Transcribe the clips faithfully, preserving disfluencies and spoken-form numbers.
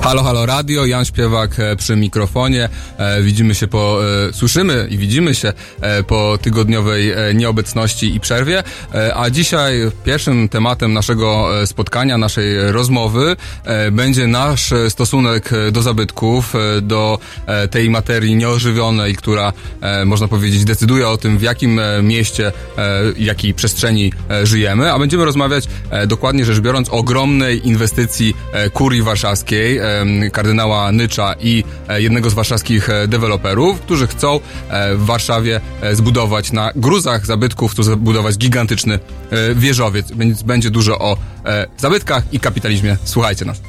Halo, halo radio, Jan Śpiewak przy mikrofonie. E, widzimy się po, e, słyszymy i widzimy się e, po tygodniowej e, nieobecności i przerwie. E, a dzisiaj pierwszym tematem naszego spotkania, naszej rozmowy e, będzie nasz stosunek do zabytków, e, do e, tej materii nieożywionej, która, e, można powiedzieć, decyduje o tym, w jakim e, mieście i e, jakiej przestrzeni e, żyjemy. A będziemy rozmawiać, e, dokładnie rzecz biorąc, o ogromnej inwestycji e, kurii warszawskiej, e, kardynała Nycza i jednego z warszawskich deweloperów, którzy chcą w Warszawie zbudować na gruzach zabytków, chcą zbudować gigantyczny wieżowiec. Więc będzie dużo o zabytkach i kapitalizmie. Słuchajcie nas.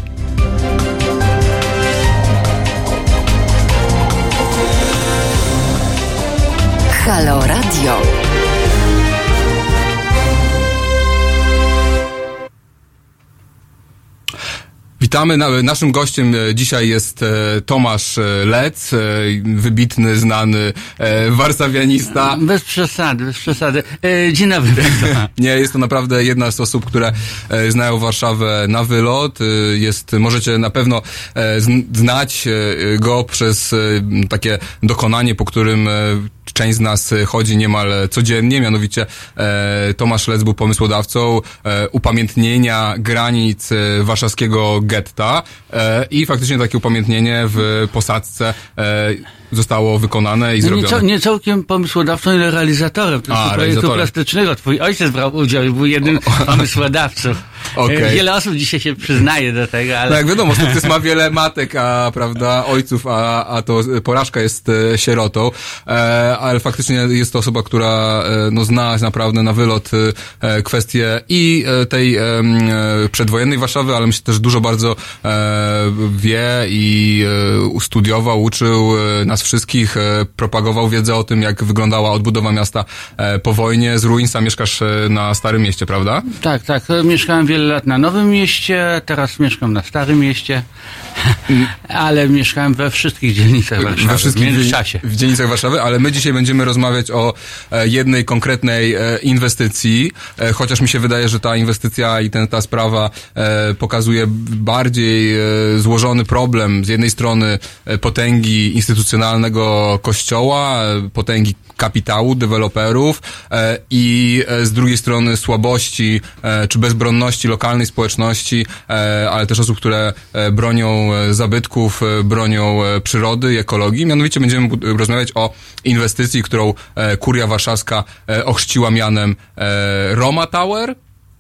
Halo Radio. Witamy. Naszym gościem dzisiaj jest Tomasz Lec, wybitny, znany warszawianista. Bez przesady, bez przesady. Dzień dobry. Nie, jest to naprawdę jedna z osób, które znają Warszawę na wylot. Jest, możecie na pewno znać go przez takie dokonanie, po którym część z nas chodzi niemal codziennie, mianowicie e, Tomasz Lec był pomysłodawcą e, upamiętnienia granic e, warszawskiego getta e, i faktycznie takie upamiętnienie w posadzce e, zostało wykonane i no zrobione. Nie, nie całkiem pomysłodawcą, ale realizatorem tego projektu realizatorem. plastycznego. Twój ojciec brał udział i był jednym z pomysłodawców. Okay. Wiele osób dzisiaj się przyznaje do tego, ale... No jak wiadomo, sukces ma wiele matek, a prawda, ojców, a, a to porażka jest e, sierotą, e, ale faktycznie jest to osoba, która e, no, zna naprawdę na wylot e, kwestie i e, tej e, przedwojennej Warszawy, ale myślę też dużo bardzo e, wie i e, studiował, uczył e, nas wszystkich, e, propagował wiedzę o tym, jak wyglądała odbudowa miasta e, po wojnie. Z ruin sam mieszkasz e, na Starym Mieście, prawda? Tak, tak. Mieszkałem wiele lat na Nowym Mieście, teraz mieszkam na Starym Mieście, ale mieszkałem we wszystkich dzielnicach Warszawy, we wszystkich w międzyczasie. W dzielnicach Warszawy, ale my dzisiaj będziemy rozmawiać o e, jednej konkretnej e, inwestycji, e, chociaż mi się wydaje, że ta inwestycja i ten, ta sprawa e, pokazuje bardziej e, złożony problem. Z jednej strony e, potęgi instytucjonalnego kościoła, e, potęgi kapitału, deweloperów e, i e, z drugiej strony słabości e, czy bezbronności lokalnej społeczności, e, ale też osób, które e, bronią e, zabytków, e, bronią e, przyrody i ekologii. Mianowicie będziemy bu- rozmawiać o inwestycji, którą e, Kuria Warszawska e, ochrzciła mianem e, Roma Tower.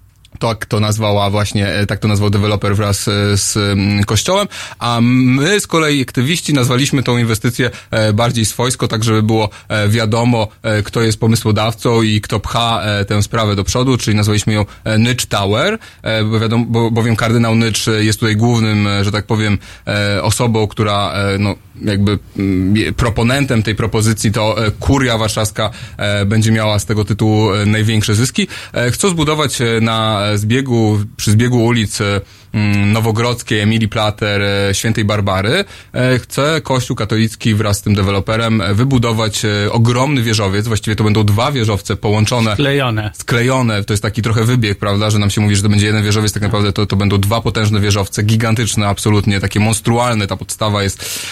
Tak to nazwała właśnie, tak to nazwał deweloper wraz z kościołem, a my z kolei aktywiści nazwaliśmy tą inwestycję bardziej swojsko, tak żeby było wiadomo, kto jest pomysłodawcą i kto pcha tę sprawę do przodu, czyli nazwaliśmy ją Nycz Tower, bo wiadomo, bo, bowiem kardynał Nycz jest tutaj głównym, że tak powiem, osobą, która no jakby proponentem tej propozycji, to Kuria Warszawska będzie miała z tego tytułu największe zyski. Chcą zbudować na zbiegu, przy zbiegu ulic Nowogrodzkiej, Emilii Plater, Świętej Barbary, chce Kościół katolicki wraz z tym deweloperem wybudować ogromny wieżowiec. Właściwie to będą dwa wieżowce połączone. Sklejone. Sklejone. To jest taki trochę wybieg, prawda, że nam się mówi, że to będzie jeden wieżowiec, tak naprawdę to, to będą dwa potężne wieżowce, gigantyczne, absolutnie, takie monstrualne. Ta podstawa jest,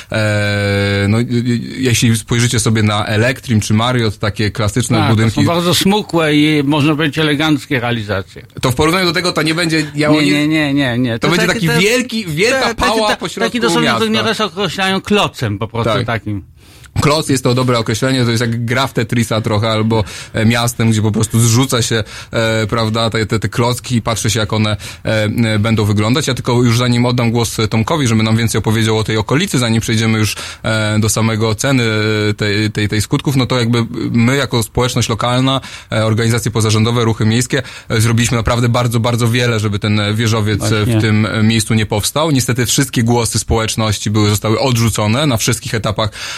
e, no, jeśli spojrzycie sobie na Elektrim czy Marriott, takie klasyczne tak, budynki. To są bardzo smukłe i można powiedzieć eleganckie realizacje. To w porównaniu do tego to nie będzie... Ja nie, nie, nie, nie, nie. To, to będzie taki, taki wielki, wielka ta, pała taki, pośrodku taki dosłownie miasta. nieraz określają klocem po prostu tak. takim. Kloc jest to dobre określenie, to jest jak gra w Tetrisa trochę, albo e, miastem, gdzie po prostu zrzuca się, e, prawda, te, te, te klocki i patrzy się, jak one e, e, będą wyglądać. Ja tylko już zanim oddam głos Tomkowi, żeby nam więcej opowiedział o tej okolicy, zanim przejdziemy już e, do samego oceny tej, tej, tej skutków, no to jakby my jako społeczność lokalna, e, organizacje pozarządowe, ruchy miejskie, e, zrobiliśmy naprawdę bardzo, bardzo wiele, żeby ten wieżowiec Właśnie. w tym miejscu nie powstał. Niestety wszystkie głosy społeczności były, zostały odrzucone na wszystkich etapach e,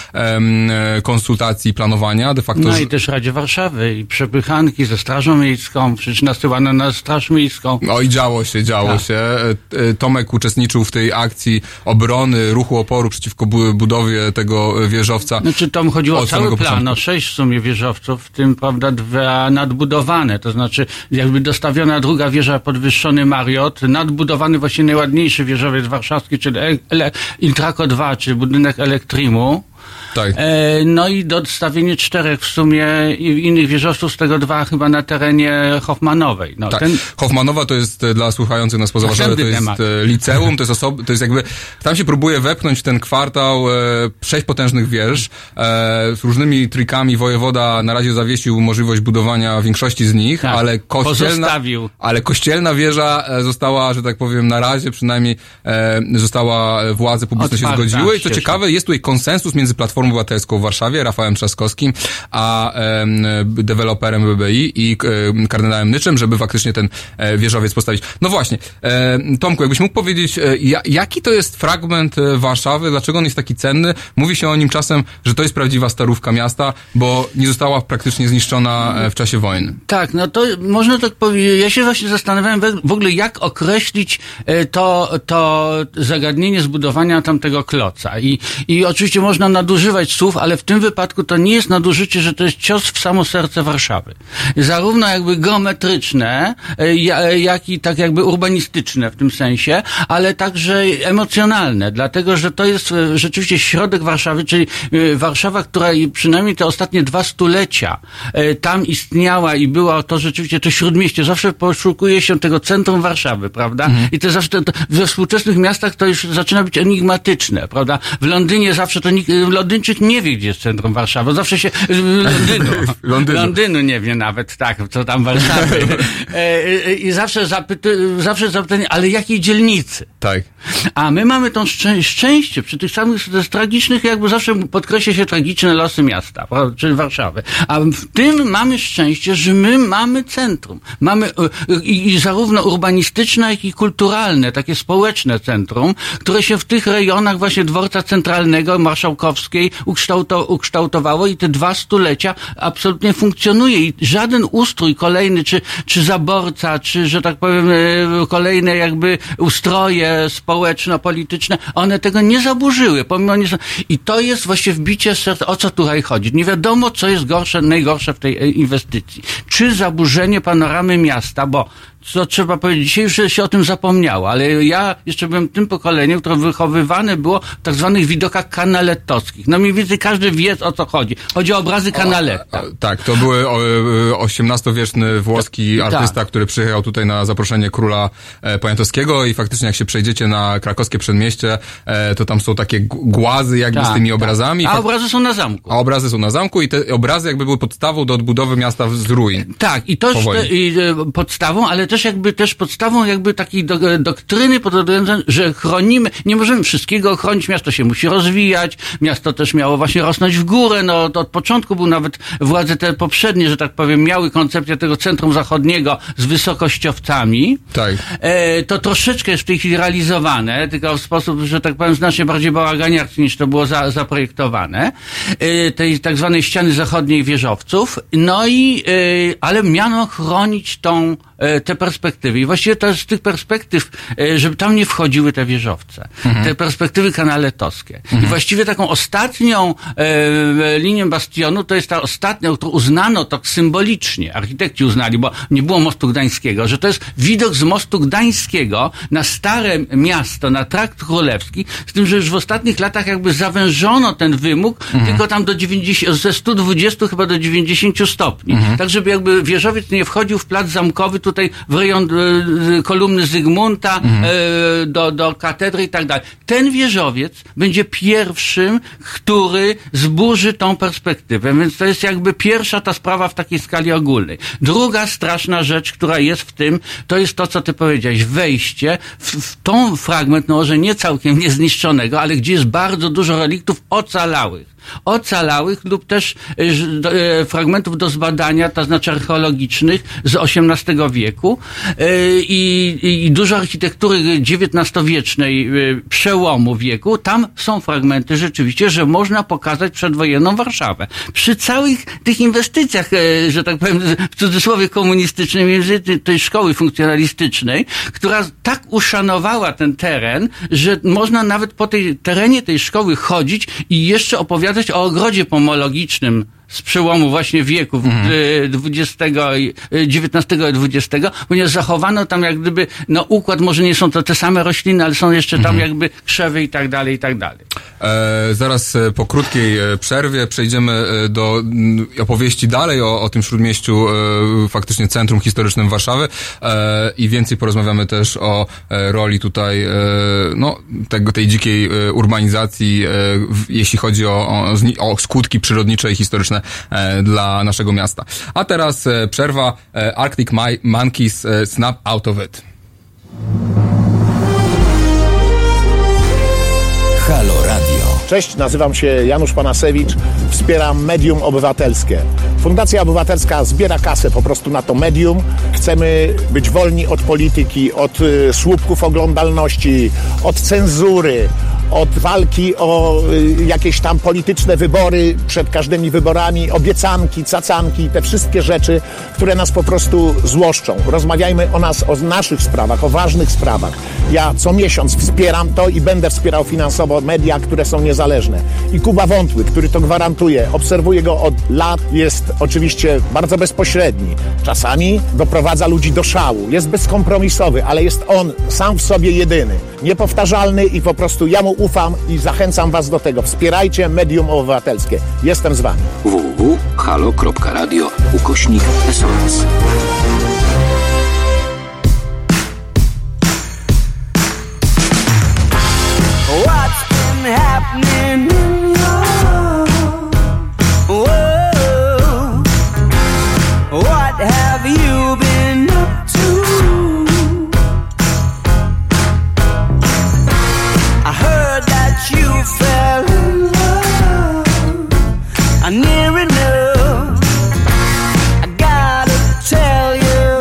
konsultacji, planowania, de facto... No i też Radzie Warszawy i przepychanki ze Strażą Miejską, przecież nasyłano na Straż Miejską. No i działo się, działo tak. się. Tomek uczestniczył w tej akcji obrony, ruchu oporu przeciwko budowie tego wieżowca. Znaczy tam chodziło o cały plan, o sześć w sumie wieżowców, w tym, prawda, dwa nadbudowane, to znaczy jakby dostawiona druga wieża podwyższony Mariot, nadbudowany właśnie najładniejszy wieżowiec warszawski, czyli Intraco dwa, czyli budynek Elektrimu. Tak. E, no i dostawienie czterech w sumie innych wieżowców, z tego dwa chyba na terenie Hoffmanowej. No, tak. ten... Hoffmanowa to jest dla słuchających nas poza Warszawy, to jest temat. liceum, to jest osoba, to jest jakby, tam się próbuje wepchnąć w ten kwartał e, sześć potężnych wież. E, z różnymi trikami wojewoda na razie zawiesił możliwość budowania większości z nich, tak. ale kościelna, Pozostawił. ale kościelna wieża została, że tak powiem, na razie przynajmniej e, została, władze publiczne się zgodziły. I co ciekawe, jest tutaj konsensus między Platformą Obywatelską w Warszawie, Rafałem Trzaskowskim, a e, deweloperem B B I i e, kardynałem Nyczem, żeby faktycznie ten e, wieżowiec postawić. No właśnie, e, Tomku, jakbyś mógł powiedzieć, e, jaki to jest fragment e, Warszawy, dlaczego on jest taki cenny? Mówi się o nim czasem, że to jest prawdziwa starówka miasta, bo nie została praktycznie zniszczona e, w czasie wojny. Tak, no to można tak powiedzieć. Ja się właśnie zastanawiałem w ogóle, jak określić e, to, to zagadnienie zbudowania tamtego kloca. I, i oczywiście można nadużywać słów, ale w tym wypadku to nie jest nadużycie, że to jest cios w samo serce Warszawy. Zarówno jakby geometryczne, jak i tak jakby urbanistyczne w tym sensie, ale także emocjonalne, dlatego, że to jest rzeczywiście środek Warszawy, czyli Warszawa, która przynajmniej te ostatnie dwa stulecia tam istniała i była to rzeczywiście to śródmieście. Zawsze poszukuje się tego centrum Warszawy, prawda? Mhm. I to zawsze to, to, we współczesnych miastach to już zaczyna być enigmatyczne, prawda? W Londynie zawsze to nikt, Londyńczyk nie wie, gdzie jest centrum Warszawy. Zawsze się... Londynu. Londynu. Londynu nie wie nawet, tak, co tam Warszawy. I zawsze zapyty, zawsze zapytanie, ale jakiej dzielnicy? Tak. A my mamy to szczę- szczęście przy tych samych tragicznych, jakby zawsze podkreśla się tragiczne losy miasta, czyli Warszawy. A w tym mamy szczęście, że my mamy centrum. Mamy i, i zarówno urbanistyczne, jak i kulturalne, takie społeczne centrum, które się w tych rejonach właśnie dworca centralnego, Marszałkowskiej ukształto, ukształtowało i te dwa stulecia absolutnie funkcjonuje i żaden ustrój kolejny, czy, czy zaborca, czy, że tak powiem, kolejne jakby ustroje społeczno-polityczne, one tego nie zaburzyły. Pomimo nie... I to jest właśnie wbicie serca, o co tutaj chodzi. Nie wiadomo, co jest gorsze, najgorsze w tej inwestycji. Czy zaburzenie panoramy miasta, bo co trzeba powiedzieć, dzisiaj już się o tym zapomniało, ale ja jeszcze byłem tym pokoleniem, które wychowywane było w tak zwanych widokach kanalettowskich. No mniej więcej każdy wie, o co chodzi. Chodzi o obrazy Canaletta. O, o, tak, to były osiemnastowieczny włoski artysta, tak. który przyjechał tutaj na zaproszenie króla e, Poniatowskiego i faktycznie jak się przejdziecie na krakowskie przedmieście, e, to tam są takie głazy jakby tak, z tymi obrazami. Tak. A obrazy są na zamku. A obrazy są na zamku i te obrazy jakby były podstawą do odbudowy miasta z ruin. Tak, i to jest i, e, podstawą, ale też jakby też podstawą jakby takiej do, doktryny pod względem, że chronimy, nie możemy wszystkiego chronić, miasto się musi rozwijać, miasto też miało właśnie rosnąć w górę, no to od początku był nawet władze te poprzednie, że tak powiem, miały koncepcję tego centrum zachodniego z wysokościowcami. Tak. E, to troszeczkę jest w tej chwili realizowane, tylko w sposób, że tak powiem, znacznie bardziej bałaganiarski niż to było za, zaprojektowane. E, tej tak zwanej ściany zachodniej wieżowców. No i, e, ale miano chronić tą, e, te perspektywy. I właściwie to z tych perspektyw, e, żeby tam nie wchodziły te wieżowce. Mhm. Te perspektywy kanaletowskie. Mhm. I właściwie taką ostatnią e, linię bastionu to jest ta ostatnia, którą uznano tak symbolicznie, architekci uznali, bo nie było mostu gdańskiego, że to jest widok z mostu gdańskiego na stare miasto, na Trakt Królewski, z tym, że już w ostatnich latach jakby zawężono ten wymóg, mhm. tylko tam do dziewięćdziesięciu, ze stu dwudziestu chyba do dziewięćdziesięciu stopni. Mhm. Tak, żeby jakby wieżowiec nie wchodził w plac zamkowy tutaj w rejon e, kolumny Zygmunta, mhm. e, do, do katedry i tak dalej. Ten wieżowiec będzie pierwszym, który zburzy tą perspektywę, więc to jest jakby pierwsza ta sprawa w takiej skali ogólnej. Druga straszna rzecz, która jest w tym, to jest to, co ty powiedziałeś, wejście w, w tą fragment, no może nie całkiem niezniszczonego, ale gdzie jest bardzo dużo reliktów ocalałych. ocalałych lub też e, fragmentów do zbadania, to znaczy archeologicznych z osiemnastego wieku e, i, i dużo architektury dziewiętnastowiecznej e, przełomu wieku. Tam są fragmenty rzeczywiście, że można pokazać przedwojenną Warszawę. Przy całych tych inwestycjach, e, że tak powiem, w cudzysłowie komunistycznym, między tej szkoły funkcjonalistycznej, która tak uszanowała ten teren, że można nawet po tej terenie tej szkoły chodzić i jeszcze opowiadać o ogrodzie pomologicznym z przełomu właśnie wieków dwudziestego, dziewiętnastego i dwudziestego, ponieważ zachowano tam jak gdyby, no układ, może nie są to te same rośliny, ale są jeszcze tam mhm. jakby krzewy i tak dalej, i tak dalej. E, zaraz po krótkiej przerwie przejdziemy do opowieści dalej o, o tym Śródmieściu, e, faktycznie centrum historycznym Warszawy e, i więcej porozmawiamy też o e, roli tutaj, e, no, tego, tej dzikiej urbanizacji, e, w, jeśli chodzi o, o, o skutki przyrodnicze i historyczne dla naszego miasta. A teraz przerwa. Arctic Monkeys, Snap Out of It. Halo Radio. Cześć, nazywam się Janusz Panasewicz, wspieram Medium Obywatelskie. Fundacja Obywatelska zbiera kasę po prostu na to medium. Chcemy być wolni od polityki, od y, słupków oglądalności, od cenzury, od walki o y, jakieś tam polityczne wybory przed każdymi wyborami, obiecanki, cacanki, te wszystkie rzeczy, które nas po prostu złoszczą. Rozmawiajmy o nas, o naszych sprawach, o ważnych sprawach. Ja co miesiąc wspieram to i będę wspierał finansowo media, które są niezależne. I Kuba Wątły, który to gwarantuje, obserwuję go od lat, jest oczywiście bardzo bezpośredni. Czasami doprowadza ludzi do szału, jest bezkompromisowy, ale jest on sam w sobie jedyny, niepowtarzalny i po prostu ja mu ufam i zachęcam was do tego. Wspierajcie Medium Obywatelskie. Jestem z wami. w w w kropka halo kropka radio ukośnik S O S. What's been happening in your world? What have you been up to? I heard that you fell in love. I near enough. I gotta tell you.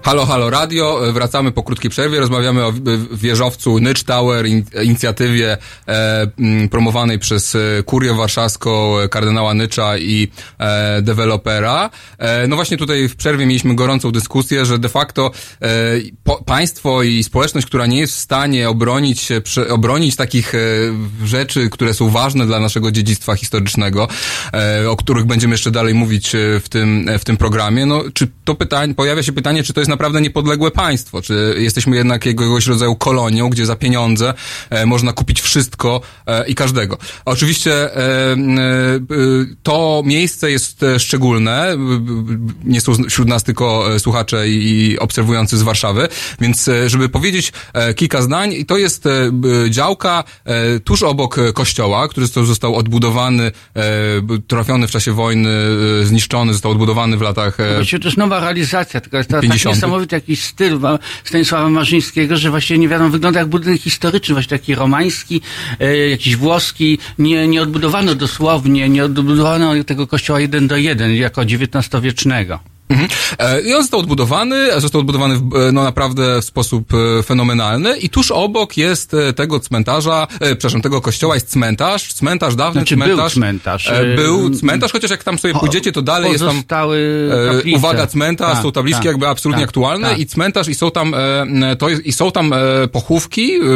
Halo, halo radio. Wracamy po krótkiej przerwie. Rozmawiamy o wieżowcu Nycz Tower, in, inicjatywie e, promowanej przez Kurię Warszawską, kardynała Nycza i e, dewelopera. E, no właśnie tutaj w przerwie mieliśmy gorącą dyskusję, że de facto e, po, państwo i społeczność, która nie jest w stanie obronić się, prze, obronić takich e, rzeczy, które są ważne dla naszego dziedzictwa historycznego, e, o których będziemy jeszcze dalej mówić w tym, w tym programie, no czy to pytanie, pojawia się pytanie, czy to jest naprawdę niepodległe państwo, czy jesteśmy jednak jakiegoś rodzaju kolonią, gdzie za pieniądze e, można kupić wszystko e, i każdego. Oczywiście e, e, to miejsce jest szczególne, nie są wśród nas tylko słuchacze i, i obserwujący z Warszawy, więc e, żeby powiedzieć e, kilka zdań, i to jest e, działka e, tuż obok kościoła, który został odbudowany, e, trafiony w czasie wojny, e, zniszczony, został odbudowany w latach e, Właściwie to jest nowa realizacja, tylko jest to tak pięćdziesiątych. niesamowity jakiś styl Stanisława Marzyńskiego, że właściwie nie wiadomo, wygląda jak budynek historyczny, właśnie taki romański, e, jakiś włoski, nie, nie odbudowano dosłownie, nie odbudowano tego kościoła jeden do jeden, jako dziewiętnastowiecznego. Mhm. I on został odbudowany, został odbudowany w, no naprawdę w sposób fenomenalny i tuż obok jest tego cmentarza, e, przepraszam, tego kościoła jest cmentarz, cmentarz, dawny znaczy, cmentarz. Był cmentarz. E, był cmentarz, chociaż jak tam sobie pójdziecie, to dalej jest tam, e, uwaga, cmentarz, tak, są tabliczki tak, jakby absolutnie tak, aktualne tak. i cmentarz i są tam, e, to jest, i są tam e, pochówki e,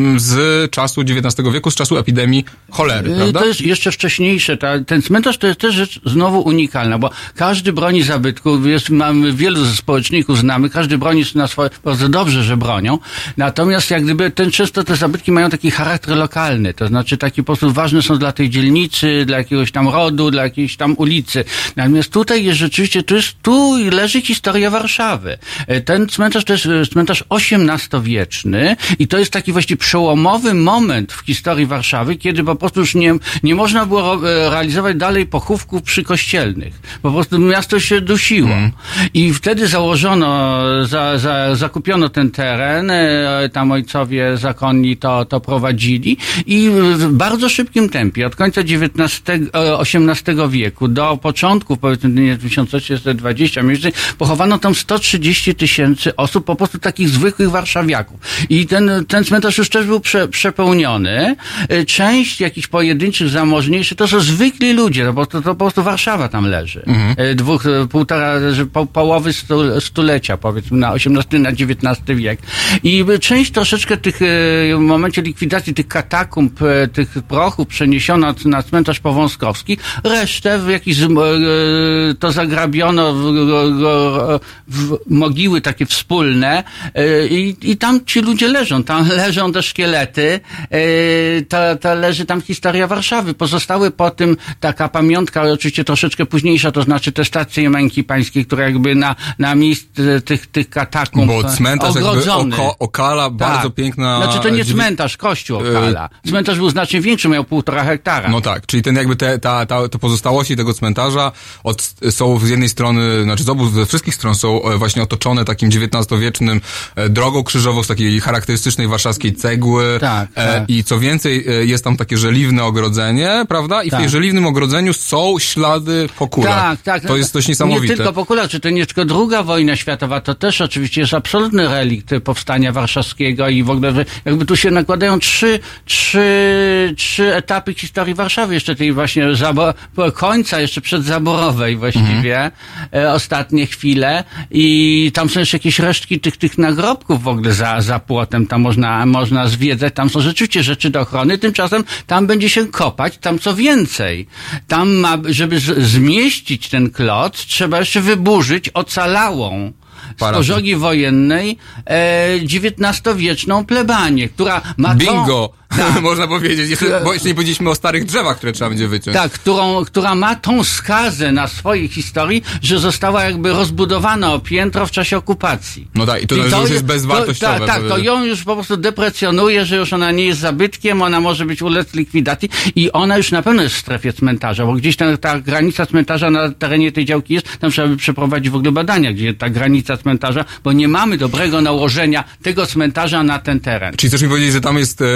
z czasu dziewiętnastego wieku, z czasu epidemii cholery, prawda? To jest jeszcze wcześniejsze. Ta, ten cmentarz to jest też rzecz znowu unikalna, bo każdy broni zabytków. Jest, mamy wielu społeczników znamy, każdy broni na swoje, bardzo dobrze, że bronią. Natomiast jak gdyby ten, często te zabytki mają taki charakter lokalny, to znaczy taki po prostu ważne są dla tej dzielnicy, dla jakiegoś tam rodu, dla jakiejś tam ulicy. Natomiast tutaj jest rzeczywiście, tu, jest, tu leży historia Warszawy. Ten cmentarz to jest cmentarz osiemnastowieczny i to jest taki właściwie przełomowy moment w historii Warszawy, kiedy po prostu już nie, nie można było realizować dalej pochówków przykościelnych. Po prostu miasto się dusiło. Mm. I wtedy założono, za, za, zakupiono ten teren, tam ojcowie zakonni to, to prowadzili i w bardzo szybkim tempie, od końca osiemnastego wieku do początków, powiedzmy, tysiąc osiemset dwudziestego, mniej więcej, pochowano tam sto trzydzieści tysięcy osób, po prostu takich zwykłych warszawiaków. I ten, ten cmentarz już też był prze, przepełniony. Część jakichś pojedynczych, zamożniejszych, to są zwykli ludzie, to po, to, to po prostu Warszawa tam leży. Mhm. Dwóch, półtora, że po, połowy stu, stulecia, powiedzmy, na osiemnasty, na dziewiętnasty wiek. I część troszeczkę tych, w momencie likwidacji tych katakumb, tych prochów przeniesiono na cmentarz powązkowski, resztę w jakiś, to zagrabiono w, w mogiły takie wspólne i, i tam ci ludzie leżą, tam leżą te szkielety, to, to leży tam historia Warszawy. Pozostały po tym taka pamiątka, oczywiście troszeczkę późniejsza, to znaczy te stacje męki pańskiej, które jakby na, na miejsce tych, tych katakumb bo cmentarz ogrodzony. jakby oko, Okala, tak. Bardzo piękna... Znaczy to nie cmentarz, kościół Okala. Cmentarz był znacznie większy, miał półtora hektara. No tak, czyli ten jakby te, ta, ta, te pozostałości tego cmentarza od, są z jednej strony, znaczy z obu, ze wszystkich stron są właśnie otoczone takim dziewiętnastowiecznym drogą krzyżową z takiej charakterystycznej warszawskiej cegły. Tak, e, tak. I co więcej, jest tam takie żeliwne ogrodzenie, prawda? I tak. w tej żeliwnym ogrodzeniu są ślady po kulach. Tak, tak. To jest coś niesamowite. Nie tylko po kulach, czy to nie tylko druga wojna światowa, to też oczywiście jest absolutny relikt powstania warszawskiego i w ogóle jakby tu się nakładają trzy, trzy, trzy etapy historii Warszawy, jeszcze tej właśnie zabo- końca, jeszcze przedzaborowej właściwie, mhm. e, ostatnie chwile i tam są jeszcze jakieś resztki tych, tych nagrobków w ogóle za, za płotem, tam można, można zwiedzać, tam są rzeczywiście rzeczy do ochrony, tymczasem tam będzie się kopać, tam co więcej, tam ma, żeby z- zmieścić ten klot, trzeba jeszcze wyburzyć ocalałą z pożogi wojennej e, dziewiętnastowieczną plebanię, która ma Bingo! Tą, tak, można powiedzieć, jeszcze, bo jeszcze nie powiedzieliśmy o starych drzewach, które trzeba będzie wyciąć. Tak, którą, która ma tą skazę na swojej historii, że została jakby rozbudowana o piętro w czasie okupacji. No tak, i to, I to już jest bezwartościowe. To, tak, tak, to ją już po prostu deprecjonuje, że już ona nie jest zabytkiem, ona może być ulec likwidacji i ona już na pewno jest w strefie cmentarza, bo gdzieś ta, ta granica cmentarza na terenie tej działki jest, tam trzeba by przeprowadzić w ogóle badania, gdzie ta granica cmentarza, bo nie mamy dobrego nałożenia tego cmentarza na ten teren. Czyli chcesz mi powiedzieć, że tam jest e, możliwe, że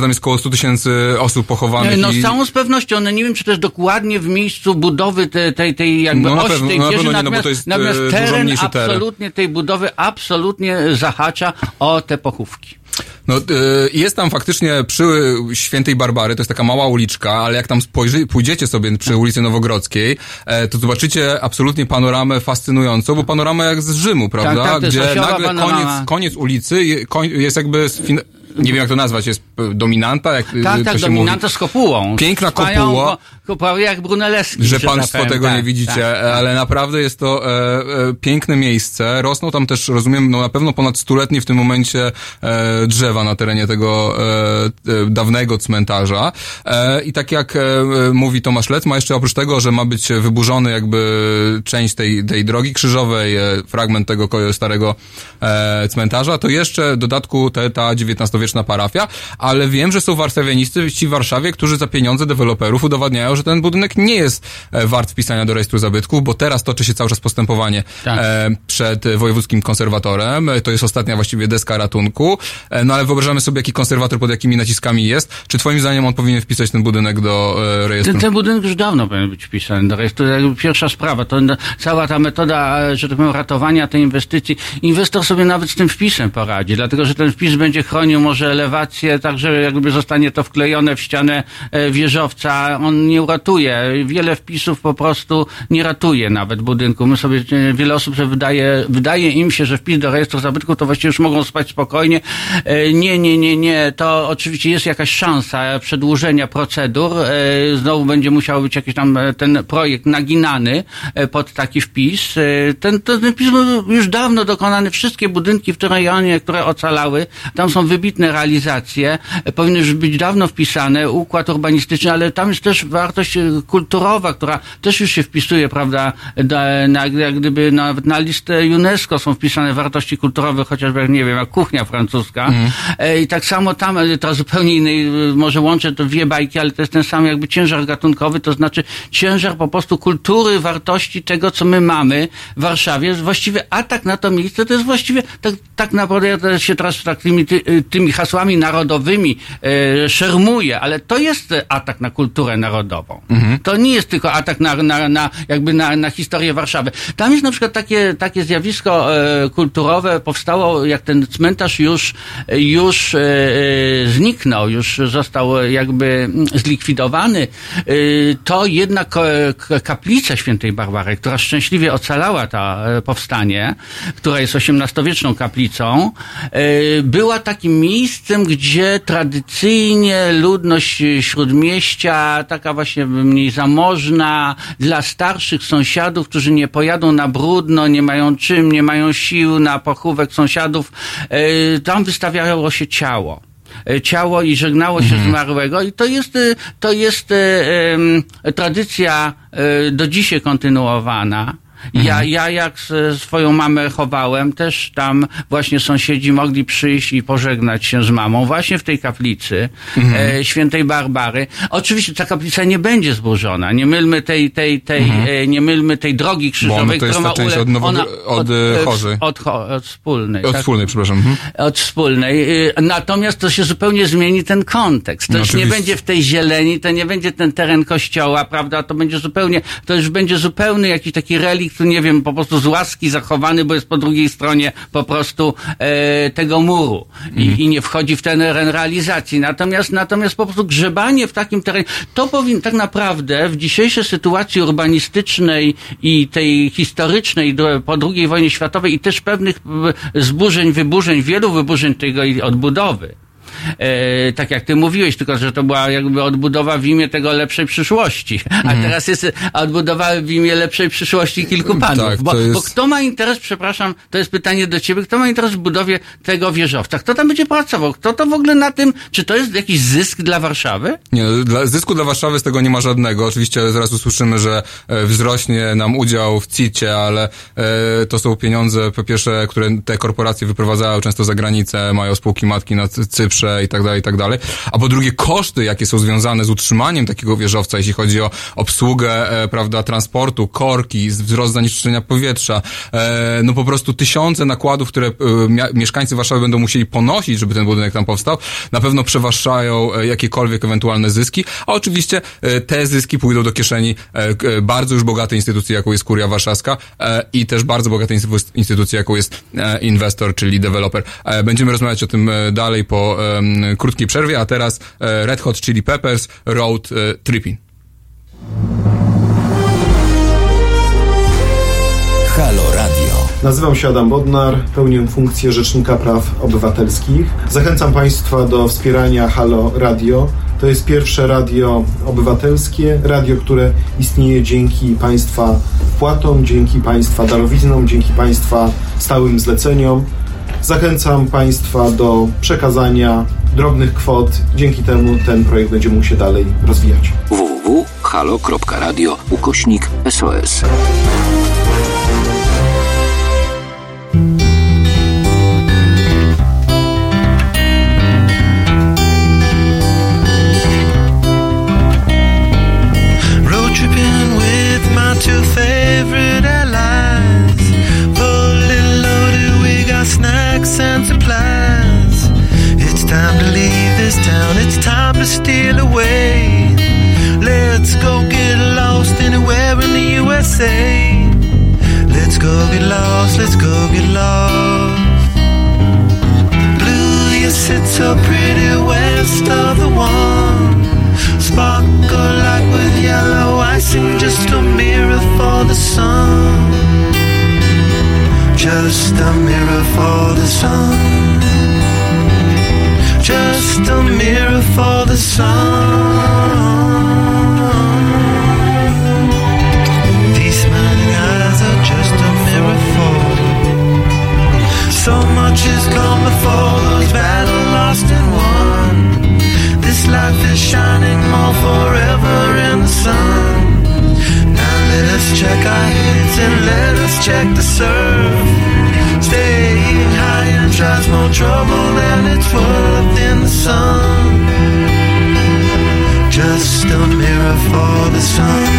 tam jest około sto tysięcy osób pochowanych. No i... z całą z pewnością, no nie wiem, czy też dokładnie w miejscu budowy tej, tej, tej jakby no, na osi pewno, tej no, wieży, nie, natomiast, no, bo to jest natomiast e, teren dużo mniejszy teren. absolutnie tej budowy absolutnie zahacza o te pochówki. No, y, jest tam faktycznie przy Świętej Barbary, to jest taka mała uliczka, ale jak tam spojrzy, pójdziecie sobie przy ulicy Nowogrodzkiej, e, to zobaczycie absolutnie panoramę fascynującą, bo panorama jak z Rzymu, prawda? Tak, tak, gdzie nagle panorama. koniec, koniec ulicy je, koń, jest jakby sfin- nie wiem jak to nazwać, jest dominanta? Jak Tak, to tak, się dominanta mówi? z kopułą. Piękna Spają kopuła. Ko, prawie jak Brunelleschi. Że że państwo tak powiem. tego tak, nie widzicie, tak, tak. ale naprawdę jest to e, e, piękne miejsce. Rosną tam też, rozumiem, no na pewno ponad stuletnie w tym momencie e, drzewa na terenie tego e, e, dawnego cmentarza. E, I tak jak e, mówi Tomasz Lec, ma jeszcze oprócz tego, że ma być wyburzony jakby część tej, tej drogi krzyżowej, e, fragment tego ko- starego e, cmentarza, to jeszcze w dodatku te, ta dziewiętnastowieczna parafia, ale wiem, że są warszawianisty w Warszawie, którzy za pieniądze deweloperów udowadniają, że ten budynek nie jest e, wart wpisania do rejestru zabytków, bo teraz toczy się cały czas postępowanie Tak. e, przed wojewódzkim konserwatorem. E, to jest ostatnia właściwie deska ratunku. E, no ale wyobrażamy sobie, jaki konserwator pod jakimi naciskami jest. Czy twoim zdaniem on powinien wpisać ten budynek do e, rejestru? Ten, ten budynek już dawno powinien być wpisany do rejestru. To jakby pierwsza sprawa. To cała ta metoda, że tak powiem, ratowania tej inwestycji. Inwestor sobie nawet z tym wpisem poradzi, dlatego że ten wpis będzie chronił może elewację, tak że jakby zostanie to wklejone w ścianę e, wieżowca. On nie uratuje. Wiele wpisów po prostu nie ratuje nawet budynku. My sobie, e, wiele osób sobie wydaje, wydaje im się, że wpis do rejestru zabytków to właściwie już mogą spać spokojnie. E, nie, nie, nie, nie. To oczywiście jest jakaś szansa przedłużenia procedur. E, znowu będzie musiał być jakiś tam e, ten projekt naginany e, pod taki wpis. E, ten, ten wpis był już dawno dokonany. Wszystkie budynki w tym rejonie, które ocalały, tam są wybitne realizacje, e, powinny już być dawno wpisane, układ urbanistyczny, ale tam jest też wartość e, kulturowa, która też już się wpisuje, prawda, na, na, jak gdyby nawet na listę UNESCO są wpisane wartości kulturowe, chociażby, jak nie wiem, jak kuchnia francuska. Mm. E, I tak samo tam, e, to zupełnie innej, e, może łączę to dwie bajki, ale to jest ten sam jakby ciężar gatunkowy, to znaczy ciężar po prostu kultury, wartości tego, co my mamy w Warszawie. Właściwie atak na to miejsce to jest właściwie, tak, tak naprawdę ja się teraz takimi ty, tymi hasłami narodowymi e, szermuję, ale to jest atak na kulturę narodową. Mhm. To nie jest tylko atak na, na, na jakby na, na historię Warszawy. Tam jest na przykład takie, takie zjawisko e, kulturowe powstało, jak ten cmentarz już, już e, zniknął, już został jakby zlikwidowany, e, to jednak kaplica Świętej Barbary, która szczęśliwie ocalała ta e, powstanie, która jest osiemnastowieczną kaplicą, e, była takim miejscem, gdzie tradycyjnie ludność śródmieścia, taka właśnie mniej zamożna, dla starszych sąsiadów, którzy nie pojadą na brudno, nie mają czym, nie mają sił na pochówek sąsiadów, e, tam wystawiało się ciało. Ciało i żegnało się mhm. zmarłego i to jest, to jest e, e, tradycja e, do dzisiaj kontynuowana. Mhm. Ja, ja jak swoją mamę chowałem, też tam właśnie sąsiedzi mogli przyjść i pożegnać się z mamą właśnie w tej kaplicy mhm. e, Świętej Barbary. Oczywiście ta kaplica nie będzie zburzona. Nie mylmy tej, tej, tej, mhm. e, nie mylmy tej drogi krzyżowej, która ma ule... od, nowo... ona, od, od Chorzy. Od, od, od wspólnej. Od tak? wspólnej, przepraszam. Mhm. Od wspólnej. Natomiast to się zupełnie zmieni ten kontekst. To no już oczywiście. nie będzie w tej zieleni, to nie będzie ten teren kościoła, prawda? To będzie zupełnie, to już będzie zupełny jakiś taki relikt, nie wiem, po prostu z łaski zachowany, bo jest po drugiej stronie po prostu e, tego muru I, mm. i nie wchodzi w ten teren realizacji. Natomiast, natomiast po prostu grzebanie w takim terenie, to powinno tak naprawdę w dzisiejszej sytuacji urbanistycznej i tej historycznej po drugiej wojnie światowej i też pewnych zburzeń, wyburzeń, wielu wyburzeń tego i odbudowy. E, tak jak ty mówiłeś, tylko że to była jakby odbudowa w imię tego lepszej przyszłości. A mm. teraz jest odbudowa w imię lepszej przyszłości kilku panów. Tak, bo, jest... bo kto ma interes, przepraszam, to jest pytanie do ciebie, kto ma interes w budowie tego wieżowca? Kto tam będzie pracował? Kto to w ogóle na tym, czy to jest jakiś zysk dla Warszawy? Nie, dla, zysku dla Warszawy z tego nie ma żadnego. Oczywiście zaraz usłyszymy, że e, wzrośnie nam udział w C I T-cie, ale e, to są pieniądze, po pierwsze, które te korporacje wyprowadzają często za granicę, mają spółki matki na Cyprze, i tak dalej, i tak dalej. A po drugie koszty, jakie są związane z utrzymaniem takiego wieżowca, jeśli chodzi o obsługę, e, prawda, transportu, korki, wzrost zanieczyszczenia powietrza, e, no po prostu tysiące nakładów, które e, mia- mieszkańcy Warszawy będą musieli ponosić, żeby ten budynek tam powstał, na pewno przewyższają e, jakiekolwiek ewentualne zyski, a oczywiście e, te zyski pójdą do kieszeni e, e, bardzo już bogatej instytucji, jaką jest Kuria Warszawska e, i też bardzo bogatej instytucji, jaką jest e, inwestor, czyli deweloper. E, będziemy rozmawiać o tym e, dalej po e, krótkiej przerwie, a teraz e, Red Hot Chili Peppers, Road e, Trippin'. Halo Radio. Nazywam się Adam Bodnar, pełnię funkcję Rzecznika Praw Obywatelskich. Zachęcam Państwa do wspierania Halo Radio. To jest pierwsze radio obywatelskie, radio, które istnieje dzięki Państwa wpłatom, dzięki Państwa darowiznom, dzięki Państwa stałym zleceniom. Zachęcam Państwa do przekazania drobnych kwot. Dzięki temu ten projekt będzie mógł się dalej rozwijać. w w w kropka halo kropka radio ukośnik S O S. Road tripping with my two favorite allies. Fully loaded, we got snacks and supplies. It's time to leave this town, it's time to steal away. Let's go get lost anywhere in the U S A. Let's go get lost, let's go get lost. Blue, you sit so pretty west of the one. Sparkle like with yellow icing, just a mirror for the sun. Just a mirror for the sun. Just a mirror for the sun. These smiling eyes are just a mirror for. So much has come before, those battles lost and won. This life is shining more forever in the sun. Now let us check our heads and let us check the surf. Staying high and tries more trouble than it's worth in the sun. Just a mirror for the sun.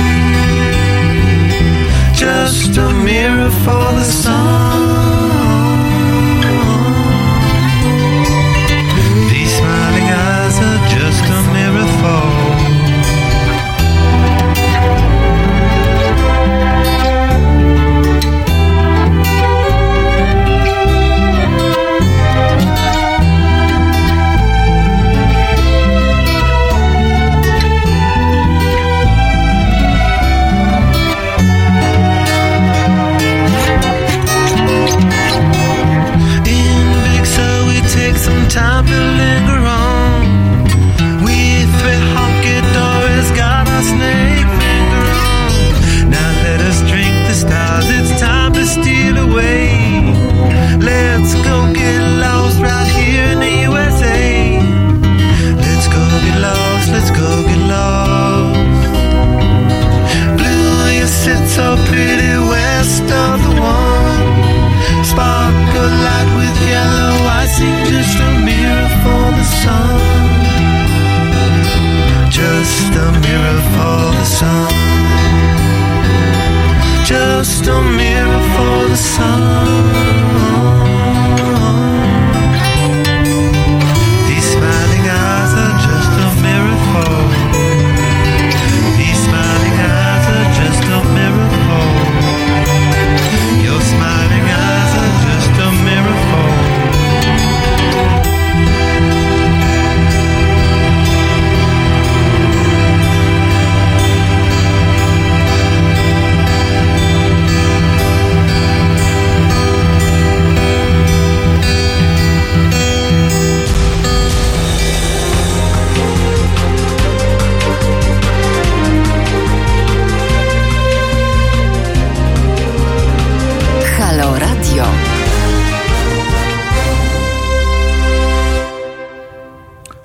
Just a mirror for the sun. These smiling eyes are just a mirror for.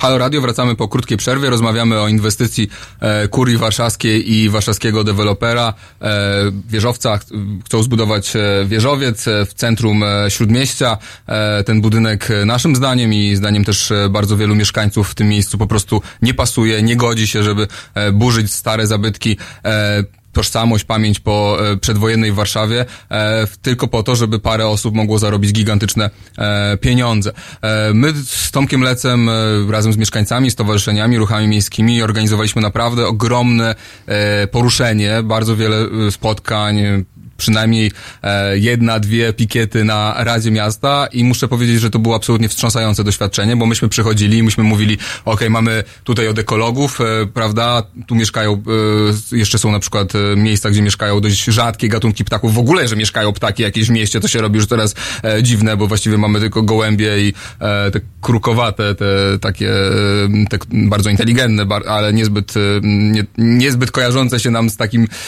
Halo Radio, wracamy po krótkiej przerwie, rozmawiamy o inwestycji e, Kurii Warszawskiej i warszawskiego dewelopera. E, wieżowca, chcą zbudować e, wieżowiec e, w centrum e, Śródmieścia. E, ten budynek e, naszym zdaniem i zdaniem też e, bardzo wielu mieszkańców w tym miejscu po prostu nie pasuje, nie godzi się, żeby e, burzyć stare zabytki, e, tożsamość, pamięć po e, przedwojennej Warszawie, e, tylko po to, żeby parę osób mogło zarobić gigantyczne e, pieniądze. E, my z Tomkiem Lecem e, razem z mieszkańcami, stowarzyszeniami, ruchami miejskimi organizowaliśmy naprawdę ogromne e, poruszenie, bardzo wiele e, spotkań, przynajmniej e, jedna, dwie pikiety na Radzie Miasta i muszę powiedzieć, że to było absolutnie wstrząsające doświadczenie, bo myśmy przychodzili, myśmy mówili, okej, okay, mamy tutaj od ekologów, e, prawda, tu mieszkają, e, jeszcze są na przykład e, miejsca, gdzie mieszkają dość rzadkie gatunki ptaków, w ogóle, że mieszkają ptaki jakieś w mieście, to się robi już teraz e, dziwne, bo właściwie mamy tylko gołębie i e, te krukowate, te takie e, te bardzo inteligentne, bar, ale niezbyt, e, nie, niezbyt kojarzące się nam z takim, e,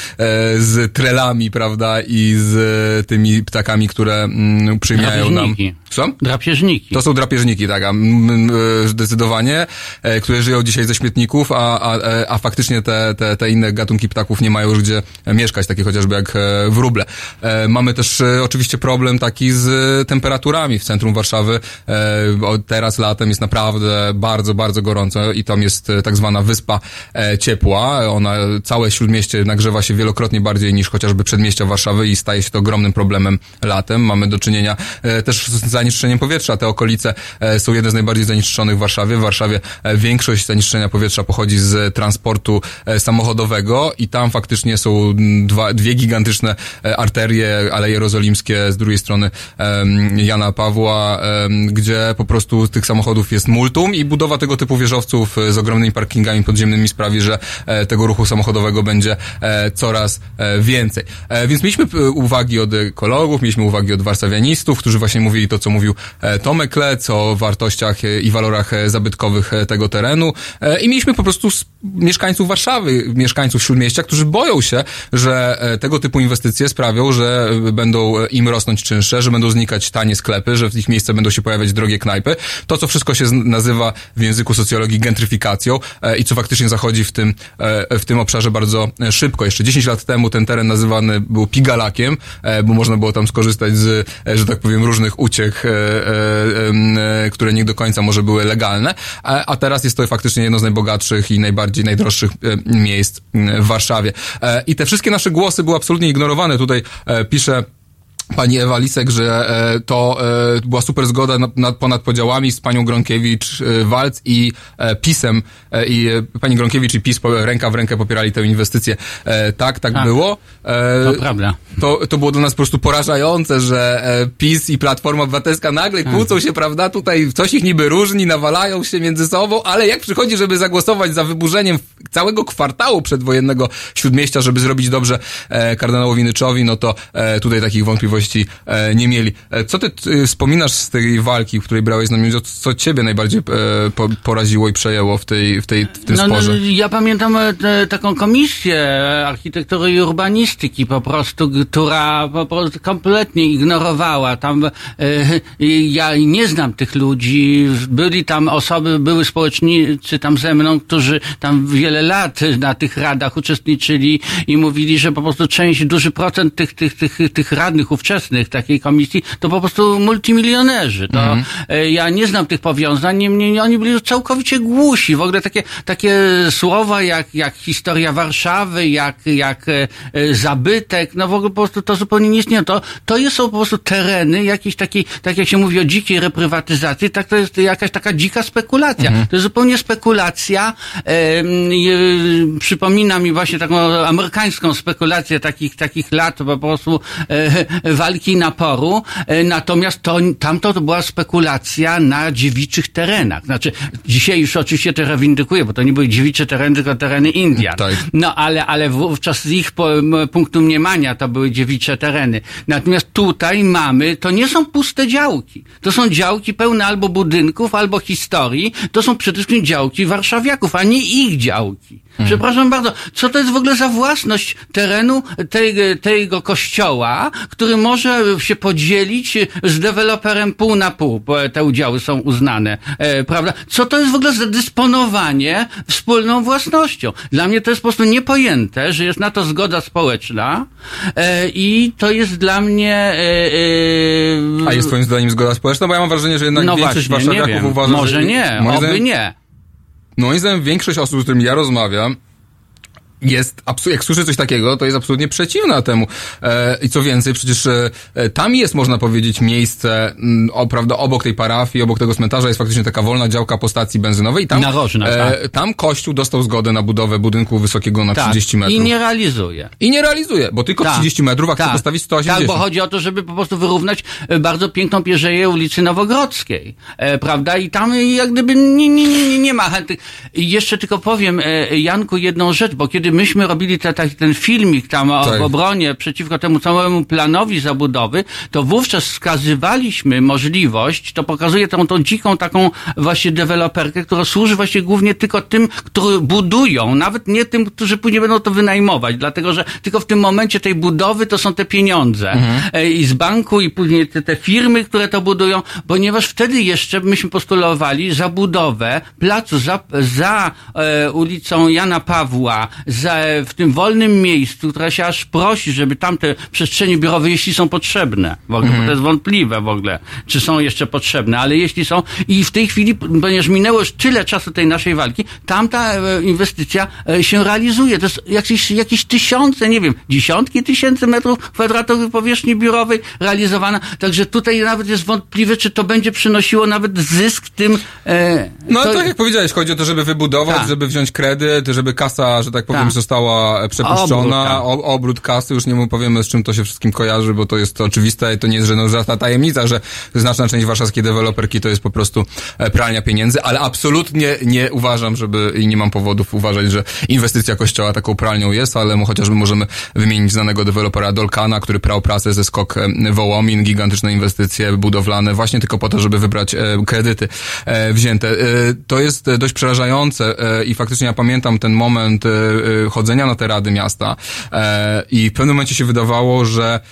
z trelami, prawda, i z tymi ptakami, które mm, przyjmiają nam... Co? Drapieżniki. To są drapieżniki, tak, a m, m, zdecydowanie, e, które żyją dzisiaj ze śmietników, a, a, a faktycznie te, te, te inne gatunki ptaków nie mają już gdzie mieszkać, takie chociażby jak e, wróble. E, mamy też e, oczywiście problem taki z temperaturami w centrum Warszawy. E, o, teraz latem jest naprawdę bardzo, bardzo gorąco i tam jest e, tak zwana wyspa e, ciepła. Ona, całe Śródmieście nagrzewa się wielokrotnie bardziej niż chociażby przedmieścia Warszawy i staje się to ogromnym problemem latem. Mamy do czynienia e, też z zanieczyszczeniem powietrza. Te okolice e, są jedne z najbardziej zanieczyszczonych w Warszawie. W Warszawie e, większość zanieczyszczenia powietrza pochodzi z transportu e, samochodowego i tam faktycznie są dwa, dwie gigantyczne e, arterie, Aleje Jerozolimskie, z drugiej strony e, Jana Pawła, e, gdzie po prostu tych samochodów jest multum i budowa tego typu wieżowców e, z ogromnymi parkingami podziemnymi sprawi, że e, tego ruchu samochodowego będzie e, coraz e, więcej. E, więc mieliśmy uwagi od ekologów, mieliśmy uwagi od warszawianistów, którzy właśnie mówili to, co mówił Tomek Lec, o wartościach i walorach zabytkowych tego terenu i mieliśmy po prostu mieszkańców Warszawy, mieszkańców Śródmieścia, którzy boją się, że tego typu inwestycje sprawią, że będą im rosnąć czynsze, że będą znikać tanie sklepy, że w ich miejsce będą się pojawiać drogie knajpy. To, co wszystko się nazywa w języku socjologii gentryfikacją i co faktycznie zachodzi w tym, w tym obszarze bardzo szybko. Jeszcze dziesięć lat temu ten teren nazywany był Pigalakiem, bo można było tam skorzystać z, że tak powiem, różnych uciech, które nie do końca może były legalne, a teraz jest to faktycznie jedno z najbogatszych i najbardziej najdroższych miejsc w Warszawie. I te wszystkie nasze głosy były absolutnie ignorowane. Tutaj pisze pani Ewa Lisek, że e, to e, była super zgoda nad, nad, ponad podziałami z panią Gronkiewicz-Walc i e, PiS-em e, i e, pani Gronkiewicz i PiS po, ręka w rękę popierali tę inwestycję. E, tak, tak, tak było. E, to prawda. To, to było dla nas po prostu porażające, że e, PiS i Platforma Obywatelska nagle kłócą się, prawda, tutaj coś ich niby różni, nawalają się między sobą, ale jak przychodzi, żeby zagłosować za wyburzeniem całego kwartału przedwojennego Śródmieścia, żeby zrobić dobrze e, kardynałowi Nyczowi, no to e, tutaj takich wątpliwości nie mieli. Co ty t, wspominasz z tej walki, w której brałeś na mnie, co ciebie najbardziej e, po, poraziło i przejęło w tej, w tej, w tym no, sporze? No, ja pamiętam te, taką komisję architektury i urbanistyki po prostu, która po prostu kompletnie ignorowała tam, e, ja nie znam tych ludzi, byli tam osoby, były społecznicy tam ze mną, którzy tam wiele lat na tych radach uczestniczyli i mówili, że po prostu część, duży procent tych, tych, tych, tych radnych ówczesnych takiej komisji, to po prostu multimilionerzy. To mm. ja nie znam tych powiązań, niemniej oni byli całkowicie głusi. W ogóle takie, takie słowa jak, jak historia Warszawy, jak, jak e, zabytek, no w ogóle po prostu to zupełnie nie istnieje. To, to są po prostu tereny jakiejś takiej, tak jak się mówi o dzikiej reprywatyzacji, tak to jest jakaś taka dzika spekulacja. Mm. To jest zupełnie spekulacja. E, e, przypomina mi właśnie taką amerykańską spekulację takich, takich lat, po prostu e, walki naporu, natomiast to, tamto to była spekulacja na dziewiczych terenach. Znaczy, dzisiaj już oczywiście to rewindykuję, bo to nie były dziewicze tereny, tylko tereny Indian. Tak. No, ale, ale wówczas z ich po, punktu mniemania to były dziewicze tereny. Natomiast tutaj mamy, to nie są puste działki. To są działki pełne albo budynków, albo historii. To są przede wszystkim działki warszawiaków, a nie ich działki. Hmm. Przepraszam bardzo, co to jest w ogóle za własność terenu tej, tego kościoła, który może się podzielić z deweloperem pół na pół, bo te udziały są uznane, e, prawda? Co to jest w ogóle za dysponowanie wspólną własnością? Dla mnie to jest po prostu niepojęte, że jest na to zgoda społeczna e, i to jest dla mnie... E, e, A jest twoim zdaniem zgoda społeczna? Bo ja mam wrażenie, że jednak no większość właśnie, warszawiaków uważa, może że... nie, moim oby zdaniem, nie. Moim zdaniem większość osób, z którymi ja rozmawiam, jest, jak słyszę coś takiego, to jest absolutnie przeciwna temu. E, I co więcej, przecież e, tam jest, można powiedzieć, miejsce, m, o, prawda, obok tej parafii, obok tego cmentarza jest faktycznie taka wolna działka po stacji benzynowej i tam, Narożna, e, tak. tam Kościół dostał zgodę na budowę budynku wysokiego na tak. trzydzieści metrów. I nie realizuje. I nie realizuje, bo tylko tak. trzydzieści metrów, a chce tak. postawić sto osiemdziesiąt. Tak, bo chodzi o to, żeby po prostu wyrównać bardzo piękną pierzeję ulicy Nowogrodzkiej, e, prawda? I tam jak gdyby nie, nie, nie, nie ma chętnych. I jeszcze tylko powiem, e, Janku, jedną rzecz, bo kiedy myśmy robili te, te, ten filmik tam o, tak. w obronie przeciwko temu całemu planowi zabudowy, to wówczas wskazywaliśmy możliwość, to pokazuje tą, tą dziką taką właśnie deweloperkę, która służy właśnie głównie tylko tym, którzy budują, nawet nie tym, którzy później będą to wynajmować, dlatego że tylko w tym momencie tej budowy to są te pieniądze mhm. i z banku i później te, te firmy, które to budują, ponieważ wtedy jeszcze myśmy postulowali zabudowę placu za, za e, ulicą Jana Pawła, za, w tym wolnym miejscu, które się aż prosi, żeby tamte przestrzenie biurowe, jeśli są potrzebne, w ogóle, mhm. bo to jest wątpliwe w ogóle, czy są jeszcze potrzebne, ale jeśli są i w tej chwili, ponieważ minęło już tyle czasu tej naszej walki, tamta e, inwestycja e, się realizuje. To jest jakieś, jakieś tysiące, nie wiem, dziesiątki tysięcy metrów kwadratowych powierzchni biurowej realizowana, także tutaj nawet jest wątpliwe, czy to będzie przynosiło nawet zysk tym... E, no to... tak jak powiedziałeś, chodzi o to, żeby wybudować, tak. żeby wziąć kredyt, żeby kasa, że tak powiem, tak. została przepuszczona, obrót, tak. o, obrót kasy, już nie mu powiemy, z czym to się wszystkim kojarzy, bo to jest to oczywiste i to nie jest żadna tajemnica, że znaczna część warszawskiej deweloperki to jest po prostu pralnia pieniędzy, ale absolutnie nie uważam, żeby i nie mam powodów uważać, że inwestycja kościoła taką pralnią jest, ale chociażby możemy wymienić znanego dewelopera Dolkana, który prał pracę ze Skok Wołomin, gigantyczne inwestycje budowlane właśnie tylko po to, żeby wybrać kredyty wzięte. To jest dość przerażające i faktycznie ja pamiętam ten moment chodzenia na te rady miasta i w pewnym momencie się wydawało, że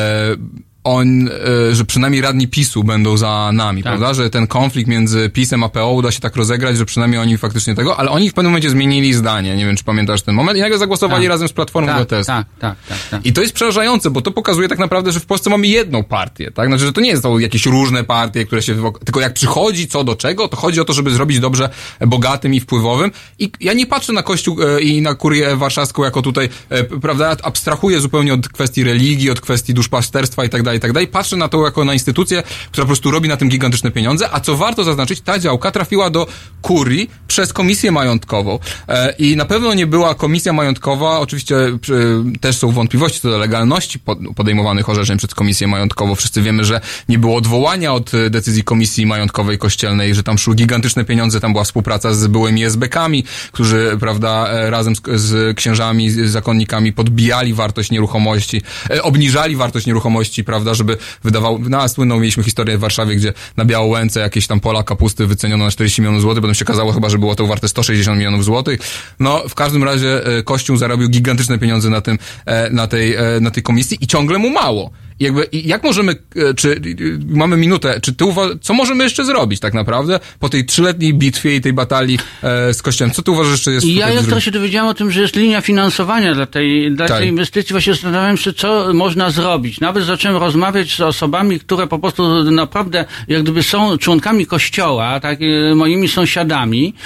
on, że przynajmniej radni PiSu będą za nami, tak. prawda? Że ten konflikt między PiSem a P O uda się tak rozegrać, że przynajmniej oni faktycznie tego, ale oni w pewnym momencie zmienili zdanie. Nie wiem, czy pamiętasz ten moment i nagle zagłosowali tak. razem z Platformą tak, Obywatelską. Tak, tak, tak, tak. I to jest przerażające, bo to pokazuje tak naprawdę, że w Polsce mamy jedną partię, tak? Znaczy, że to nie jest to jakieś różne partie, które się, tylko jak przychodzi co do czego, to chodzi o to, żeby zrobić dobrze bogatym i wpływowym. I ja nie patrzę na Kościół i na Kurię Warszawską jako tutaj, prawda, abstrahuję zupełnie od kwestii religii, od kwestii duszpasterstwa i tak dalej, i tak dalej. Patrzę na to jako na instytucję, która po prostu robi na tym gigantyczne pieniądze, a co warto zaznaczyć, ta działka trafiła do Kurii przez komisję majątkową. E, I na pewno nie była komisja majątkowa, oczywiście e, też są wątpliwości co do legalności podejmowanych orzeczeń przez komisję majątkową. Wszyscy wiemy, że nie było odwołania od decyzji komisji majątkowej kościelnej, że tam szły gigantyczne pieniądze, tam była współpraca z byłymi es be kami, którzy, prawda, razem z, z księżami, z zakonnikami podbijali wartość nieruchomości, e, obniżali wartość nieruchomości, prawda, żeby wydawał, na słynną mieliśmy historię w Warszawie, gdzie na Białołęce jakieś tam pola kapusty wyceniono na czterdzieści milionów złotych, potem się okazało chyba, że było to warte sto sześćdziesiąt milionów złotych. No, w każdym razie Kościół zarobił gigantyczne pieniądze na tym, na tej, na tej komisji i ciągle mu mało. I jakby, jak możemy, czy mamy minutę, czy ty uwa- co możemy jeszcze zrobić tak naprawdę po tej trzyletniej bitwie i tej batalii e, z Kościołem? Co ty uważasz, jeszcze jest? I ja jak to się dowiedziałem o tym, że jest linia finansowania dla tej, dla tak. tej inwestycji, właśnie zastanawiałem się, co można zrobić. Nawet zacząłem rozmawiać z osobami, które po prostu naprawdę, jak gdyby są członkami Kościoła, tak, moimi sąsiadami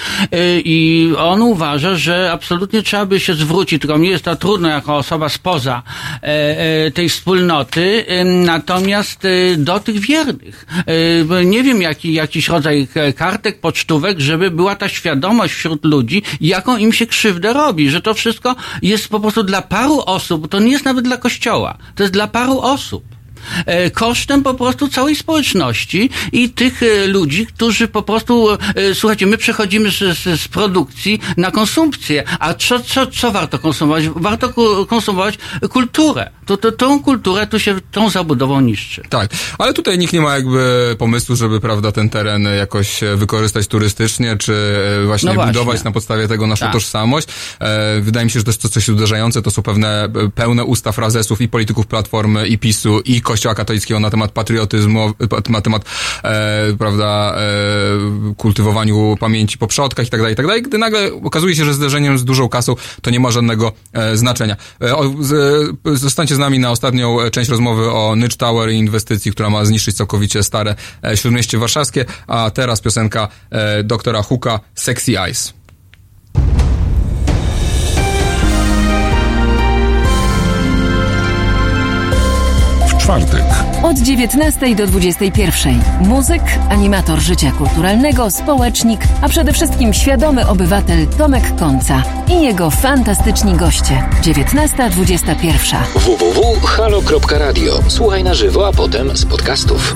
i on uważa, że absolutnie trzeba by się zwrócić, tylko mi jest to trudno jako osoba spoza tej wspólnoty, natomiast do tych wiernych. Nie wiem, jaki, jakiś rodzaj kartek, pocztówek, żeby była ta świadomość wśród ludzi, jaką im się krzywdę robi, że to wszystko jest po prostu dla paru osób, to nie jest nawet dla Kościoła, to jest dla paru osób. e, kosztem po prostu całej społeczności i tych e, ludzi, którzy po prostu, e, słuchajcie, my przechodzimy z, z, z produkcji na konsumpcję, a co, co, co warto konsumować? Warto ku, konsumować kulturę. To, to, tą kulturę tu się tą zabudową niszczy. Tak, ale tutaj nikt nie ma jakby pomysłu, żeby, prawda, ten teren jakoś wykorzystać turystycznie, czy właśnie, no właśnie. budować na podstawie tego naszą tak. tożsamość. E, wydaje mi się, że to jest to, coś uderzające, to są pewne pełne usta frazesów i polityków Platformy, i PiSu, i Kościoła katolickiego na temat patriotyzmu, na temat, e, prawda, e, kultywowaniu pamięci po przodkach i tak dalej, i tak dalej. Gdy nagle okazuje się, że zderzeniem z dużą kasą to nie ma żadnego e, znaczenia. E, o, z, zostańcie z nami na ostatnią część rozmowy o Nycz Tower i inwestycji, która ma zniszczyć całkowicie stare e, Śródmieście Warszawskie, a teraz piosenka e, doktora Hooka, Sexy Eyes. Czwartek. Od dziewiętnastej do dwudziestej pierwszej. Muzyk, animator życia kulturalnego, społecznik, a przede wszystkim świadomy obywatel Tomek Końca i jego fantastyczni goście. dziewiętnasta dwudziesta pierwsza. w w w kropka halo kropka radio. Słuchaj na żywo, a potem z podcastów.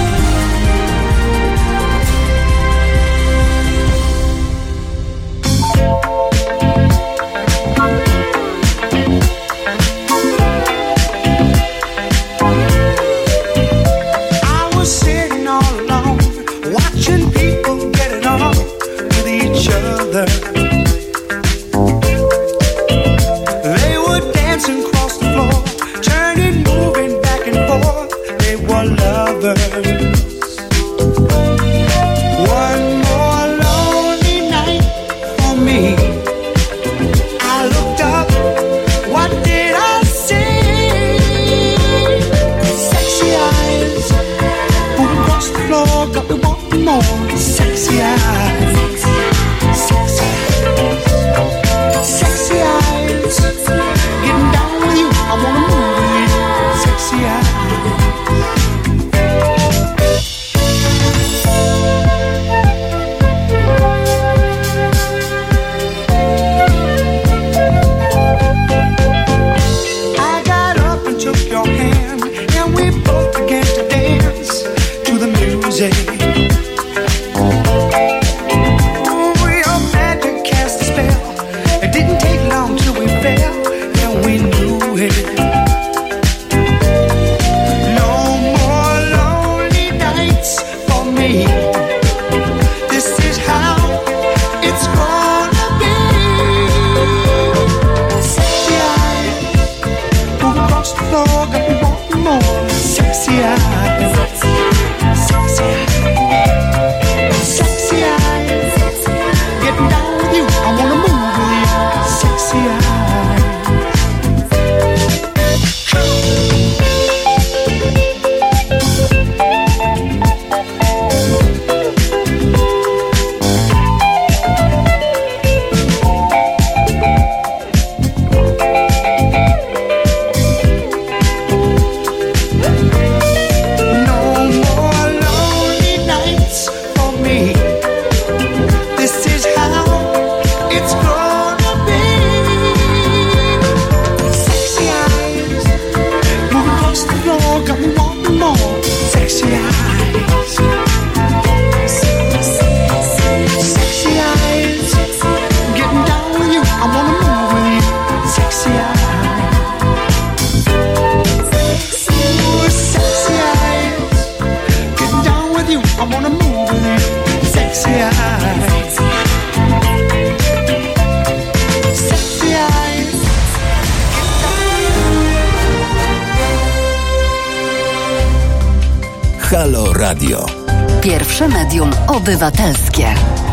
Halo Radio. Pierwsze medium obywatelskie.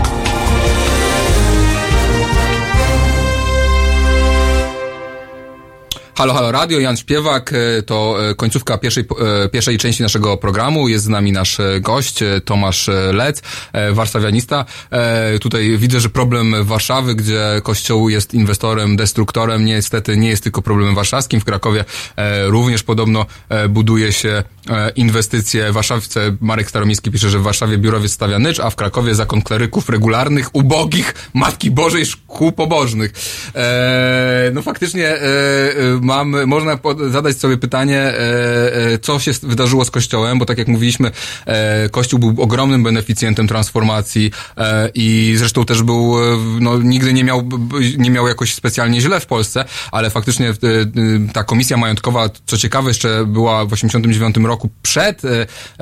Halo, halo radio, Jan Śpiewak, to końcówka pierwszej, pierwszej części naszego programu. Jest z nami nasz gość, Tomasz Lec, warszawianista. Tutaj widzę, że problem Warszawy, gdzie Kościół jest inwestorem, destruktorem, niestety nie jest tylko problemem warszawskim. W Krakowie również podobno buduje się inwestycje. W Warszawce Marek Staromiejski pisze, że w Warszawie biurowiec stawia Nycz, a w Krakowie zakon kleryków regularnych, ubogich, Matki Bożej, szkół pobożnych. No faktycznie mamy, można pod, zadać sobie pytanie, e, e, co się wydarzyło z Kościołem, bo tak jak mówiliśmy, e, Kościół był ogromnym beneficjentem transformacji e, i zresztą też był, no nigdy nie miał, nie miał jakoś specjalnie źle w Polsce, ale faktycznie e, ta komisja majątkowa, co ciekawe, jeszcze była w osiemdziesiątym dziewiątym roku przed e,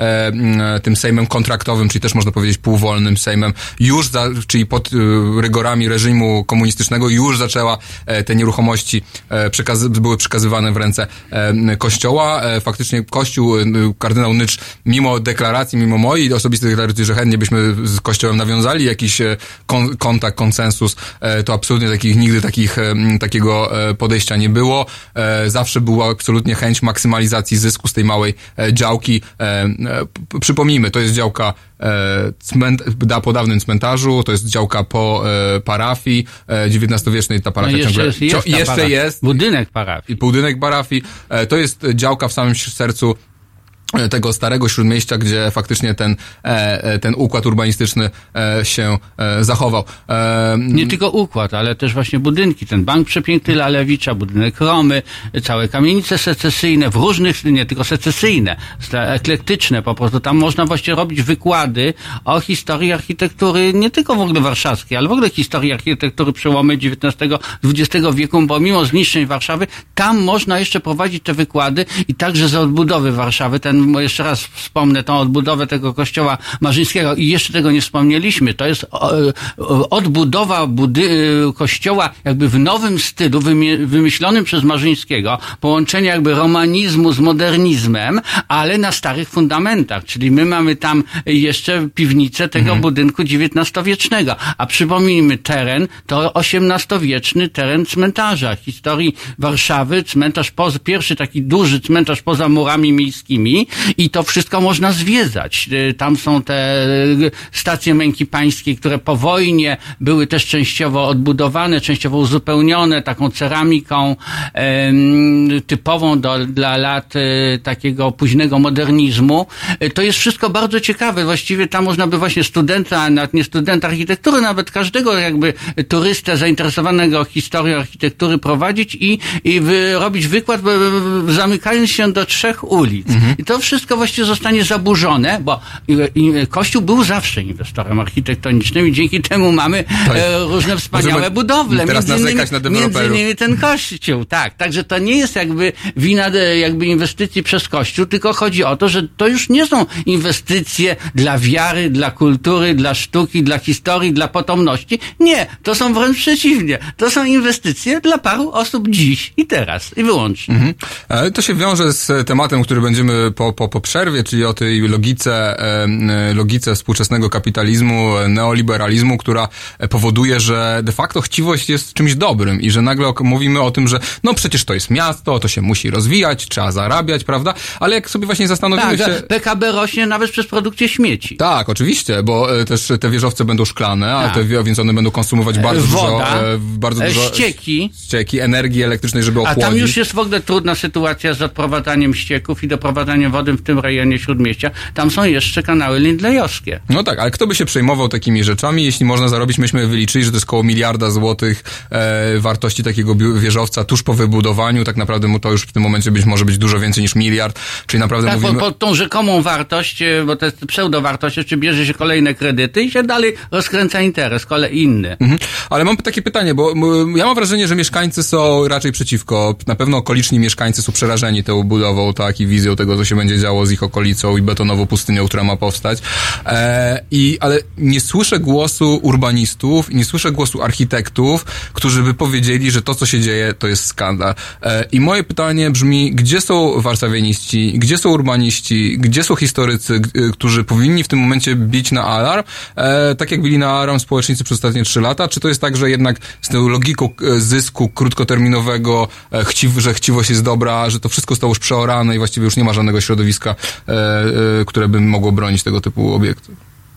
e, tym Sejmem kontraktowym, czyli też można powiedzieć półwolnym Sejmem, już, za, czyli pod e, rygorami reżimu komunistycznego już zaczęła e, te nieruchomości e, przekaz- były przekazywane w ręce e, Kościoła. E, faktycznie Kościół, e, kardynał Nycz, mimo deklaracji, mimo mojej osobistej deklaracji, że chętnie byśmy z Kościołem nawiązali jakiś e, kon- kontakt, konsensus, e, to absolutnie takich, nigdy takich, e, takiego e, podejścia nie było. E, zawsze była absolutnie chęć maksymalizacji zysku z tej małej e, działki. E, e, p- przypomnijmy, to jest działka e, cment- po dawnym cmentarzu, to jest działka po e, parafii e, dziewiętnastowiecznej, ta parafia no jeszcze ciągle... Jest, jest Cio- jeszcze parafia. jest. Budynek parafii. Budynek parafii. E, to jest działka w samym sercu tego starego Śródmieścia, gdzie faktycznie ten, e, ten układ urbanistyczny e, się e, zachował. E, Nie tylko układ, ale też właśnie budynki. Ten bank przepiękny Lalewicza, budynek Romy, całe kamienice secesyjne, w różnych, nie tylko secesyjne, eklektyczne po prostu. Tam można właśnie robić wykłady o historii architektury, nie tylko w ogóle warszawskiej, ale w ogóle historii architektury przełomy dziewiętnastego dwudziestego wieku, bo mimo zniszczeń Warszawy, tam można jeszcze prowadzić te wykłady i także za odbudowy Warszawy. Ten jeszcze raz wspomnę tą odbudowę tego kościoła marzyńskiego i jeszcze tego nie wspomnieliśmy. To jest odbudowa budy- kościoła jakby w nowym stylu, wymyślonym przez Marzyńskiego, połączenie jakby romanizmu z modernizmem, ale na starych fundamentach. Czyli my mamy tam jeszcze piwnicę tego mhm. budynku dziewiętnastowiecznego. A przypomnijmy, teren to osiemnastowieczny teren cmentarza. Historii Warszawy, cmentarz poza, pierwszy taki duży cmentarz poza murami miejskimi i to wszystko można zwiedzać. Tam są te stacje męki pańskiej, które po wojnie były też częściowo odbudowane, częściowo uzupełnione taką ceramiką e, typową do, dla lat e, takiego późnego modernizmu. E, to jest wszystko bardzo ciekawe. Właściwie tam można by właśnie studenta, nawet nie studenta architektury, nawet każdego jakby turystę zainteresowanego historią architektury prowadzić i, i wy, robić wykład, zamykając się do trzech ulic. Mhm. I to wszystko właściwie zostanie zaburzone, bo Kościół był zawsze inwestorem architektonicznym i dzięki temu mamy e, różne wspaniałe budowle. Teraz między innymi, na między innymi ten Kościół, tak. Także to nie jest jakby wina jakby inwestycji przez Kościół, tylko chodzi o to, że to już nie są inwestycje dla wiary, dla kultury, dla sztuki, dla historii, dla potomności. Nie, to są wręcz przeciwnie. To są inwestycje dla paru osób dziś i teraz i wyłącznie. Mhm. E, to się wiąże z tematem, który będziemy po, po, po przerwie, czyli o tej logice, e, logice współczesnego kapitalizmu, neoliberalizmu, która powoduje, że de facto chciwość jest czymś dobrym i że nagle mówimy o tym, że no przecież to jest miasto, to się musi rozwijać, trzeba zarabiać, prawda? Ale jak sobie właśnie zastanowimy tak, się... P K B rośnie nawet przez produkcję śmieci. Tak, oczywiście, bo też te wieżowce będą szklane, a tak. te, więc one będą konsumować bardzo Woda, dużo... E, bardzo dużo ścieki. Ścieki, energii elektrycznej, żeby ochłodzić. A tam już jest w ogóle trudna sytuacja z odprowadzaniem ścieków i doprowadzaniem wody w tym rejonie Śródmieścia. Tam są jeszcze kanały lindlejowskie. No tak, ale kto by się przejmował takimi rzeczami, jeśli można zarobić? Myśmy wyliczyli, że to jest koło miliarda złotych e, wartości takiego wieżowca tuż po wybudowaniu. Tak naprawdę mu to już w tym momencie być może być dużo więcej niż miliard, czyli naprawdę tak, mówimy... pod, pod tą rzekomą wartość, bo to jest pseudowartość, czy bierze się kolejne kredyty i się dalej rozkręca interes, kolej inny. Mhm. Ale mam takie pytanie, bo ja mam wrażenie, że mieszkańcy są raczej przeciwko. Na pewno okoliczni mieszkańcy są przerażeni tą budową, tak, i wizją tego, co się będzie działo z ich okolicą i betonową pustynią, która ma powstać. E, i, ale nie słyszę głosu urbanistów i nie słyszę głosu architektów, którzy by powiedzieli, że to, co się dzieje, to jest skandal. E, I moje pytanie brzmi, gdzie są warszawianiści, gdzie są urbaniści, gdzie są historycy, g- którzy powinni w tym momencie bić na alarm, e, tak jak bili na alarm społecznicy przez ostatnie trzy lata? Czy to jest tak, że jednak z tą logiką e, zysku krótkoterminowego, e, chciw, że chciwość jest dobra, że to wszystko zostało już przeorane i właściwie już nie ma żadnego środowiska, e, e, które by mogło bronić tego typu obiektów?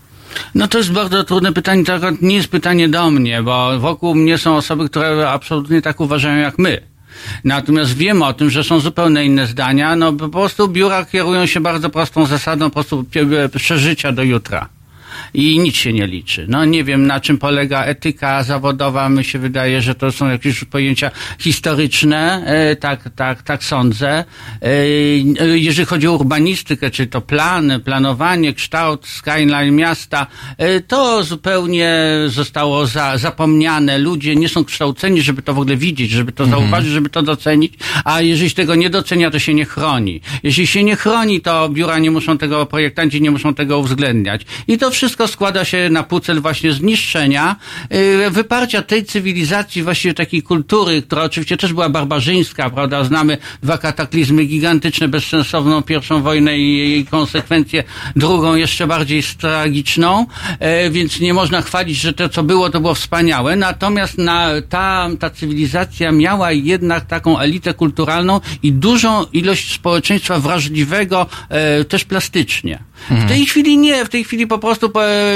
No to jest bardzo trudne pytanie, to nie jest pytanie do mnie, bo wokół mnie są osoby, które absolutnie tak uważają jak my. Natomiast wiem o tym, że są zupełnie inne zdania, no po prostu biura kierują się bardzo prostą zasadą, po prostu przeżycia do jutra. i nic się nie liczy. No nie wiem, na czym polega etyka zawodowa. Mi się wydaje, że to są jakieś pojęcia historyczne. E, tak, tak, tak sądzę. E, jeżeli chodzi o urbanistykę, czy to plany, planowanie, kształt, skyline miasta, e, to zupełnie zostało za, zapomniane. Ludzie nie są kształceni, żeby to w ogóle widzieć, żeby to mhm. zauważyć, żeby to docenić, a jeżeli się tego nie docenia, to się nie chroni. Jeśli się nie chroni, to biura nie muszą tego, projektanci nie muszą tego uwzględniać. I to wszystko składa się na pucel właśnie zniszczenia, yy, wyparcia tej cywilizacji, właściwie takiej kultury, która oczywiście też była barbarzyńska, prawda? Znamy dwa kataklizmy gigantyczne, bezsensowną pierwszą wojnę i jej konsekwencje, drugą jeszcze bardziej tragiczną, yy, więc nie można chwalić, że to, co było, to było wspaniałe. Natomiast na, ta, ta cywilizacja miała jednak taką elitę kulturalną i dużą ilość społeczeństwa wrażliwego, e, też plastycznie. Mhm. W tej chwili nie, w tej chwili po prostu e,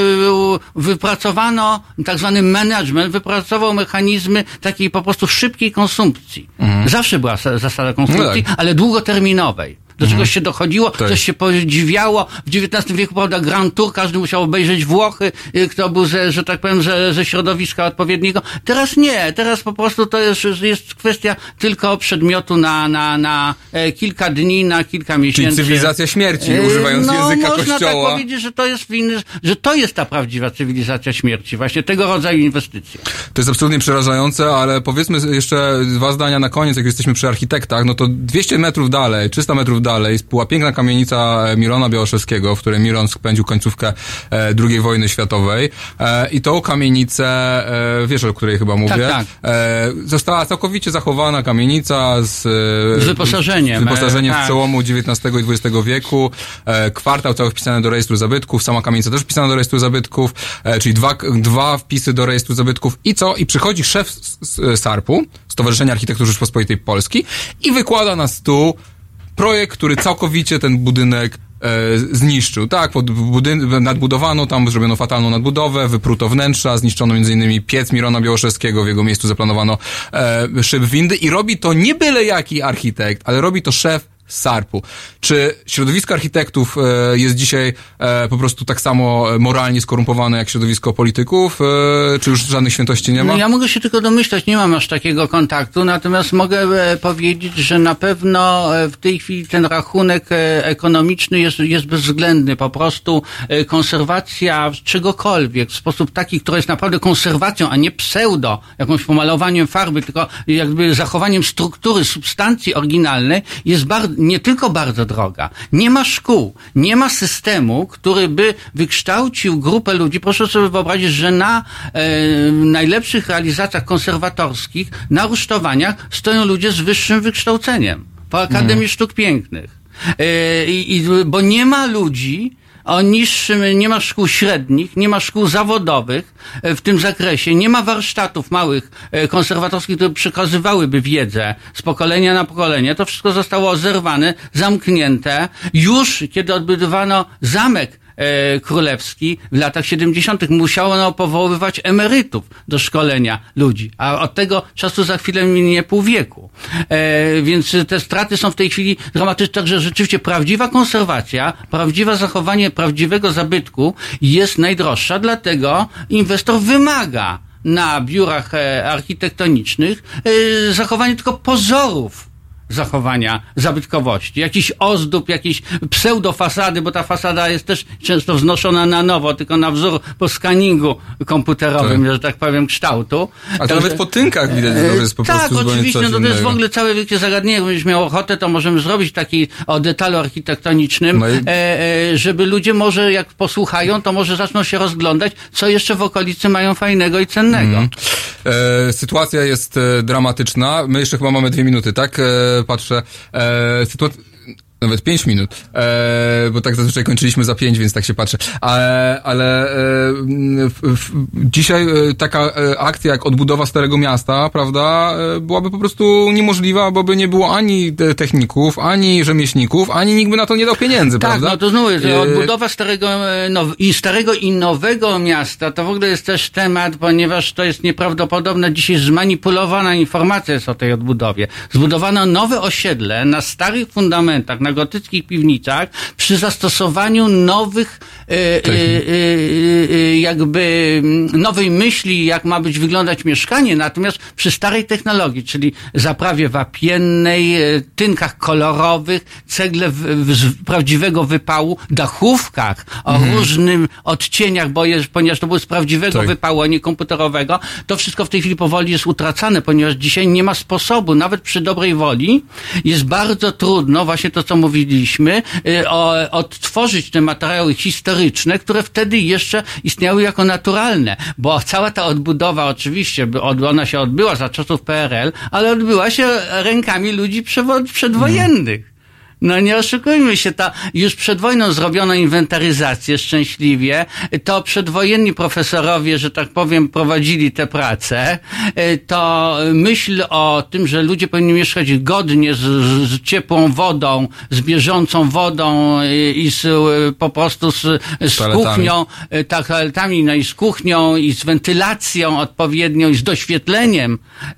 wypracowano, tak zwany management wypracował mechanizmy takiej po prostu szybkiej konsumpcji. Mhm. Zawsze była zasada konsumpcji, no tak. ale długoterminowej. Do czegoś się dochodziło, tak. coś się podziwiało. W dziewiętnastym wieku, prawda, Grand Tour, każdy musiał obejrzeć Włochy, kto był, ze, że tak powiem, ze, ze środowiska odpowiedniego. Teraz nie, teraz po prostu to jest, jest kwestia tylko przedmiotu na, na, na e, kilka dni, na kilka miesięcy. Czyli cywilizacja śmierci, e, używając no, języka można Kościoła. Można tak powiedzieć, że to jest winny, że to jest ta prawdziwa cywilizacja śmierci, właśnie tego rodzaju inwestycje. To jest absolutnie przerażające, ale powiedzmy jeszcze dwa zdania na koniec, jak jesteśmy przy architektach, no to dwieście metrów dalej, trzysta metrów dalej była piękna kamienica Milona Białoszewskiego, w której Milon spędził końcówkę e, drugiej wojny światowej e, i tą kamienicę, e, wiesz, o której chyba mówię, tak, tak. E, została całkowicie zachowana kamienica z, z wyposażeniem, z wyposażeniem e, z tak. przełomu dziewiętnastego i dwudziestego wieku, e, kwartał cały wpisany do rejestru zabytków, sama kamienica też wpisana do rejestru zabytków, e, czyli dwa, dwa wpisy do rejestru zabytków i co? I przychodzi szef SARP-u, Stowarzyszenia Architektów Rzeczpospolitej Polski i wykłada na stół projekt, który całkowicie ten budynek e, zniszczył. Tak, pod budyn- nadbudowano, tam zrobiono fatalną nadbudowę, wypruto wnętrza, zniszczono między innymi piec Milona Białoszewskiego, w jego miejscu zaplanowano e, szyb windy i robi to nie byle jaki architekt, ale robi to szef SARP-u. Czy środowisko architektów e, jest dzisiaj e, po prostu tak samo moralnie skorumpowane jak środowisko polityków? E, czy już żadnych świętości nie ma? No ja mogę się tylko domyślać, nie mam aż takiego kontaktu, natomiast mogę e, powiedzieć, że na pewno e, w tej chwili ten rachunek e, ekonomiczny jest, jest bezwzględny. Po prostu e, konserwacja czegokolwiek w sposób taki, który jest naprawdę konserwacją, a nie pseudo, jakąś pomalowaniem farby, tylko jakby zachowaniem struktury, substancji oryginalnej jest bardzo nie tylko bardzo droga. Nie ma szkół, nie ma systemu, który by wykształcił grupę ludzi. Proszę sobie wyobrazić, że na e, najlepszych realizacjach konserwatorskich, na rusztowaniach stoją ludzie z wyższym wykształceniem. Po Akademii mm. Sztuk Pięknych. E, i, bo nie ma ludzi o niższym, nie ma szkół średnich, nie ma szkół zawodowych w tym zakresie, nie ma warsztatów małych konserwatorskich, które przekazywałyby wiedzę z pokolenia na pokolenie. To wszystko zostało zerwane, zamknięte. Już kiedy odbudowano zamek e, królewski w latach siedemdziesiątych musiano powoływać emerytów do szkolenia ludzi, a od tego czasu za chwilę minie pół wieku. E, więc te straty są w tej chwili dramatyczne, także rzeczywiście prawdziwa konserwacja, prawdziwe zachowanie prawdziwego zabytku jest najdroższa, dlatego inwestor wymaga na biurach e, architektonicznych e, zachowania tylko pozorów zachowania zabytkowości, jakiś ozdób, jakieś pseudofasady, bo ta fasada jest też często wznoszona na nowo, tylko na wzór po skaningu komputerowym, tak. że tak powiem, kształtu. A to, to nawet że... po tynkach widać, że to jest po tak, prostu zupełnie oczywiście, coś no to jest innego. w ogóle całe wielkie zagadnienie. Jakbyś miał ochotę, to możemy zrobić taki o detalu architektonicznym, no i... e, e, żeby ludzie może, jak posłuchają, to może zaczną się rozglądać, co jeszcze w okolicy mają fajnego i cennego. Mm. E, sytuacja jest e, dramatyczna. My jeszcze chyba mamy dwie minuty, tak? E, patrzę. E, sytuacja... Nawet pięć minut, e, bo tak zazwyczaj kończyliśmy za pięć, więc tak się patrzę. Ale, ale e, w, w, dzisiaj e, taka e, akcja jak odbudowa Starego Miasta, prawda, e, byłaby po prostu niemożliwa, bo by nie było ani techników, ani rzemieślników, ani nikt by na to nie dał pieniędzy, tak, prawda? Tak, no to znowu jest, odbudowa starego, now, i starego i nowego miasta, to w ogóle jest też temat, ponieważ to jest nieprawdopodobne. Dzisiaj zmanipulowana informacja jest o tej odbudowie. Zbudowano nowe osiedle na starych fundamentach, na gotyckich piwnicach przy zastosowaniu nowych e, e, e, jakby nowej myśli, jak ma być wyglądać mieszkanie, natomiast przy starej technologii, czyli zaprawie wapiennej, tynkach kolorowych, cegle w, w, prawdziwego wypału, dachówkach o mhm. różnym odcieniach, bo jest, ponieważ to było z prawdziwego tak. wypału, a nie komputerowego, to wszystko w tej chwili powoli jest utracane, ponieważ dzisiaj nie ma sposobu, nawet przy dobrej woli jest bardzo trudno, właśnie to, co mówiliśmy, o, odtworzyć te materiały historyczne, które wtedy jeszcze istniały jako naturalne, bo cała ta odbudowa oczywiście, ona się odbyła za czasów P R L, ale odbyła się rękami ludzi przedwojennych. No nie oszukujmy się, ta już przed wojną zrobiono inwentaryzację szczęśliwie, to przedwojenni profesorowie, że tak powiem, prowadzili te prace, to myśl o tym, że ludzie powinni mieszkać godnie z, z ciepłą wodą, z bieżącą wodą i z, po prostu z, z kuchnią, tak, toaletami, no i z kuchnią i z wentylacją odpowiednią i z doświetleniem,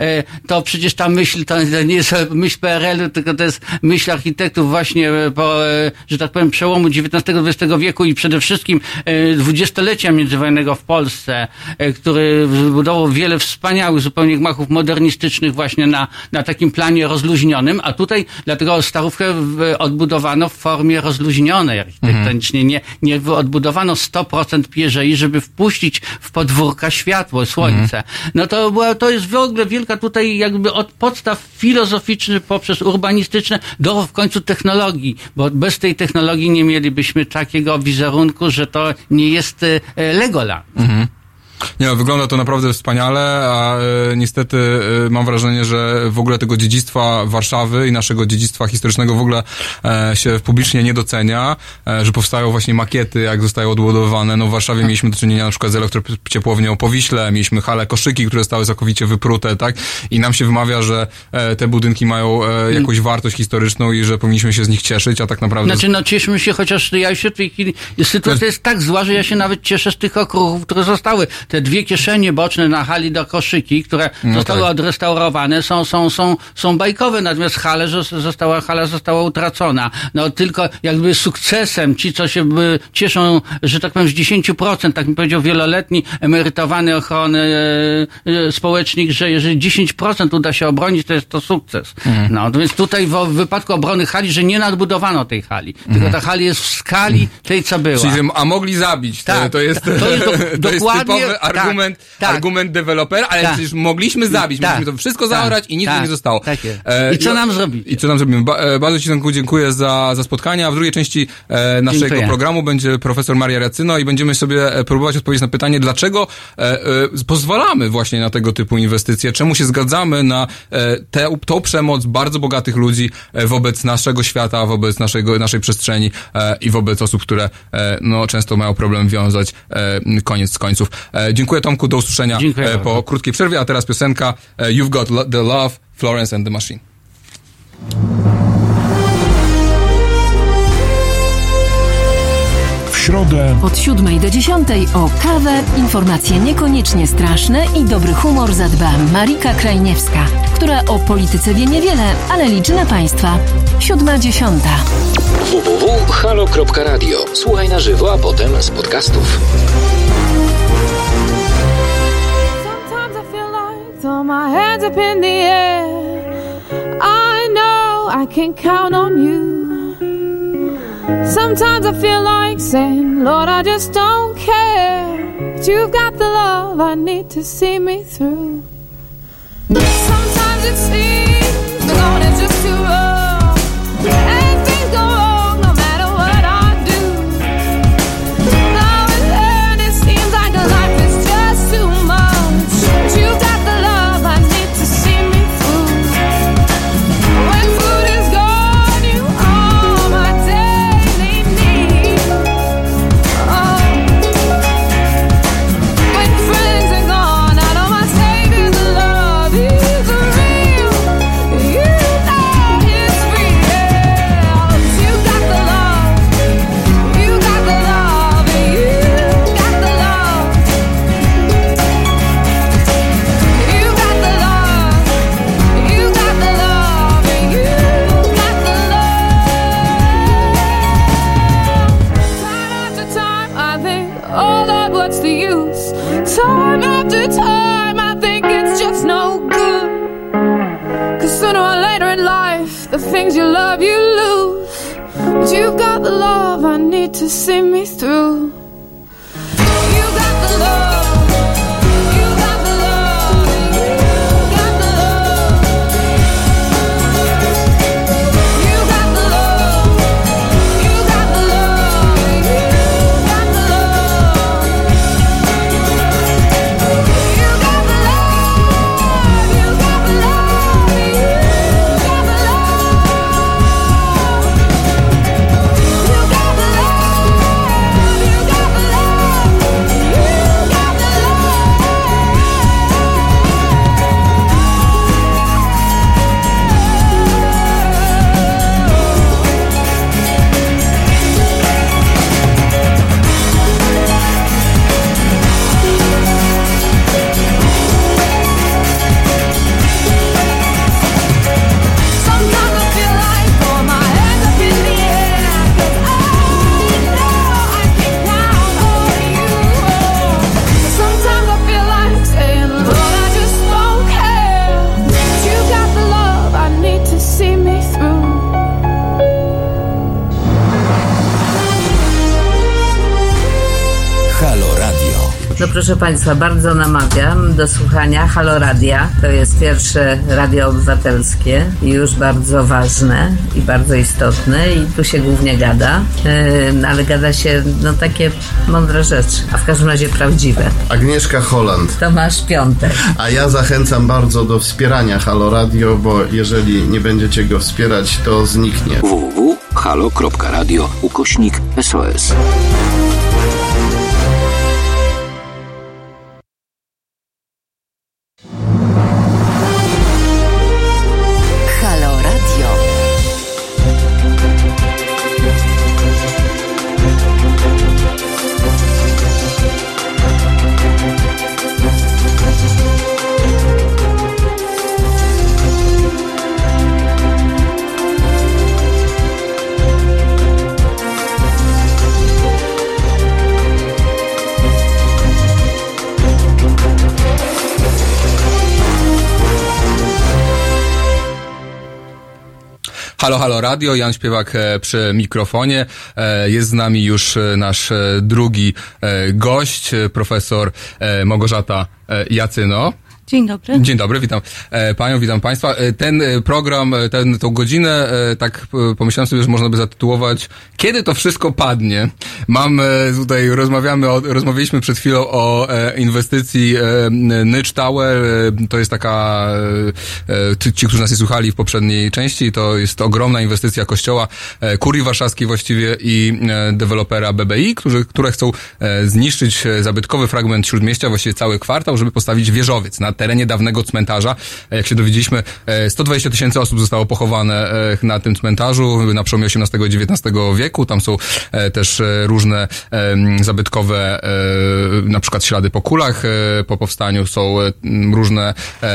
to przecież ta myśl to nie jest myśl P R L-u, tylko to jest myśl architektów właśnie po, że tak powiem, przełomu dziewiętnastego dwudziestego wieku i przede wszystkim dwudziestolecia międzywojennego w Polsce, który wybudował wiele wspaniałych zupełnie gmachów modernistycznych właśnie na, na takim planie rozluźnionym, a tutaj dlatego Starówkę odbudowano w formie rozluźnionej architektonicznie. Nie, nie odbudowano sto procent pierzei, żeby wpuścić w podwórka światło, słońce. No to była, to jest w ogóle wielka tutaj jakby od podstaw filozoficznych poprzez urbanistyczne do w końcu technologii, bo bez tej technologii nie mielibyśmy takiego wizerunku, że to nie jest Legoland. Mhm. Nie, wygląda to naprawdę wspaniale, a e, niestety e, mam wrażenie, że w ogóle tego dziedzictwa Warszawy i naszego dziedzictwa historycznego w ogóle e, się publicznie nie docenia, e, że powstają właśnie makiety, jak zostają odbudowane. No w Warszawie mieliśmy do czynienia na przykład z elektrociepłownią Powiśle, mieliśmy halę Koszyki, które zostały całkowicie wyprute, tak? I nam się wymawia, że e, te budynki mają e, jakąś wartość historyczną i że powinniśmy się z nich cieszyć, a tak naprawdę... Znaczy, no cieszmy się, chociaż ja się w tej chwili... Sytuacja jest tak zła, że ja się nawet cieszę z tych okruchów, które zostały. Te dwie kieszenie boczne na hali do Koszyki, które no zostały tak. odrestaurowane, są, są, są, są bajkowe, natomiast hale została, hala została utracona. No tylko jakby sukcesem ci, co się by, cieszą, że tak powiem, z dziesięć procent, tak mi powiedział wieloletni emerytowany ochrony e, e, społecznik, że jeżeli dziesięć procent uda się obronić, to jest to sukces. Mhm. No, więc tutaj w, w wypadku obrony hali, że nie nadbudowano tej hali, mhm. tylko ta hali jest w skali tej, co była. Czyli, a mogli zabić. Tak, to, to jest, to jest, do, to dokładnie, jest typowy argument, tak, argument dewelopera, ale tak, przecież mogliśmy zabić, tak, mogliśmy to wszystko tak, zaorać i nic tak, nie zostało. Tak jest. I co nam zrobić? I co nam zrobimy? Ba, e, bardzo Ci, Tomku, dziękuję za, za spotkanie, a w drugiej części e, naszego dziękuję. programu będzie profesor Maria Racyno i będziemy sobie próbować odpowiedzieć na pytanie, dlaczego e, e, pozwalamy właśnie na tego typu inwestycje, czemu się zgadzamy na e, tę tą przemoc bardzo bogatych ludzi e, wobec naszego świata, wobec naszego, naszej przestrzeni e, i wobec osób, które e, no, często mają problem wiązać e, koniec z końców. E, dziękuję, Tomku, do usłyszenia e, po krótkiej przerwie, a teraz piosenka e, You've Got lo- the Love, Florence and the Machine. W środę od siódmej do dziesiątej o kawę, informacje niekoniecznie straszne i dobry humor zadba Marika Krajniewska, która o polityce wie niewiele, ale liczy na Państwa. Siódma, dziesiąta. w w w kropka halo kropka radio. Słuchaj na żywo, a potem z podcastów. Throw my hands up in the air. I know I can count on you. Sometimes I feel like saying, Lord, I just don't care. But you've got the love I need to see me through. Sometimes it seems the going is just too rough, and things go wrong no matter what I do. Now and then it seems like life is just too much. But you've got the love I need to see me through. When food is gone, you are my daily need. Oh. When friends are gone, I know my Savior's love is real. You know Oh Lord, what's the use? Time after time I think it's just no good. Cause sooner or later in life the things you love you lose. But you've got the love I need to see me through. You got the love. No proszę Państwa, bardzo namawiam do słuchania Halo Radia. To jest pierwsze radio obywatelskie i już bardzo ważne i bardzo istotne i tu się głównie gada, yy, ale gada się no takie mądre rzeczy, a w każdym razie prawdziwe. Agnieszka Holland. Tomasz Piątek. A ja zachęcam bardzo do wspierania Halo Radio, bo jeżeli nie będziecie go wspierać, to zniknie. w w w kropka halo kropka radio ukośnik S O S. Halo, halo radio, Jan Śpiewak przy mikrofonie. Jest z nami już nasz drugi gość, profesor Małgorzata Jacyno. Dzień dobry. Dzień dobry, witam panią, witam państwa. Ten program, ten, tą godzinę, tak pomyślałem sobie, że można by zatytułować Kiedy to wszystko padnie? Mam tutaj, rozmawiamy, o, rozmawialiśmy przed chwilą o inwestycji Nycz Tower. To jest taka, ci, którzy nas nie słuchali w poprzedniej części, to jest ogromna inwestycja kościoła Kurii Warszawskiej właściwie i dewelopera B B I, którzy, które chcą zniszczyć zabytkowy fragment Śródmieścia, właściwie cały kwartał, żeby postawić wieżowiec na terenie dawnego cmentarza. Jak się dowiedzieliśmy, sto dwadzieścia tysięcy osób zostało pochowane na tym cmentarzu na przełomie osiemnastego i dziewiętnastego wieku. Tam są też różne zabytkowe, na przykład ślady po kulach po powstaniu. Są różne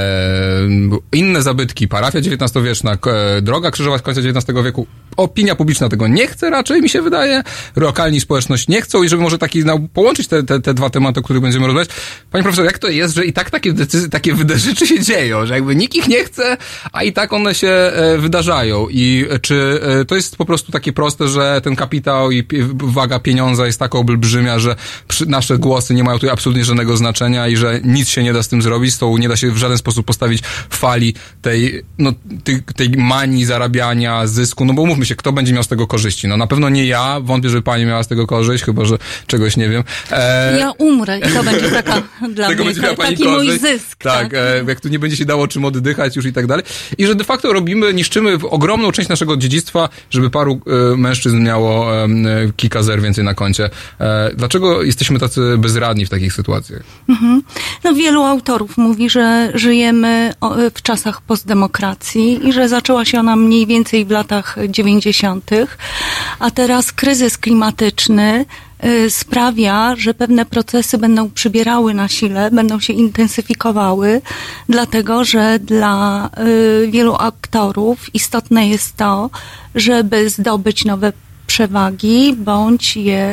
inne zabytki. Parafia dziewiętnastowieczna, droga krzyżowa z końca dziewiętnastego wieku. Opinia publiczna tego nie chce raczej, mi się wydaje. Lokalni społeczność nie chcą i żeby może taki, no, połączyć te, te, te dwa tematy, o których będziemy rozmawiać. Panie profesor, jak to jest, że i tak takie decyzje, takie rzeczy się dzieją, że jakby nikt ich nie chce, a i tak one się e, wydarzają. I czy e, to jest po prostu takie proste, że ten kapitał i p- waga pieniądza jest taka olbrzymia, że przy, nasze głosy nie mają tutaj absolutnie żadnego znaczenia i że nic się nie da z tym zrobić, z tą nie da się w żaden sposób postawić fali tej, no, tej, tej manii zarabiania, zysku, no bo mówmy się, kto będzie miał z tego korzyści? No na pewno nie ja, wątpię, żeby pani miała z tego korzyść, chyba, że czegoś nie wiem. E... Ja umrę i to będzie taka dla tego mnie, będzie taki mój zysk. Tak, tak. E, jak tu nie będzie się dało czym oddychać już i tak dalej. I że de facto robimy, niszczymy ogromną część naszego dziedzictwa, żeby paru e, mężczyzn miało e, kilka zer więcej na koncie. E, dlaczego jesteśmy tacy bezradni w takich sytuacjach? Mhm. No wielu autorów mówi, że żyjemy w czasach postdemokracji i że zaczęła się ona mniej więcej w latach dziewięćdziesiątych, a teraz kryzys klimatyczny sprawia, że pewne procesy będą przybierały na sile, będą się intensyfikowały, dlatego że dla y, wielu aktorów istotne jest to, żeby zdobyć nowe przewagi bądź je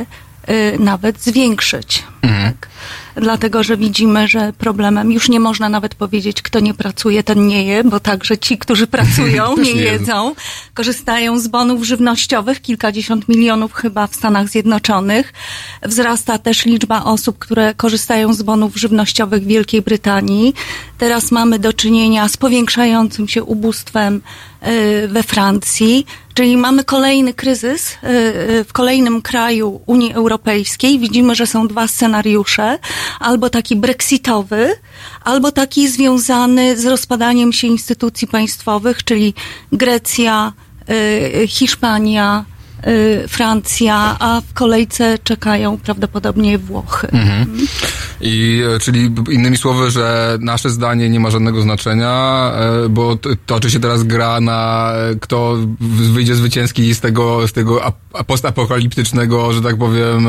y, nawet zwiększyć. Mhm. Tak? Dlatego, że widzimy, że problemem już nie można nawet powiedzieć, kto nie pracuje, ten nie je, bo także ci, którzy pracują, nie jedzą. Korzystają z bonów żywnościowych, kilkadziesiąt milionów chyba w Stanach Zjednoczonych. Wzrasta też liczba osób, które korzystają z bonów żywnościowych w Wielkiej Brytanii. Teraz mamy do czynienia z powiększającym się ubóstwem y, we Francji. Czyli mamy kolejny kryzys y, y, w kolejnym kraju Unii Europejskiej. Widzimy, że są dwa scenariusze. Albo taki brexitowy, albo taki związany z rozpadaniem się instytucji państwowych, czyli Grecja, y, Hiszpania, y, Francja, a w kolejce czekają prawdopodobnie Włochy. Mhm. I czyli innymi słowy, że nasze zdanie nie ma żadnego znaczenia, bo toczy się teraz gra na kto wyjdzie zwycięski z tego, z tego postapokaliptycznego, że tak powiem,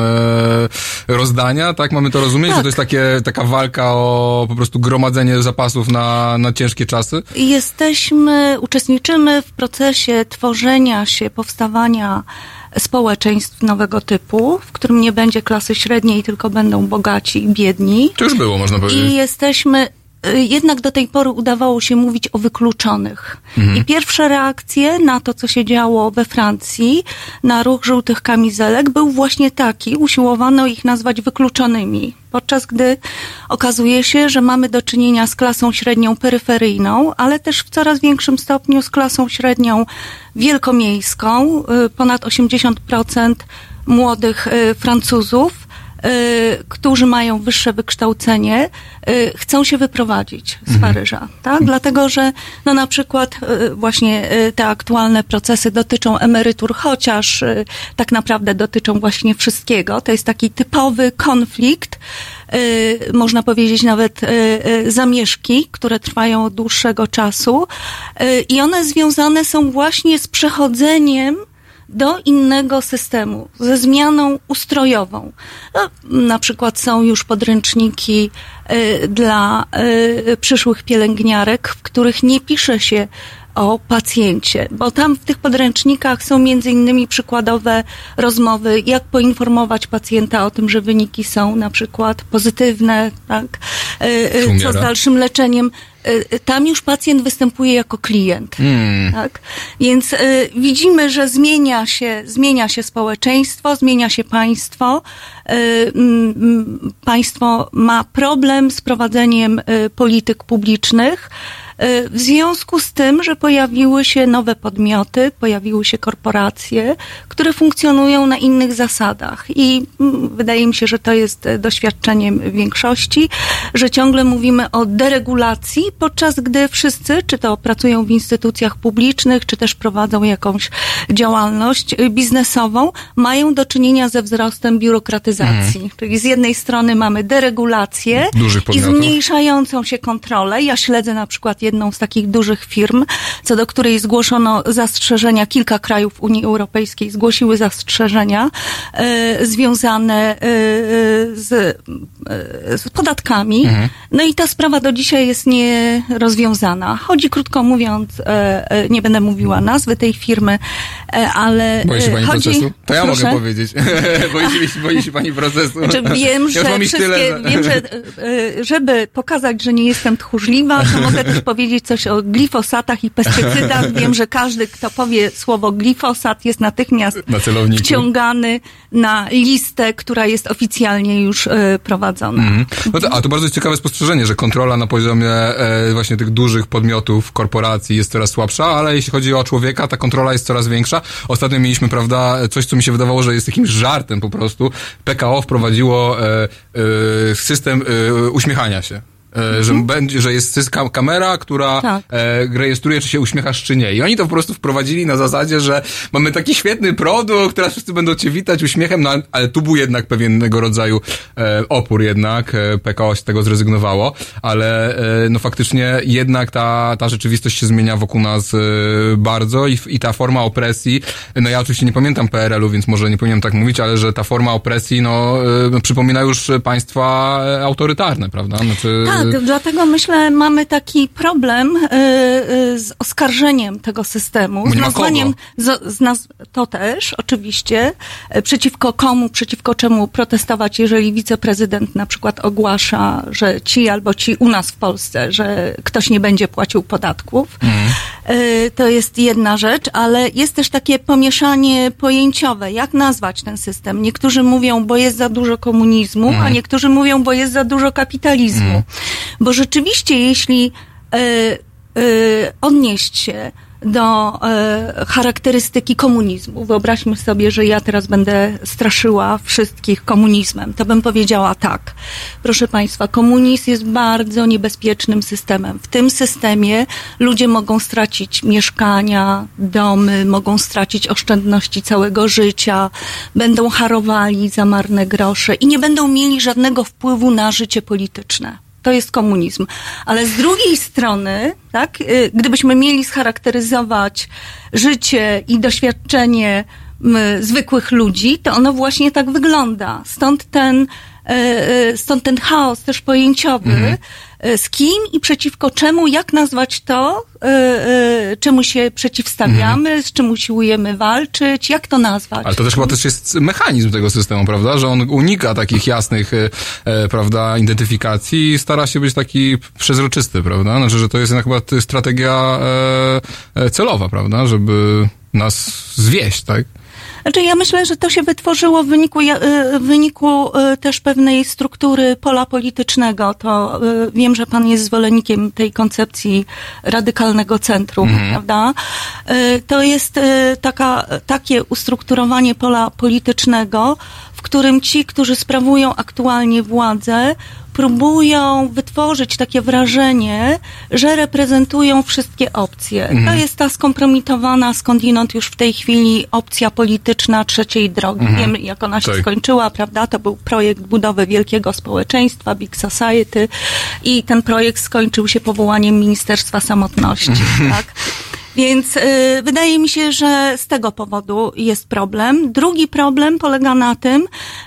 rozdania, tak? Mamy to rozumieć? Tak. Że to jest takie, taka walka o po prostu gromadzenie zapasów na, na ciężkie czasy? Jesteśmy, uczestniczymy w procesie tworzenia się, powstawania społeczeństw nowego typu, w którym nie będzie klasy średniej, tylko będą bogaci i biedni. To już było, można powiedzieć. I jesteśmy, jednak do tej pory udawało się mówić o wykluczonych. Mhm. I pierwsze reakcje na to, co się działo we Francji, na ruch żółtych kamizelek, był właśnie taki, usiłowano ich nazwać wykluczonymi. Podczas gdy okazuje się, że mamy do czynienia z klasą średnią peryferyjną, ale też w coraz większym stopniu z klasą średnią wielkomiejską. Ponad osiemdziesiąt procent młodych Francuzów, którzy mają wyższe wykształcenie, chcą się wyprowadzić z Paryża, tak? Dlatego, że no na przykład właśnie te aktualne procesy dotyczą emerytur, chociaż tak naprawdę dotyczą właśnie wszystkiego. To jest taki typowy konflikt, można powiedzieć nawet zamieszki, które trwają od dłuższego czasu i one związane są właśnie z przechodzeniem do innego systemu, ze zmianą ustrojową. No, na przykład są już podręczniki y, dla y, przyszłych pielęgniarek, w których nie pisze się o pacjencie, bo tam w tych podręcznikach są między innymi przykładowe rozmowy, jak poinformować pacjenta o tym, że wyniki są na przykład pozytywne, tak? Y, co z dalszym leczeniem. Tam już pacjent występuje jako klient. Hmm. Tak? Więc y, widzimy, że zmienia się, zmienia się społeczeństwo, zmienia się państwo. Y, y, państwo ma problem z prowadzeniem y, polityk publicznych. W związku z tym, że pojawiły się nowe podmioty, pojawiły się korporacje, które funkcjonują na innych zasadach. I wydaje mi się, że to jest doświadczeniem większości, że ciągle mówimy o deregulacji, podczas gdy wszyscy, czy to pracują w instytucjach publicznych, czy też prowadzą jakąś działalność biznesową, mają do czynienia ze wzrostem biurokratyzacji. Hmm. Czyli z jednej strony mamy deregulację i zmniejszającą się kontrolę. Ja śledzę na przykład jedną z takich dużych firm, co do której zgłoszono zastrzeżenia, kilka krajów Unii Europejskiej zgłosiły zastrzeżenia y, związane y, z, y, z podatkami. Mhm. No i ta sprawa do dzisiaj jest nierozwiązana. Chodzi, krótko mówiąc, y, y, nie będę mówiła nazwy tej firmy, y, ale boi się pani chodzi... procesu? To ja Proszę? mogę powiedzieć. boi, się, boi się pani procesu. Znaczy, wiem, że wszystkie, tyle, że... wiem, że y, żeby pokazać, że nie jestem tchórzliwa, to mogę też powiedzieć coś o glifosatach i pestycydach. Wiem, że każdy, kto powie słowo glifosat, jest natychmiast na wciągany na listę, która jest oficjalnie już y, prowadzona. Mm. No to, a to bardzo ciekawe spostrzeżenie, że kontrola na poziomie e, właśnie tych dużych podmiotów, korporacji jest coraz słabsza, ale jeśli chodzi o człowieka, ta kontrola jest coraz większa. Ostatnio mieliśmy, prawda, coś, co mi się wydawało, że jest jakimś żartem po prostu. P K O wprowadziło e, e, system e, uśmiechania się. E, że, będzie, że jest kam- kamera, która tak. e, rejestruje, czy się uśmiechasz, czy nie. I oni to po prostu wprowadzili na zasadzie, że mamy taki świetny produkt, teraz wszyscy będą cię witać uśmiechem, no, ale tu był jednak pewnego rodzaju e, opór jednak. E, P K O się z tego zrezygnowało, ale e, no faktycznie jednak ta, ta rzeczywistość się zmienia wokół nas e, bardzo i, i ta forma opresji, no ja oczywiście nie pamiętam P R L u, więc może nie powinienem tak mówić, ale że ta forma opresji, no e, przypomina już państwa autorytarne, prawda? Znaczy... Tak. Tak, dlatego myślę, mamy taki problem y, y, z oskarżeniem tego systemu, Bo z nie ma nazwaniem, z, z naz- to też oczywiście, y, przeciwko komu, przeciwko czemu protestować, jeżeli wiceprezydent na przykład ogłasza, że ci albo ci u nas w Polsce, że ktoś nie będzie płacił podatków. Mhm. Y, to jest jedna rzecz, ale jest też takie pomieszanie pojęciowe. Jak nazwać ten system? Niektórzy mówią, bo jest za dużo komunizmu, mhm. a niektórzy mówią, bo jest za dużo kapitalizmu. Mhm. Bo rzeczywiście, jeśli y, y, odnieść się do y, charakterystyki komunizmu, wyobraźmy sobie, że ja teraz będę straszyła wszystkich komunizmem, to bym powiedziała tak. Proszę Państwa, komunizm jest bardzo niebezpiecznym systemem. W tym systemie ludzie mogą stracić mieszkania, domy, mogą stracić oszczędności całego życia, będą harowali za marne grosze i nie będą mieli żadnego wpływu na życie polityczne. To jest komunizm. Ale z drugiej strony, tak, gdybyśmy mieli scharakteryzować życie i doświadczenie m, zwykłych ludzi, to ono właśnie tak wygląda. Stąd ten, y, stąd ten chaos też pojęciowy. Mhm. Z kim i przeciwko czemu, jak nazwać to, y, y, czemu się przeciwstawiamy, mhm. z czym usiłujemy walczyć, jak to nazwać? Ale to też chyba też jest mechanizm tego systemu, prawda, że on unika takich jasnych, e, prawda, identyfikacji i stara się być taki przezroczysty, prawda, znaczy, że to jest chyba strategia e, celowa, prawda, żeby nas zwieść, tak? Znaczy ja myślę, że to się wytworzyło w wyniku, w wyniku też pewnej struktury pola politycznego. To wiem, że pan jest zwolennikiem tej koncepcji radykalnego centrum, mm. prawda? To jest taka, takie ustrukturowanie pola politycznego, w którym ci, którzy sprawują aktualnie władzę, próbują wytworzyć takie wrażenie, że reprezentują wszystkie opcje. Mhm. To jest ta skompromitowana skądinąd już w tej chwili opcja polityczna trzeciej drogi. Mhm. Wiemy, jak ona się tak. skończyła, prawda? To był projekt budowy wielkiego społeczeństwa, Big Society i ten projekt skończył się powołaniem Ministerstwa Samotności, mhm. tak? Więc y, wydaje mi się, że z tego powodu jest problem. Drugi problem polega na tym,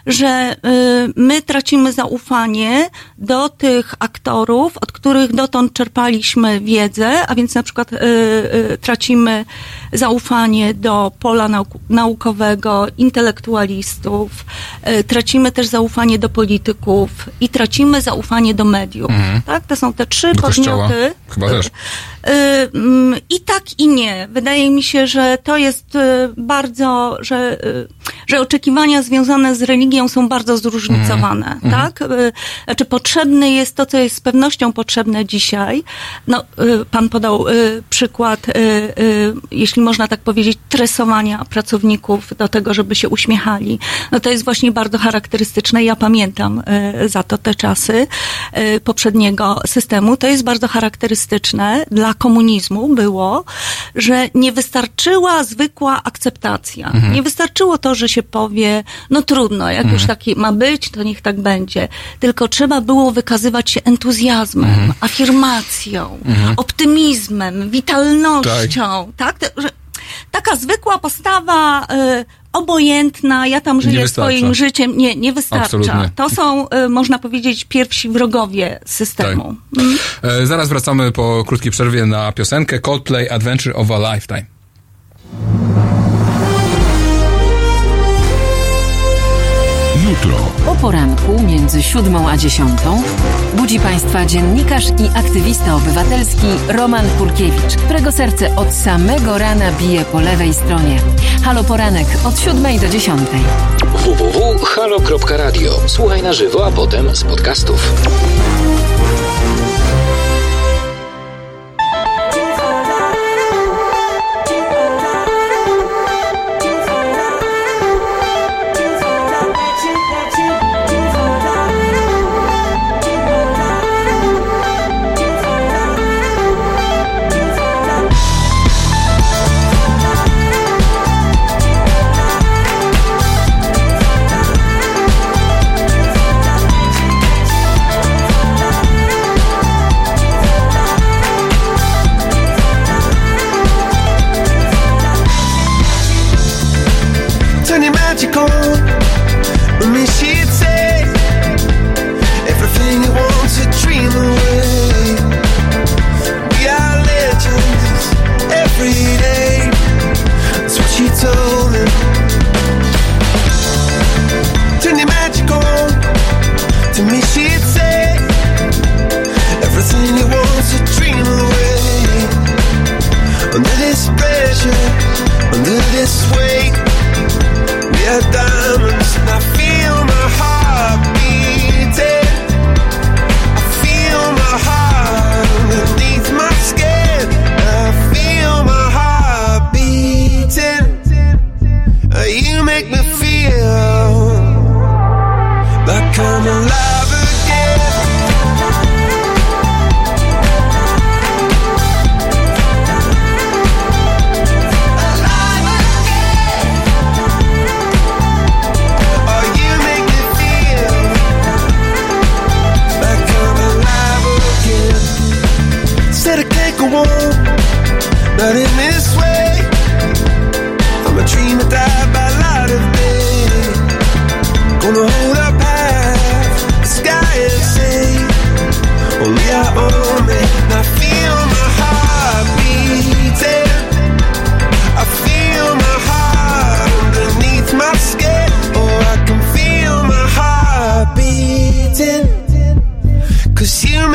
że y, my tracimy zaufanie do tych aktorów, od których dotąd czerpaliśmy wiedzę, a więc na przykład y, y, tracimy zaufanie do pola nauk- naukowego, intelektualistów, y, tracimy też zaufanie do polityków i tracimy zaufanie do mediów. Mhm. Tak? To są te trzy do podmioty. Kościoła. Chyba też. I tak i nie. Wydaje mi się, że to jest bardzo, że, że oczekiwania związane z religią są bardzo zróżnicowane, mm. tak? Znaczy potrzebne jest to, co jest z pewnością potrzebne dzisiaj. No, pan podał przykład, jeśli można tak powiedzieć, tresowania pracowników do tego, żeby się uśmiechali. No to jest właśnie bardzo charakterystyczne. Ja pamiętam za to te czasy poprzedniego systemu. To jest bardzo charakterystyczne dla komunizmu było, że nie wystarczyła zwykła akceptacja. Mhm. Nie wystarczyło to, że się powie, no trudno, jak mhm. już taki ma być, to niech tak będzie. Tylko trzeba było wykazywać się entuzjazmem, mhm. afirmacją, mhm. optymizmem, witalnością. Tak? tak? Że taka zwykła postawa y, obojętna, ja tam żyję swoim życiem. Nie, nie wystarcza. Absolutnie. To są, y, można powiedzieć, pierwsi wrogowie systemu. Tak. Mm. E, zaraz wracamy po krótkiej przerwie na piosenkę Coldplay Adventure of a Lifetime. Jutro. O poranku między siódmą a dziesiątą budzi Państwa dziennikarz i aktywista obywatelski Roman Kurkiewicz, którego serce od samego rana bije po lewej stronie. Halo Poranek od siódmej do dziesiątej. w w w kropka halo kropka radio. Słuchaj na żywo, a potem z podcastów.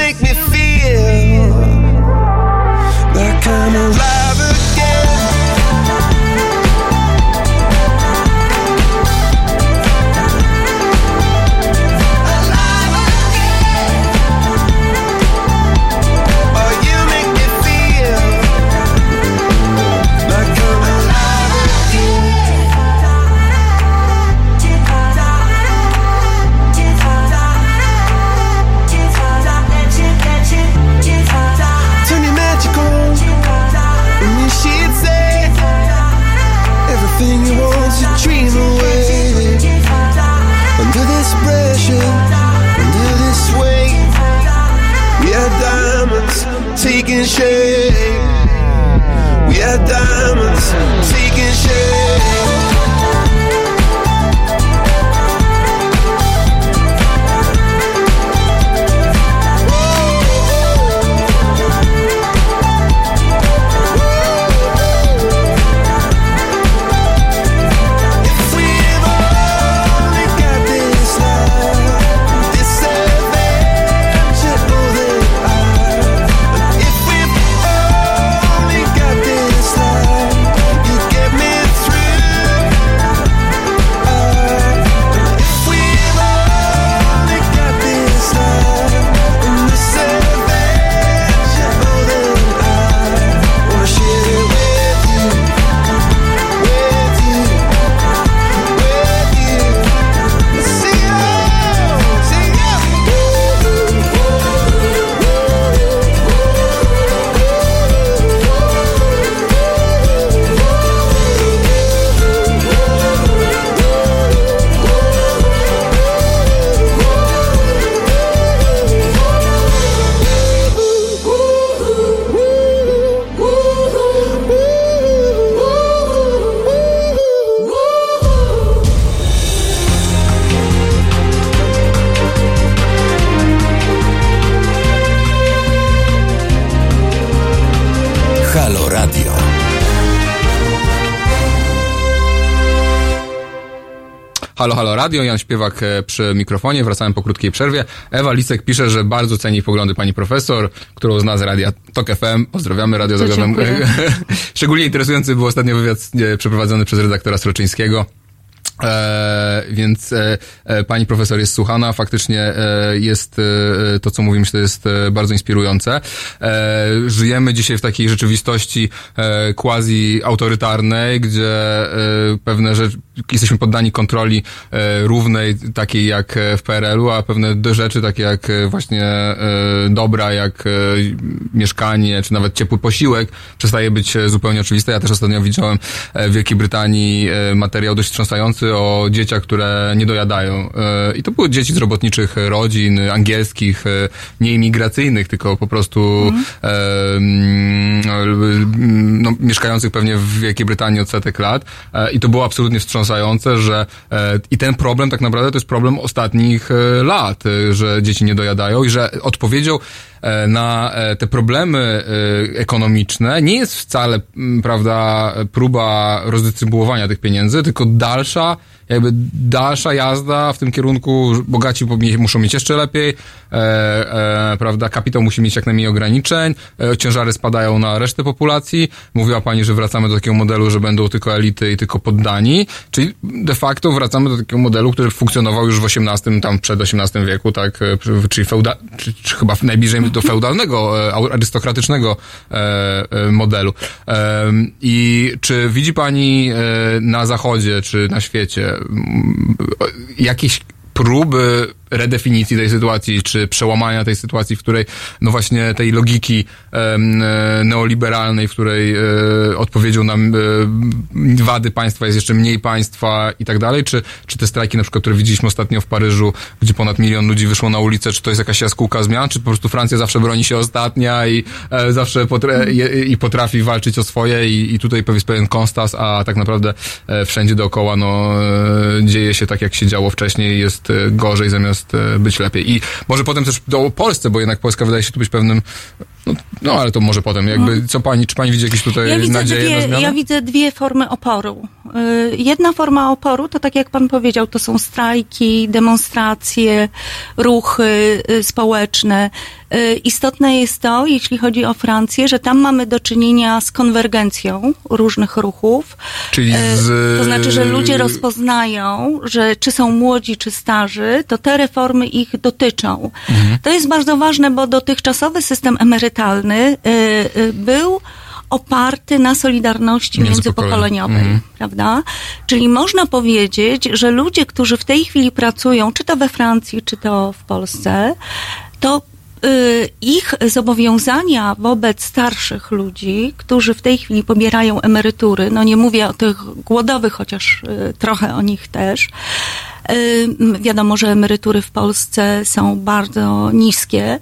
make me feel like I'm alive again. Alive again. Oh, you make me feel like I'm alive again. Turn your magic on, and you should say everything you want to dream away. Under this pressure, under this weight, we are diamonds taking shape. We are diamonds taking shape. Halo Radio. Halo, halo radio, Jan Śpiewak przy mikrofonie, wracałem po krótkiej przerwie. Ewa Licek pisze, że bardzo ceni poglądy pani profesor, którą zna z radia Tok F M. Pozdrawiamy, Radio Tok F M. Szczególnie interesujący był ostatnio wywiad przeprowadzony przez redaktora Sroczyńskiego. E, więc e, e, pani profesor jest słuchana, faktycznie e, jest e, to, co mówimy, to jest e, bardzo inspirujące. E, żyjemy dzisiaj w takiej rzeczywistości e, quasi-autorytarnej, gdzie e, pewne rzeczy, jesteśmy poddani kontroli e, równej, takiej jak w P R L-u, a pewne rzeczy, takie jak właśnie e, dobra, jak e, mieszkanie, czy nawet ciepły posiłek, przestaje być zupełnie oczywiste. Ja też ostatnio widziałem w Wielkiej Brytanii e, materiał dość wstrząsający o dzieciach, które nie dojadają. I to były dzieci z robotniczych rodzin, angielskich, nie imigracyjnych, tylko po prostu mm. e, no, mieszkających pewnie w Wielkiej Brytanii od setek lat. I to było absolutnie wstrząsające, że e, i ten problem tak naprawdę to jest problem ostatnich e, lat, e, że dzieci nie dojadają i że odpowiedzią na te problemy ekonomiczne nie jest wcale, prawda, próba rozdystrybuowania tych pieniędzy, tylko dalsza, jakby dalsza jazda w tym kierunku. Bogaci muszą mieć jeszcze lepiej, e, e, prawda, kapitał musi mieć jak najmniej ograniczeń, e, ciężary spadają na resztę populacji. Mówiła pani, że wracamy do takiego modelu, że będą tylko elity i tylko poddani, czyli de facto wracamy do takiego modelu, który funkcjonował już w osiemnastym, tam przed osiemnastym wieku, tak, czyli feuda, czy, czy chyba najbliżej do feudalnego, arystokratycznego e, modelu. E, I czy widzi pani e, na Zachodzie, czy na świecie jakieś próby redefinicji tej sytuacji, czy przełamania tej sytuacji, w której no właśnie tej logiki e, neoliberalnej, w której e, odpowiedzią na e, wady państwa jest jeszcze mniej państwa i tak dalej, czy, czy te strajki na przykład, które widzieliśmy ostatnio w Paryżu, gdzie ponad milion ludzi wyszło na ulicę, czy to jest jakaś jaskółka zmian, czy po prostu Francja zawsze broni się ostatnia i e, zawsze potra- i, i potrafi walczyć o swoje i, i tutaj jest pewien konstas, a tak naprawdę e, wszędzie dookoła no e, dzieje się tak, jak się działo wcześniej, jest e, gorzej zamiast być lepiej. I może potem też do Polsce, bo jednak Polska wydaje się tu być pewnym No, no ale to może potem, jakby, co pani, czy pani widzi jakieś tutaj ja widzę nadzieje dwie, na zmianę? Ja widzę dwie formy oporu. Y, jedna forma oporu to, tak jak pan powiedział, to są strajki, demonstracje, ruchy y, społeczne. Y, istotne jest to, jeśli chodzi o Francję, że tam mamy do czynienia z konwergencją różnych ruchów. Czyli z... Y, to znaczy, że ludzie rozpoznają, że czy są młodzi, czy starzy, to te reformy ich dotyczą. Mhm. To jest bardzo ważne, bo dotychczasowy system emerytalny y, y, był oparty na solidarności międzypokoleniowej, mm. prawda? Czyli można powiedzieć, że ludzie, którzy w tej chwili pracują, czy to we Francji, czy to w Polsce, to y, ich zobowiązania wobec starszych ludzi, którzy w tej chwili pobierają emerytury, no nie mówię o tych głodowych, chociaż y, trochę o nich też, y, wiadomo, że emerytury w Polsce są bardzo niskie,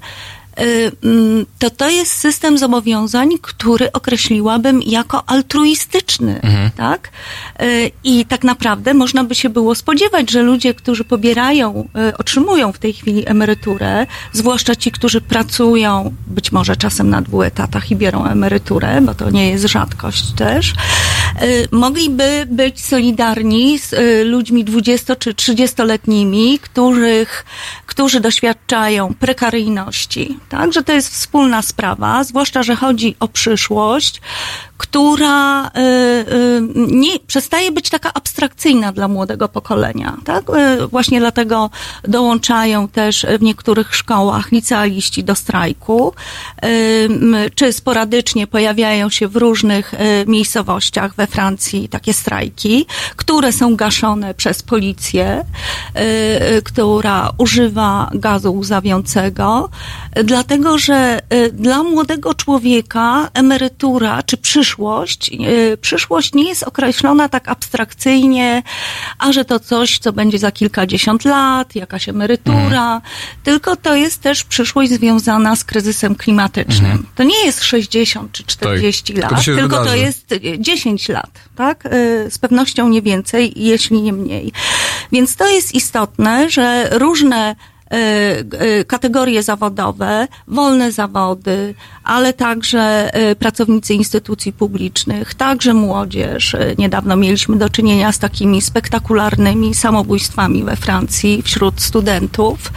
to to jest system zobowiązań, który określiłabym jako altruistyczny, mhm. tak? I tak naprawdę można by się było spodziewać, że ludzie, którzy pobierają, otrzymują w tej chwili emeryturę, zwłaszcza ci, którzy pracują, być może czasem na dwóch etatach i biorą emeryturę, bo to nie jest rzadkość też, mogliby być solidarni z ludźmi dwudziesto- czy trzydziestoletnimi, których, którzy doświadczają prekaryjności. Tak, że to jest wspólna sprawa, zwłaszcza, że chodzi o przyszłość, która y, y, nie przestaje być taka abstrakcyjna dla młodego pokolenia. Tak? Y, właśnie dlatego dołączają też w niektórych szkołach licealiści do strajku, y, czy sporadycznie pojawiają się w różnych y, miejscowościach we Francji takie strajki, które są gaszone przez policję, y, y, która używa gazu łzawiącego, y, dlatego, że y, dla młodego człowieka emerytura czy przyszłość Przyszłość, yy, przyszłość nie jest określona tak abstrakcyjnie, a że to coś, co będzie za kilkadziesiąt lat, jakaś emerytura, mhm. tylko to jest też przyszłość związana z kryzysem klimatycznym. Mhm. To nie jest sześćdziesiąt czy czterdzieści tak. lat, tylko, to, tylko to jest dziesięć lat, tak? Yy, z pewnością nie więcej, jeśli nie mniej. Więc to jest istotne, że różne kategorie zawodowe, wolne zawody, ale także pracownicy instytucji publicznych, także młodzież. Niedawno mieliśmy do czynienia z takimi spektakularnymi samobójstwami we Francji wśród studentów,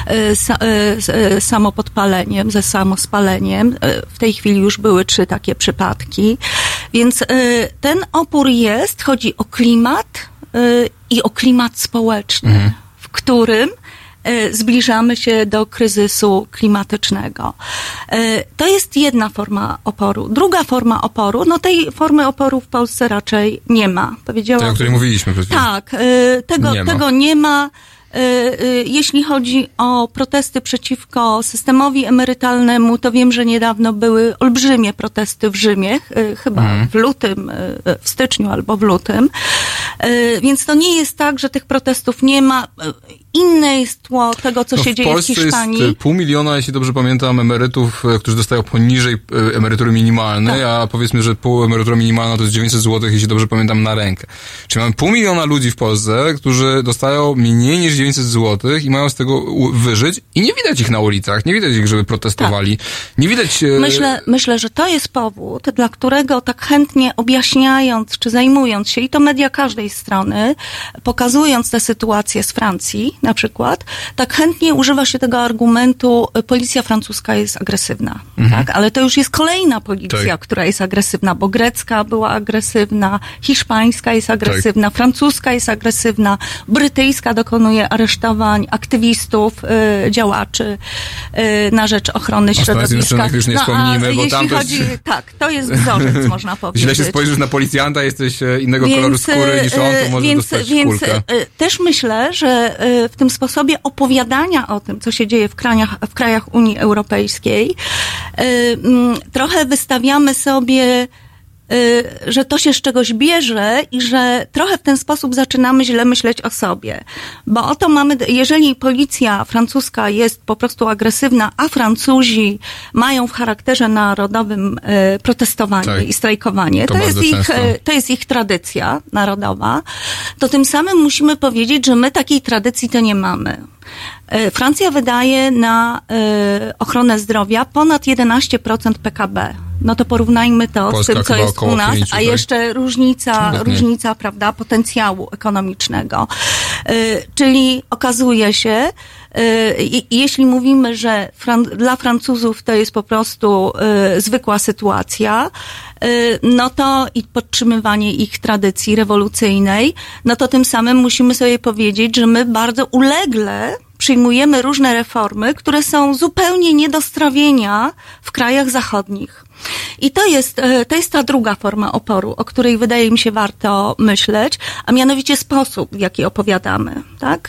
z samopodpaleniem, ze samospaleniem. W tej chwili już były trzy takie przypadki. Więc ten opór jest, chodzi o klimat i o klimat społeczny, mhm. w którym zbliżamy się do kryzysu klimatycznego. To jest jedna forma oporu. Druga forma oporu, no tej formy oporu w Polsce raczej nie ma. Powiedziałam. Tej, o której mówiliśmy przed chwilą. Tak, tego nie ma. Tego nie ma. Jeśli chodzi o protesty przeciwko systemowi emerytalnemu, to wiem, że niedawno były olbrzymie protesty w Rzymie, chyba mm. w lutym, w styczniu albo w lutym. Więc to nie jest tak, że tych protestów nie ma. Inne jest tło tego, co no się w dzieje Polsce w Hiszpanii. Jest pół miliona, jeśli dobrze pamiętam, emerytów, którzy dostają poniżej emerytury minimalnej, tak. a powiedzmy, że pół emerytura minimalna to jest dziewięćset złotych, jeśli dobrze pamiętam, na rękę. Czyli mamy pół miliona ludzi w Polsce, którzy dostają mniej niż dziewięćset złotych i mają z tego wyżyć i nie widać ich na ulicach, nie widać ich, żeby protestowali. Tak. Nie widać... Myślę, myślę, że to jest powód, dla którego tak chętnie objaśniając, czy zajmując się, i to media każdej strony, pokazując tę sytuację z Francji, na przykład, tak chętnie używa się tego argumentu, policja francuska jest agresywna, mhm. tak? Ale to już jest kolejna policja, tak. która jest agresywna, bo grecka była agresywna, hiszpańska jest agresywna, tak. francuska jest agresywna, brytyjska dokonuje aresztowań aktywistów, y, działaczy y, na rzecz ochrony środowiska. Już nie no, wspomnimy, bo jeśli tam chodzi, też... Tak, to jest wzorzec, można powiedzieć. Źle się spojrzysz na policjanta, jesteś innego więc, koloru skóry niż on, to może więc, dostać więc, kulkę. Też myślę, że w tym sposobie opowiadania o tym, co się dzieje w krajach, w krajach Unii Europejskiej, trochę wystawiamy sobie że to się z czegoś bierze i że trochę w ten sposób zaczynamy źle myśleć o sobie. Bo oto mamy, jeżeli policja francuska jest po prostu agresywna, a Francuzi mają w charakterze narodowym protestowanie tak. i strajkowanie, to, to, jest ich, to jest ich tradycja narodowa, to tym samym musimy powiedzieć, że my takiej tradycji to nie mamy. Francja wydaje na ochronę zdrowia ponad jedenaście procent P K B. No to porównajmy to Polska z tym, co jest u nas, pięciu, a jeszcze tak? różnica, różnica, prawda, potencjału ekonomicznego. Czyli okazuje się, jeśli mówimy, że Fran- dla Francuzów to jest po prostu zwykła sytuacja, no to i podtrzymywanie ich tradycji rewolucyjnej, no to tym samym musimy sobie powiedzieć, że my bardzo ulegle przyjmujemy różne reformy, które są zupełnie nie do strawienia w krajach zachodnich. I to jest, to jest ta druga forma oporu, o której wydaje mi się warto myśleć, a mianowicie sposób, w jaki opowiadamy, tak?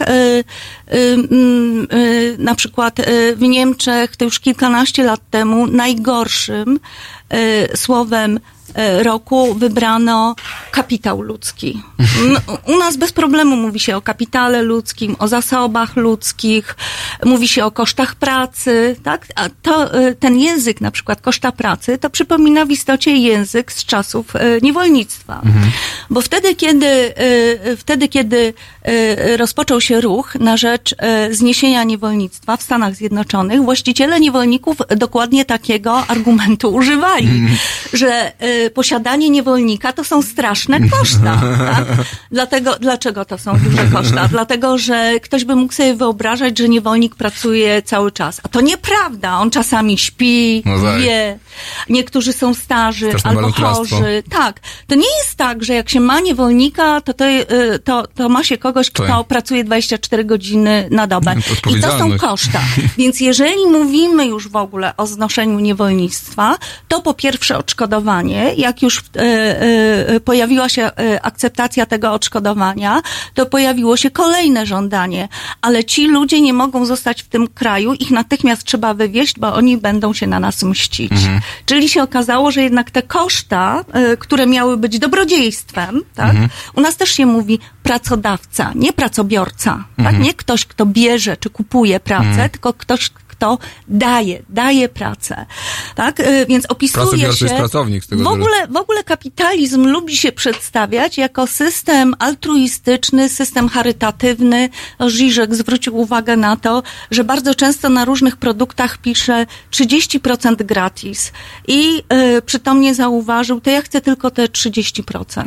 Na przykład w Niemczech to już kilkanaście lat temu najgorszym słowem roku wybrano kapitał ludzki. U nas bez problemu mówi się o kapitale ludzkim, o zasobach ludzkich, mówi się o kosztach pracy, tak? A to, ten język, na przykład koszta pracy, to przypomina w istocie język z czasów niewolnictwa. Mhm. Bo wtedy, kiedy, wtedy, kiedy rozpoczął się ruch na rzecz zniesienia niewolnictwa w Stanach Zjednoczonych, właściciele niewolników dokładnie takiego argumentu używali, mhm. że posiadanie niewolnika to są straszne koszta. Tak? Dlatego, dlaczego to są duże koszta? Dlatego, że ktoś by mógł sobie wyobrażać, że niewolnik pracuje cały czas. A to nieprawda. On czasami śpi, no tak. wie. Niektórzy są starzy Straszne albo chorzy. Tak. To nie jest tak, że jak się ma niewolnika, to, to, to, to ma się kogoś, kto to... pracuje dwadzieścia cztery godziny na dobę. I to są koszta. Więc jeżeli mówimy już w ogóle o znoszeniu niewolnictwa, to po pierwsze odszkodowanie. Jak już e, e, pojawiła się e, akceptacja tego odszkodowania, to pojawiło się kolejne żądanie. Ale ci ludzie nie mogą zostać w tym kraju, ich natychmiast trzeba wywieźć, bo oni będą się na nas mścić. Mhm. Czyli się okazało, że jednak te koszta, e, które miały być dobrodziejstwem, tak? Mhm. U nas też się mówi pracodawca, nie pracobiorca. Mhm. Tak? Nie ktoś, kto bierze czy kupuje pracę, mhm. tylko ktoś, kto daje, daje pracę. Tak? Więc opisuje się... jest pracownik z tego w ogóle, w ogóle kapitalizm lubi się przedstawiać jako system altruistyczny, system charytatywny. Żyżek zwrócił uwagę na to, że bardzo często na różnych produktach pisze trzydzieści procent gratis. I y, przytomnie zauważył, to ja chcę tylko te trzydzieści procent.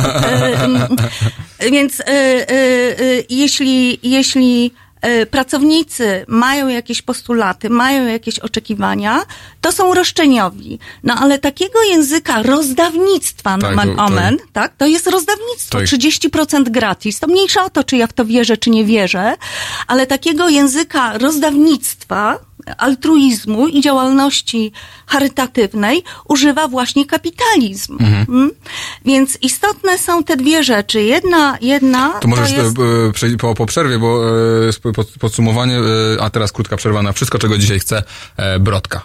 y, y, więc y, y, y, jeśli, jeśli pracownicy mają jakieś postulaty, mają jakieś oczekiwania, to są roszczeniowi. No ale takiego języka rozdawnictwa, tak, man to, omen, to... tak, to jest rozdawnictwo, to... trzydzieści procent gratis. To mniejsza o to, czy ja w to wierzę, czy nie wierzę, ale takiego języka rozdawnictwa, altruizmu i działalności charytatywnej używa właśnie kapitalizm. Mhm. Hmm? Więc istotne są te dwie rzeczy. Jedna, jedna to możesz to jest... po, po przerwie, bo podsumowanie, a teraz krótka przerwa na wszystko, czego dzisiaj chce Brodka.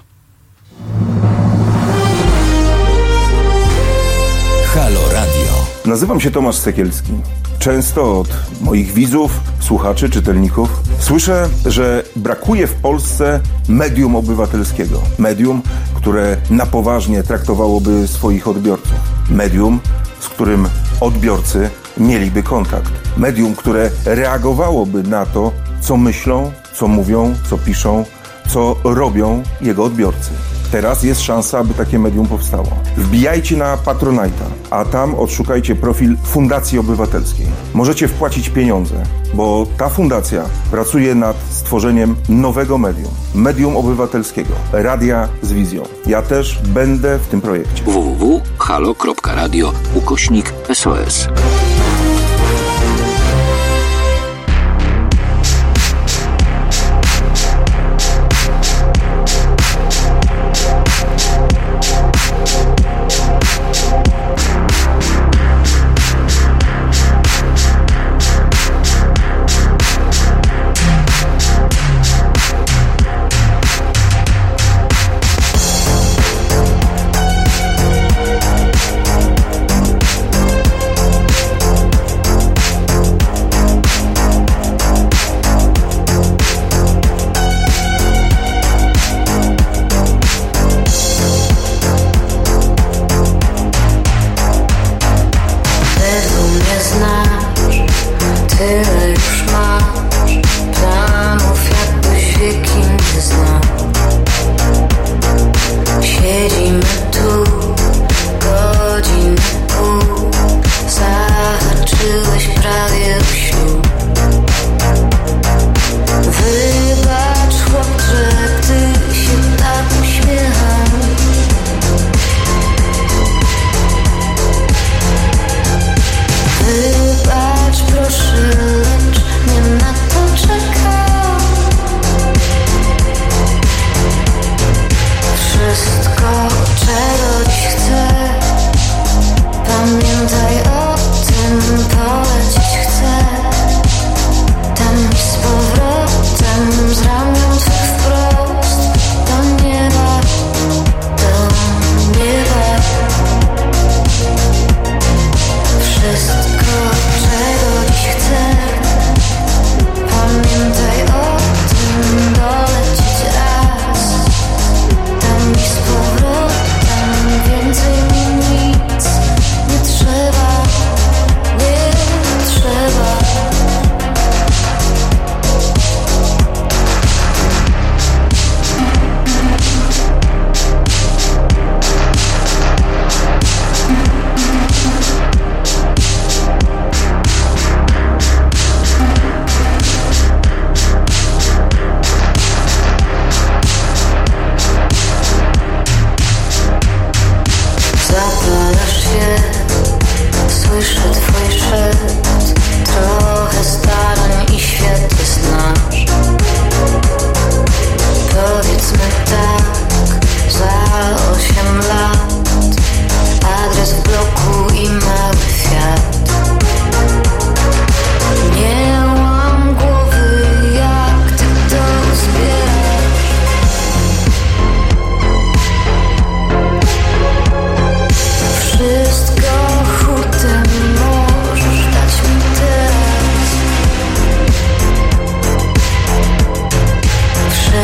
Halo Radio. Nazywam się Tomasz Sekielski. Często od moich widzów, słuchaczy, czytelników słyszę, że brakuje w Polsce medium obywatelskiego. Medium, które na poważnie traktowałoby swoich odbiorców. Medium, z którym odbiorcy mieliby kontakt. Medium, które reagowałoby na to, co myślą, co mówią, co piszą, co robią jego odbiorcy. Teraz jest szansa, aby takie medium powstało. Wbijajcie na Patronite'a, a tam odszukajcie profil Fundacji Obywatelskiej. Możecie wpłacić pieniądze, bo ta fundacja pracuje nad stworzeniem nowego medium. Medium obywatelskiego. Radia z wizją. Ja też będę w tym projekcie. w w w kropka halo kropka radio ukośnik S O S.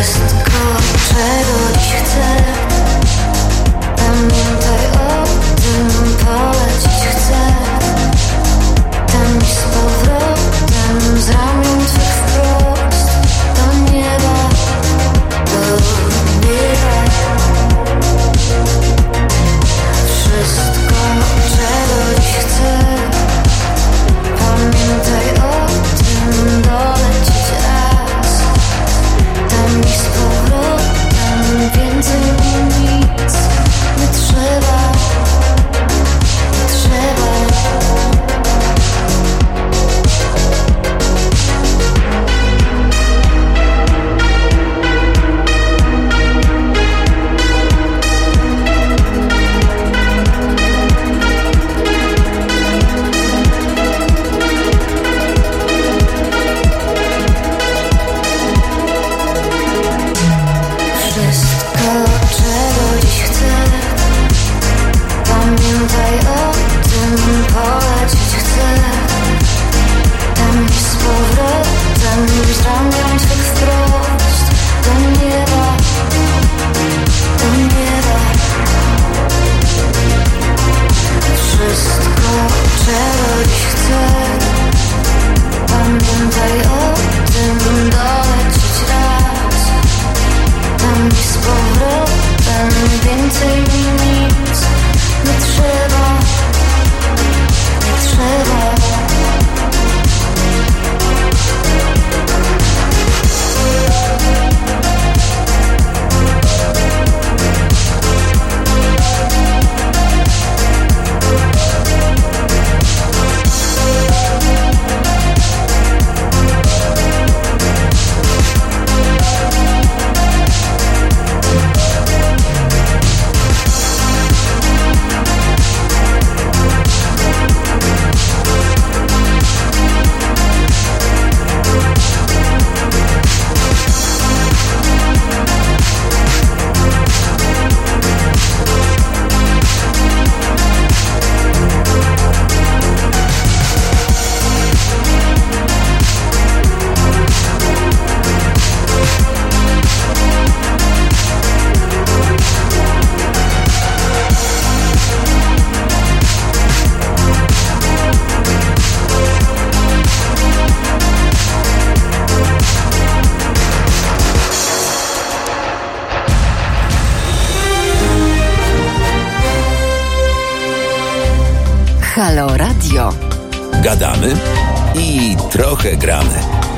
Wszystko, czego dziś chcę, pamiętaj o tym, polecieć chcę. Tam i z powrotem, z ramion twych wprost do nieba, do nieba. Wszystko, czego dziś chcę, pamiętaj o tym, dolecieć raz. Tam i z powrotem, więcej mi nic nie trzeba, nie trzeba. Wszystko, czego dziś chcę, pamiętaj o tym, polecieć chcę. Tam i z powrotem, z ramion twych wprost do nieba, do nieba. Wszystko, czego dziś chcę, pamiętaj o tym, dolecieć raz. Tam i z powrotem, więcej mi nic nie trzeba, nie trzeba. Halo Radio. Gadamy i trochę gramy.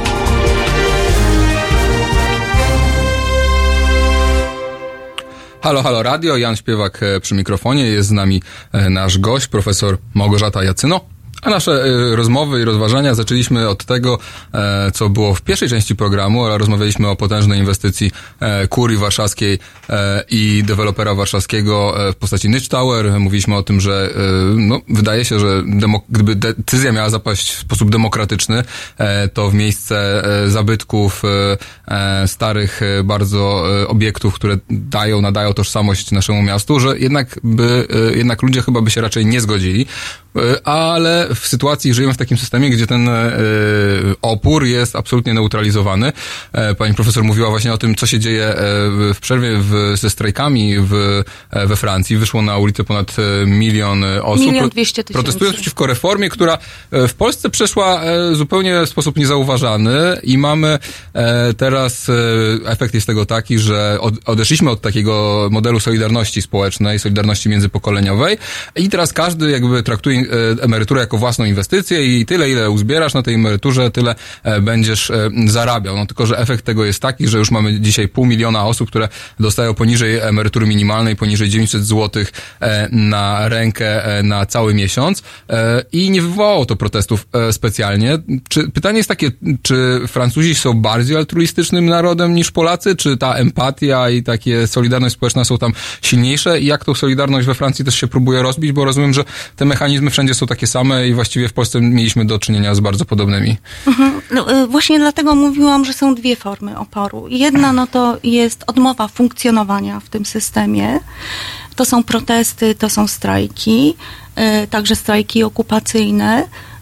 Halo, halo radio, Jan Śpiewak przy mikrofonie, jest z nami nasz gość, profesor Małgorzata Jacyno. A nasze y, rozmowy i rozważania zaczęliśmy od tego, e, co było w pierwszej części programu, ale rozmawialiśmy o potężnej inwestycji e, kurii warszawskiej e, i dewelopera warszawskiego e, w postaci Nitsch Tower. Mówiliśmy o tym, że e, no, wydaje się, że demo, gdyby decyzja miała zapaść w sposób demokratyczny, e, to w miejsce e, zabytków, e, starych e, bardzo e, obiektów, które dają, nadają tożsamość naszemu miastu, że jednak by, e, jednak ludzie chyba by się raczej nie zgodzili. Ale w sytuacji żyjemy w takim systemie, gdzie ten e, opór jest absolutnie neutralizowany. E, pani profesor mówiła właśnie o tym, co się dzieje e, w przerwie w, ze strajkami w, e, we Francji. Wyszło na ulicę ponad milion osób. Milion dwieście tysięcy. Protestując przeciwko reformie, która w Polsce przeszła e, zupełnie w sposób niezauważany i mamy e, teraz e, efekt jest tego taki, że od, odeszliśmy od takiego modelu solidarności społecznej, solidarności międzypokoleniowej i teraz każdy jakby traktuje emeryturę jako własną inwestycję i tyle, ile uzbierasz na tej emeryturze, tyle będziesz zarabiał. No tylko, że efekt tego jest taki, że już mamy dzisiaj pół miliona osób, które dostają poniżej emerytury minimalnej, poniżej dziewięćset złotych na rękę na cały miesiąc i nie wywołało to protestów specjalnie. Czy, pytanie jest takie, czy Francuzi są bardziej altruistycznym narodem niż Polacy? Czy ta empatia i takie solidarność społeczna są tam silniejsze? I jak tą solidarność we Francji też się próbuje rozbić? Bo rozumiem, że te mechanizmy wszędzie są takie same i właściwie w Polsce mieliśmy do czynienia z bardzo podobnymi. Mhm. No, właśnie dlatego mówiłam, że są dwie formy oporu. Jedna no to jest odmowa funkcjonowania w tym systemie. To są protesty, to są strajki, także strajki okupacyjne.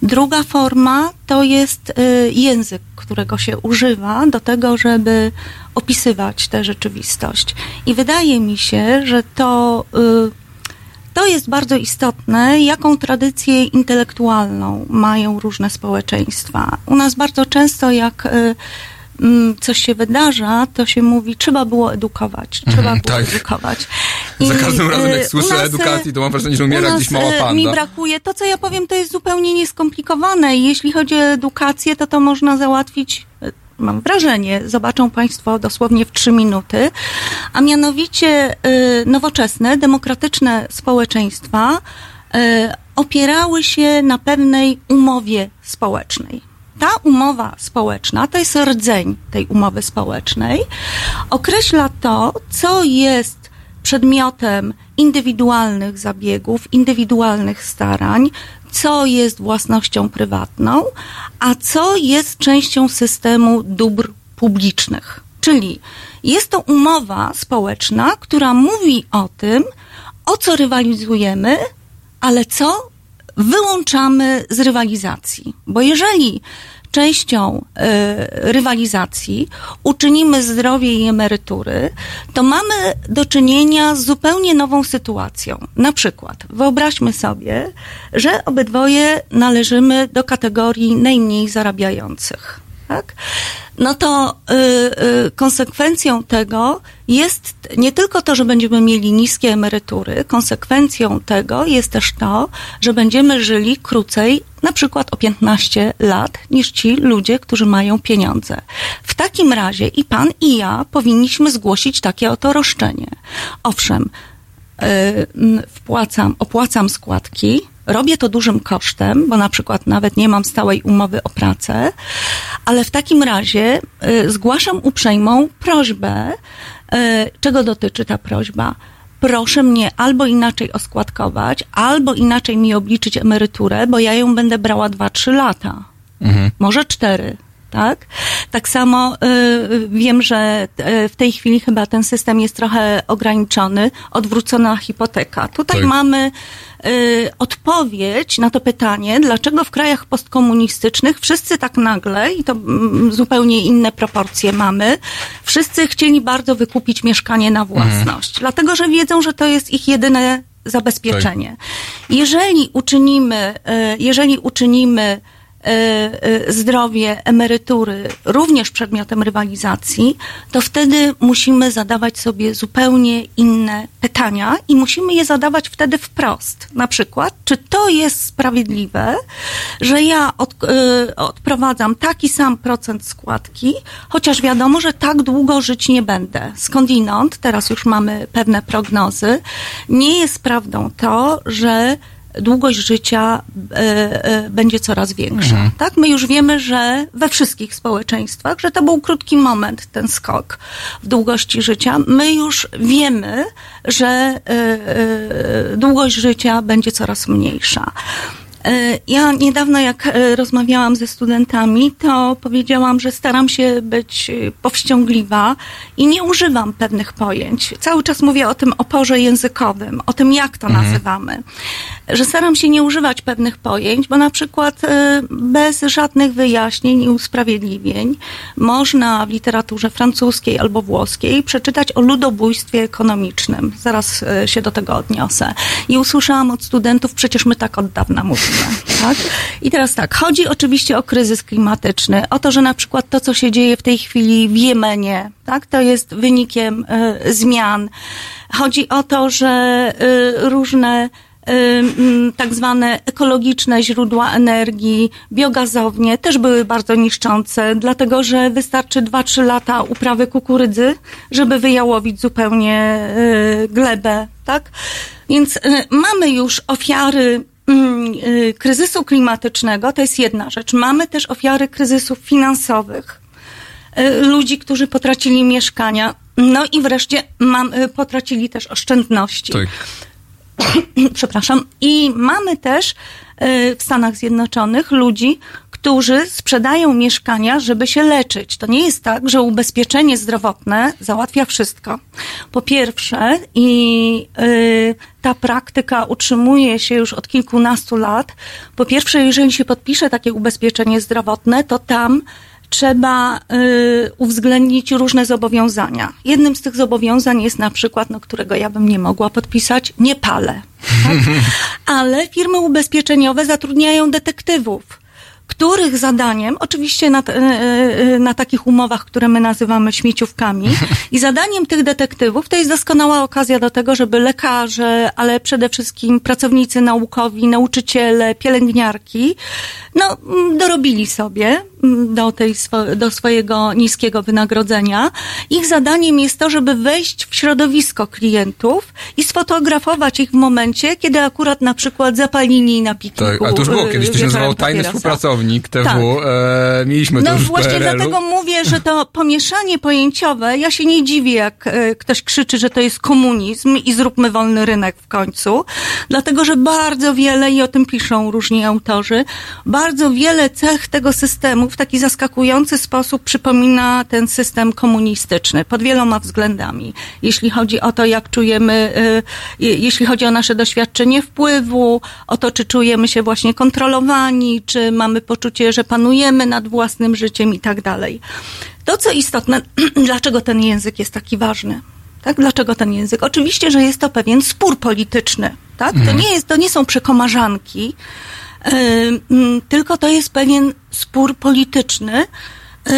Druga forma to jest język, którego się używa do tego, żeby opisywać tę rzeczywistość. I wydaje mi się, że to, to jest bardzo istotne, jaką tradycję intelektualną mają różne społeczeństwa. U nas bardzo często, jak coś się wydarza, to się mówi, trzeba było edukować, trzeba Mhm, było tak. edukować. Za każdym razem, jak y, słyszę u nas, edukacji, to mam wrażenie, że u umiera nas, gdzieś mała y, panda. Mi brakuje, to co ja powiem, to jest zupełnie nieskomplikowane. Jeśli chodzi o edukację, to to można załatwić, y, mam wrażenie, zobaczą Państwo dosłownie w trzy minuty, a mianowicie y, nowoczesne, demokratyczne społeczeństwa y, opierały się na pewnej umowie społecznej. Ta umowa społeczna, to jest rdzeń tej umowy społecznej, określa to, co jest przedmiotem indywidualnych zabiegów, indywidualnych starań, co jest własnością prywatną, a co jest częścią systemu dóbr publicznych. Czyli jest to umowa społeczna, która mówi o tym, o co rywalizujemy, ale co wyłączamy z rywalizacji. Bo jeżeli częścią y, rywalizacji uczynimy zdrowie i emerytury, to mamy do czynienia z zupełnie nową sytuacją. Na przykład wyobraźmy sobie, że obydwoje należymy do kategorii najmniej zarabiających. Tak? No to y, y, konsekwencją tego jest nie tylko to, że będziemy mieli niskie emerytury, konsekwencją tego jest też to, że będziemy żyli krócej, na przykład o piętnaście lat, niż ci ludzie, którzy mają pieniądze. W takim razie i pan, i ja powinniśmy zgłosić takie oto roszczenie. Owszem, y, wpłacam, opłacam składki, robię to dużym kosztem, bo na przykład nawet nie mam stałej umowy o pracę, ale w takim razie y, zgłaszam uprzejmą prośbę. Y, czego dotyczy ta prośba? Proszę mnie albo inaczej oskładkować, albo inaczej mi obliczyć emeryturę, bo ja ją będę brała dwa trzy lata. Mhm. Może cztery. Tak? Tak samo y, wiem, że y, w tej chwili chyba ten system jest trochę ograniczony, odwrócona hipoteka. Tutaj tak. mamy y, odpowiedź na to pytanie, dlaczego w krajach postkomunistycznych wszyscy tak nagle, i to mm, zupełnie inne proporcje mamy, wszyscy chcieli bardzo wykupić mieszkanie na własność, mhm. dlatego że wiedzą, że to jest ich jedyne zabezpieczenie. Tak. Jeżeli uczynimy, y, jeżeli uczynimy zdrowie, emerytury również przedmiotem rywalizacji, to wtedy musimy zadawać sobie zupełnie inne pytania i musimy je zadawać wtedy wprost. Na przykład, czy to jest sprawiedliwe, że ja od, y, odprowadzam taki sam procent składki, chociaż wiadomo, że tak długo żyć nie będę. Skądinąd, teraz już mamy pewne prognozy, nie jest prawdą to, że długość życia y, y, będzie coraz większa. Mhm. Tak? My już wiemy, że we wszystkich społeczeństwach, że to był krótki moment, ten skok w długości życia. My już wiemy, że y, y, długość życia będzie coraz mniejsza. Ja niedawno, jak rozmawiałam ze studentami, to powiedziałam, że staram się być powściągliwa i nie używam pewnych pojęć. Cały czas mówię o tym oporze językowym, o tym, jak to mhm. nazywamy. Że staram się nie używać pewnych pojęć, bo na przykład bez żadnych wyjaśnień i usprawiedliwień można w literaturze francuskiej albo włoskiej przeczytać o ludobójstwie ekonomicznym. Zaraz się do tego odniosę. I usłyszałam od studentów, przecież my tak od dawna mówimy. Tak? I teraz tak, chodzi oczywiście o kryzys klimatyczny, o to, że na przykład to, co się dzieje w tej chwili w Jemenie, tak, to jest wynikiem y, zmian. Chodzi o to, że y, różne y, tak zwane ekologiczne źródła energii, biogazownie też były bardzo niszczące, dlatego że wystarczy dwa trzy lata uprawy kukurydzy, żeby wyjałowić zupełnie y, glebę, tak? Więc y, mamy już ofiary kryzysu klimatycznego, to jest jedna rzecz. Mamy też ofiary kryzysów finansowych. Ludzi, którzy potracili mieszkania. No i wreszcie mam, potracili też oszczędności. Tak. Przepraszam. I mamy też w Stanach Zjednoczonych ludzi, którzy sprzedają mieszkania, żeby się leczyć. To nie jest tak, że ubezpieczenie zdrowotne załatwia wszystko. Po pierwsze, i y, ta praktyka utrzymuje się już od kilkunastu lat. Po pierwsze, jeżeli się podpisze takie ubezpieczenie zdrowotne, to tam trzeba y, uwzględnić różne zobowiązania. Jednym z tych zobowiązań jest na przykład, no, którego ja bym nie mogła podpisać, nie palę. Tak? Ale firmy ubezpieczeniowe zatrudniają detektywów, których zadaniem, oczywiście na, na takich umowach, które my nazywamy śmieciówkami, i zadaniem tych detektywów to jest doskonała okazja do tego, żeby lekarze, ale przede wszystkim pracownicy naukowi, nauczyciele, pielęgniarki, no, dorobili sobie do, tej, do swojego niskiego wynagrodzenia. Ich zadaniem jest to, żeby wejść w środowisko klientów i sfotografować ich w momencie, kiedy akurat na przykład zapalili na pikniku. Tak, a to już było kiedyś, to się nazywało tajny współpracownik T W. Tak. E, mieliśmy to no już w właśnie P R L-u. Dlatego mówię, że to pomieszanie pojęciowe, ja się nie dziwię, jak e, ktoś krzyczy, że to jest komunizm i zróbmy wolny rynek w końcu, dlatego, że bardzo wiele, i o tym piszą różni autorzy, bardzo wiele cech tego systemu w taki zaskakujący sposób przypomina ten system komunistyczny pod wieloma względami. Jeśli chodzi o to, jak czujemy, e, jeśli chodzi o nasze doświadczenie wpływu, o to, czy czujemy się właśnie kontrolowani, czy mamy poczucie, że panujemy nad własnym życiem i tak dalej. To, co istotne, dlaczego ten język jest taki ważny? Tak? Dlaczego ten język? Oczywiście, że jest to pewien spór polityczny. Tak? To nie jest, to nie są przekomarzanki, yy, yy, tylko to jest pewien spór polityczny, yy,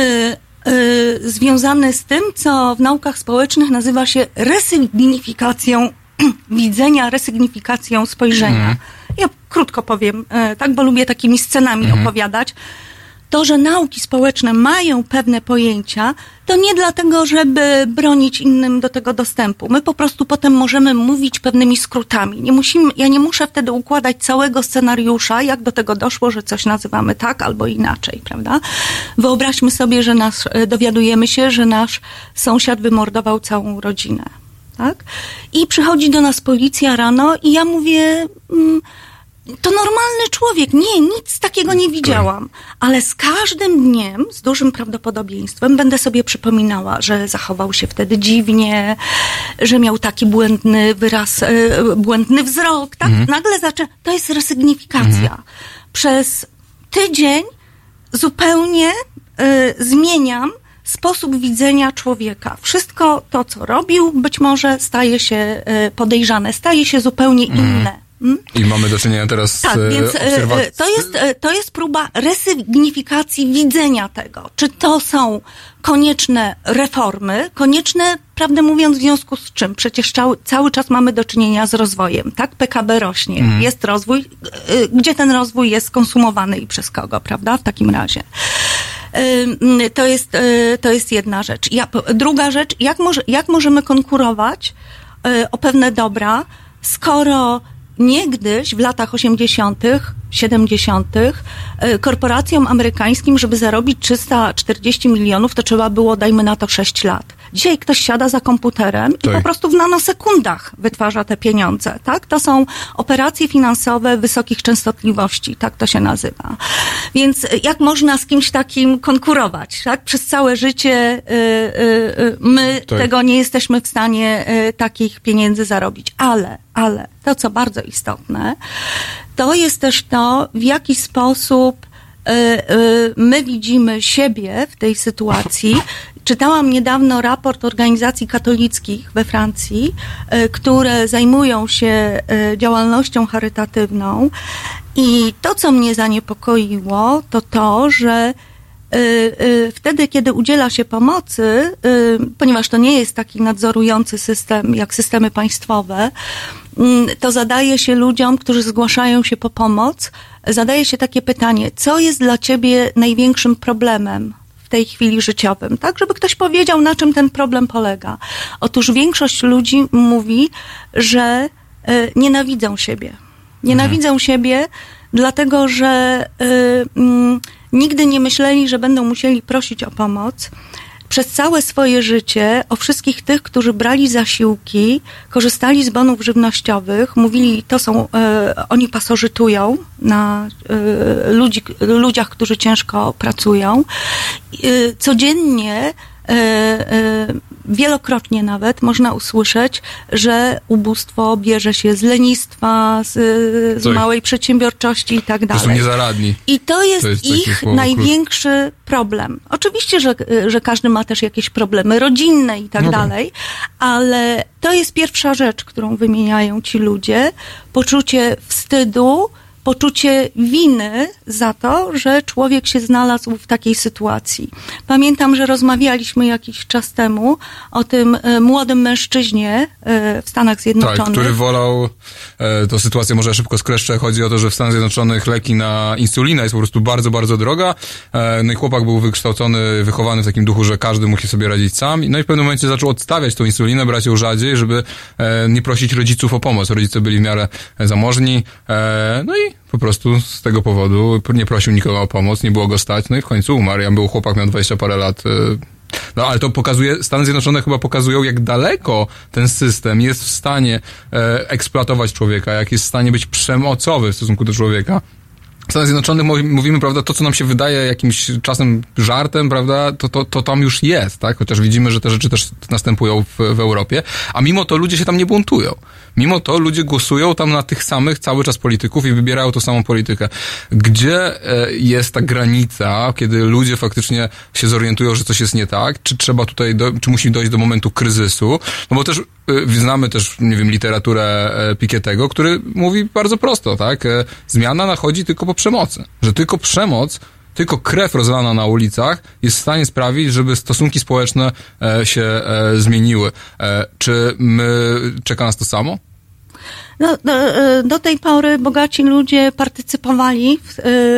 yy, związany z tym, co w naukach społecznych nazywa się resygnifikacją widzenia, resygnifikacją spojrzenia. Mm. Ja krótko powiem, tak, bo lubię takimi scenami mm. opowiadać. To, że nauki społeczne mają pewne pojęcia, to nie dlatego, żeby bronić innym do tego dostępu. My po prostu potem możemy mówić pewnymi skrótami. Nie musimy, ja nie muszę wtedy układać całego scenariusza, jak do tego doszło, że coś nazywamy tak albo inaczej, prawda? Wyobraźmy sobie, że nas, dowiadujemy się, że nasz sąsiad wymordował całą rodzinę. Tak? I przychodzi do nas policja rano i ja mówię, to normalny człowiek, nie, nic takiego nie widziałam, ale z każdym dniem, z dużym prawdopodobieństwem będę sobie przypominała, że zachował się wtedy dziwnie, że miał taki błędny wyraz, błędny wzrok, tak? Mhm. Nagle zaczę, to jest resygnifikacja. Mhm. Przez tydzień zupełnie y, zmieniam sposób widzenia człowieka. Wszystko to, co robił, być może staje się podejrzane, staje się zupełnie inne. Hmm? I mamy do czynienia teraz tak, z więc obserwacją. To jest, to jest próba resygnifikacji widzenia tego. Czy to są konieczne reformy, konieczne, prawdę mówiąc, w związku z czym? Przecież cały, cały czas mamy do czynienia z rozwojem, tak? P K B rośnie, mm. jest rozwój. Gdzie ten rozwój jest konsumowany i przez kogo, prawda? W takim razie. To jest, to jest jedna rzecz. Ja, druga rzecz, jak, może, jak możemy konkurować o pewne dobra, skoro niegdyś w latach osiemdziesiątych, siedemdziesiątych korporacjom amerykańskim, żeby zarobić trzysta czterdzieści milionów, to trzeba było, dajmy na to, sześć lat. Dzisiaj ktoś siada za komputerem tak. i po prostu w nanosekundach wytwarza te pieniądze, tak? To są operacje finansowe wysokich częstotliwości, tak to się nazywa. Więc jak można z kimś takim konkurować, tak? Przez całe życie y, y, y, my tak. tego nie jesteśmy w stanie y, takich pieniędzy zarobić. Ale, ale, to co bardzo istotne, to jest też to, w jaki sposób y, y, my widzimy siebie w tej sytuacji. Czytałam niedawno raport organizacji katolickich we Francji, y, które zajmują się y, działalnością charytatywną i to, co mnie zaniepokoiło, to to, że y, y, wtedy, kiedy udziela się pomocy, y, ponieważ to nie jest taki nadzorujący system, jak systemy państwowe, y, to zadaje się ludziom, którzy zgłaszają się po pomoc, zadaje się takie pytanie, co jest dla ciebie największym problemem w tej chwili życiowym, tak? Żeby ktoś powiedział, na czym ten problem polega. Otóż większość ludzi mówi, że y, nienawidzą siebie. Nienawidzą mhm. siebie, dlatego że y, y, nigdy nie myśleli, że będą musieli prosić o pomoc. przez całe swoje życie o wszystkich tych, którzy brali zasiłki, korzystali z bonów żywnościowych, mówili, to są, e, oni pasożytują na e, ludzi, ludziach, którzy ciężko pracują. E, codziennie E, e, wielokrotnie nawet można usłyszeć, że ubóstwo bierze się z lenistwa, z, z małej przedsiębiorczości i tak dalej. To są niezaradni. I to jest, to jest ich słowo, największy problem. Oczywiście, że, że każdy ma też jakieś problemy rodzinne i tak no dalej, ale to jest pierwsza rzecz, którą wymieniają ci ludzie. Poczucie wstydu, poczucie winy za to, że człowiek się znalazł w takiej sytuacji. Pamiętam, że rozmawialiśmy jakiś czas temu o tym e, młodym mężczyźnie e, w Stanach Zjednoczonych. Tak, który wolał, e, to sytuację może szybko skreszczę, chodzi o to, że w Stanach Zjednoczonych leki na insulinę jest po prostu bardzo, bardzo droga. E, no i chłopak był wykształcony, wychowany w takim duchu, że każdy musi sobie radzić sam. No i w pewnym momencie zaczął odstawiać tą insulinę, brać ją rzadziej, żeby e, nie prosić rodziców o pomoc. Rodzice byli w miarę zamożni. E, no i po prostu z tego powodu nie prosił nikogo o pomoc, nie było go stać, no i w końcu umarł. Ja był chłopak, miał dwadzieścia parę lat. No ale to pokazuje, Stany Zjednoczone chyba pokazują, jak daleko ten system jest w stanie e, eksploatować człowieka, jak jest w stanie być przemocowy w stosunku do człowieka. W Stanach Zjednoczonych mówimy, prawda, to, co nam się wydaje jakimś czasem żartem, prawda, to, to, to tam już jest, tak? Chociaż widzimy, że te rzeczy też następują w, w Europie, a mimo to ludzie się tam nie buntują. Mimo to ludzie głosują tam na tych samych cały czas polityków i wybierają tą samą politykę. Gdzie jest ta granica, kiedy ludzie faktycznie się zorientują, że coś jest nie tak? Czy trzeba tutaj, do, czy musi dojść do momentu kryzysu? No bo też znamy też, nie wiem, literaturę Piketty'ego, który mówi bardzo prosto, tak? Zmiana nachodzi tylko po przemocy. Że tylko przemoc, tylko krew rozlana na ulicach jest w stanie sprawić, żeby stosunki społeczne e, się e, zmieniły. E, czy my, czeka nas to samo? No, do, do tej pory bogaci ludzie partycypowali w,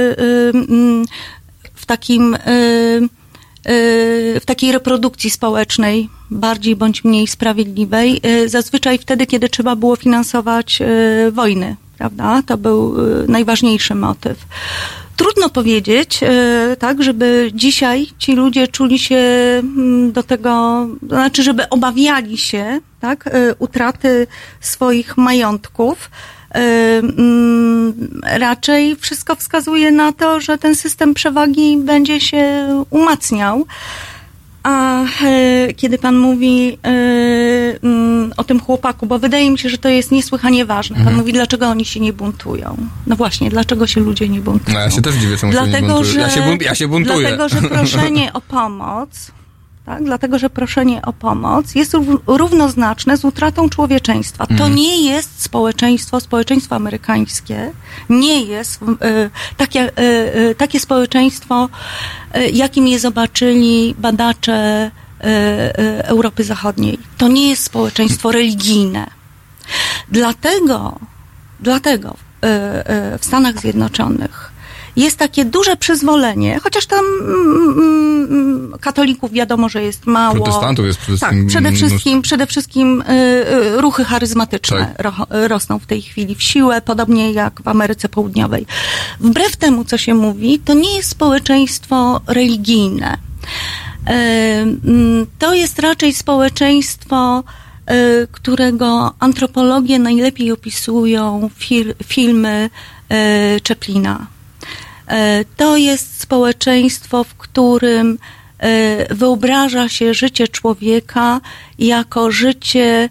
w takim w takiej reprodukcji społecznej, bardziej bądź mniej sprawiedliwej, zazwyczaj wtedy, kiedy trzeba było finansować wojny, prawda? To był najważniejszy motyw. Trudno powiedzieć, tak, żeby dzisiaj ci ludzie czuli się do tego, to znaczy, żeby obawiali się, tak, utraty swoich majątków. Raczej wszystko wskazuje na to, że ten system przewagi będzie się umacniał. A e, kiedy pan mówi e, m, o tym chłopaku, bo wydaje mi się, że to jest niesłychanie ważne. Pan mhm. mówi, dlaczego oni się nie buntują. No właśnie, dlaczego się ludzie nie buntują? No ja się też dziwię, czemu się nie buntują. Że, ja, się bunt, ja się buntuję. Dlatego, że proszenie o pomoc, tak? Dlatego, że proszenie o pomoc jest równoznaczne z utratą człowieczeństwa. To mhm. nie jest społeczeństwo, społeczeństwo amerykańskie, nie jest y, takie, y, y, takie społeczeństwo, y, jakim je zobaczyli badacze y, y, Europy Zachodniej. To nie jest społeczeństwo religijne. Dlatego, dlatego y, y, w Stanach Zjednoczonych jest takie duże przyzwolenie, chociaż tam mm, katolików wiadomo, że jest mało. Protestantów jest przede wszystkim. Tak, przede wszystkim, przede wszystkim y, y, ruchy charyzmatyczne tak. ro, rosną w tej chwili w siłę, podobnie jak w Ameryce Południowej. Wbrew temu, co się mówi, to nie jest społeczeństwo religijne. Y, y, to jest raczej społeczeństwo, y, którego antropologię najlepiej opisują fil, filmy y, Chaplina. To jest społeczeństwo, w którym wyobraża się życie człowieka jako życie,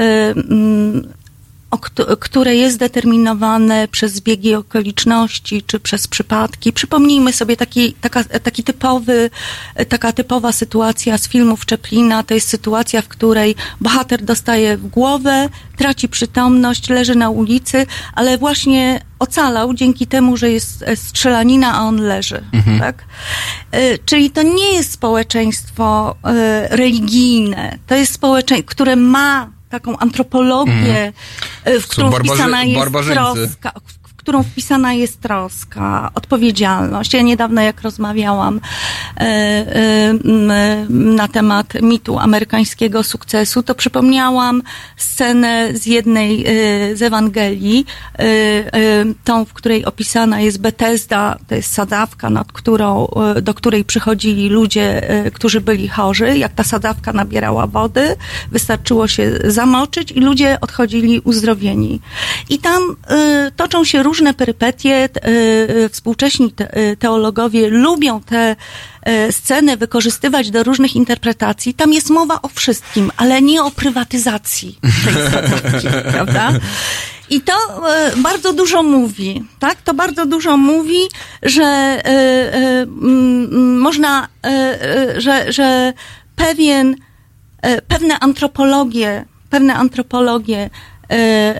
które jest determinowane przez zbiegi okoliczności czy przez przypadki. Przypomnijmy sobie taki, taka, taki typowy, taka typowa sytuacja z filmów Chaplina. To jest sytuacja, w której bohater dostaje w głowę, traci przytomność, leży na ulicy, ale właśnie ocalał dzięki temu, że jest strzelanina, a on leży. Mhm. Tak? Czyli to nie jest społeczeństwo religijne. To jest społeczeństwo, które ma taką antropologię, mm. w którą barbarzy- wpisana jest troska, w którą wpisana jest troska, odpowiedzialność. Ja niedawno jak rozmawiałam e, e, na temat mitu amerykańskiego sukcesu, to przypomniałam scenę z jednej e, z Ewangelii, e, e, tą, w której opisana jest Betesda, to jest sadzawka, nad którą, e, do której przychodzili ludzie, e, którzy byli chorzy. Jak ta sadzawka nabierała wody, wystarczyło się zamoczyć i ludzie odchodzili uzdrowieni. I tam y, toczą się różne perypetie. Y, współcześni te, teologowie lubią te y, sceny wykorzystywać do różnych interpretacji. Tam jest mowa o wszystkim, ale nie o prywatyzacji tej sadzawki, prawda? I to y, bardzo dużo mówi, tak? To bardzo dużo mówi, że y, y, y, można, y, y, że, że pewien, y, pewne antropologie, pewne antropologie y,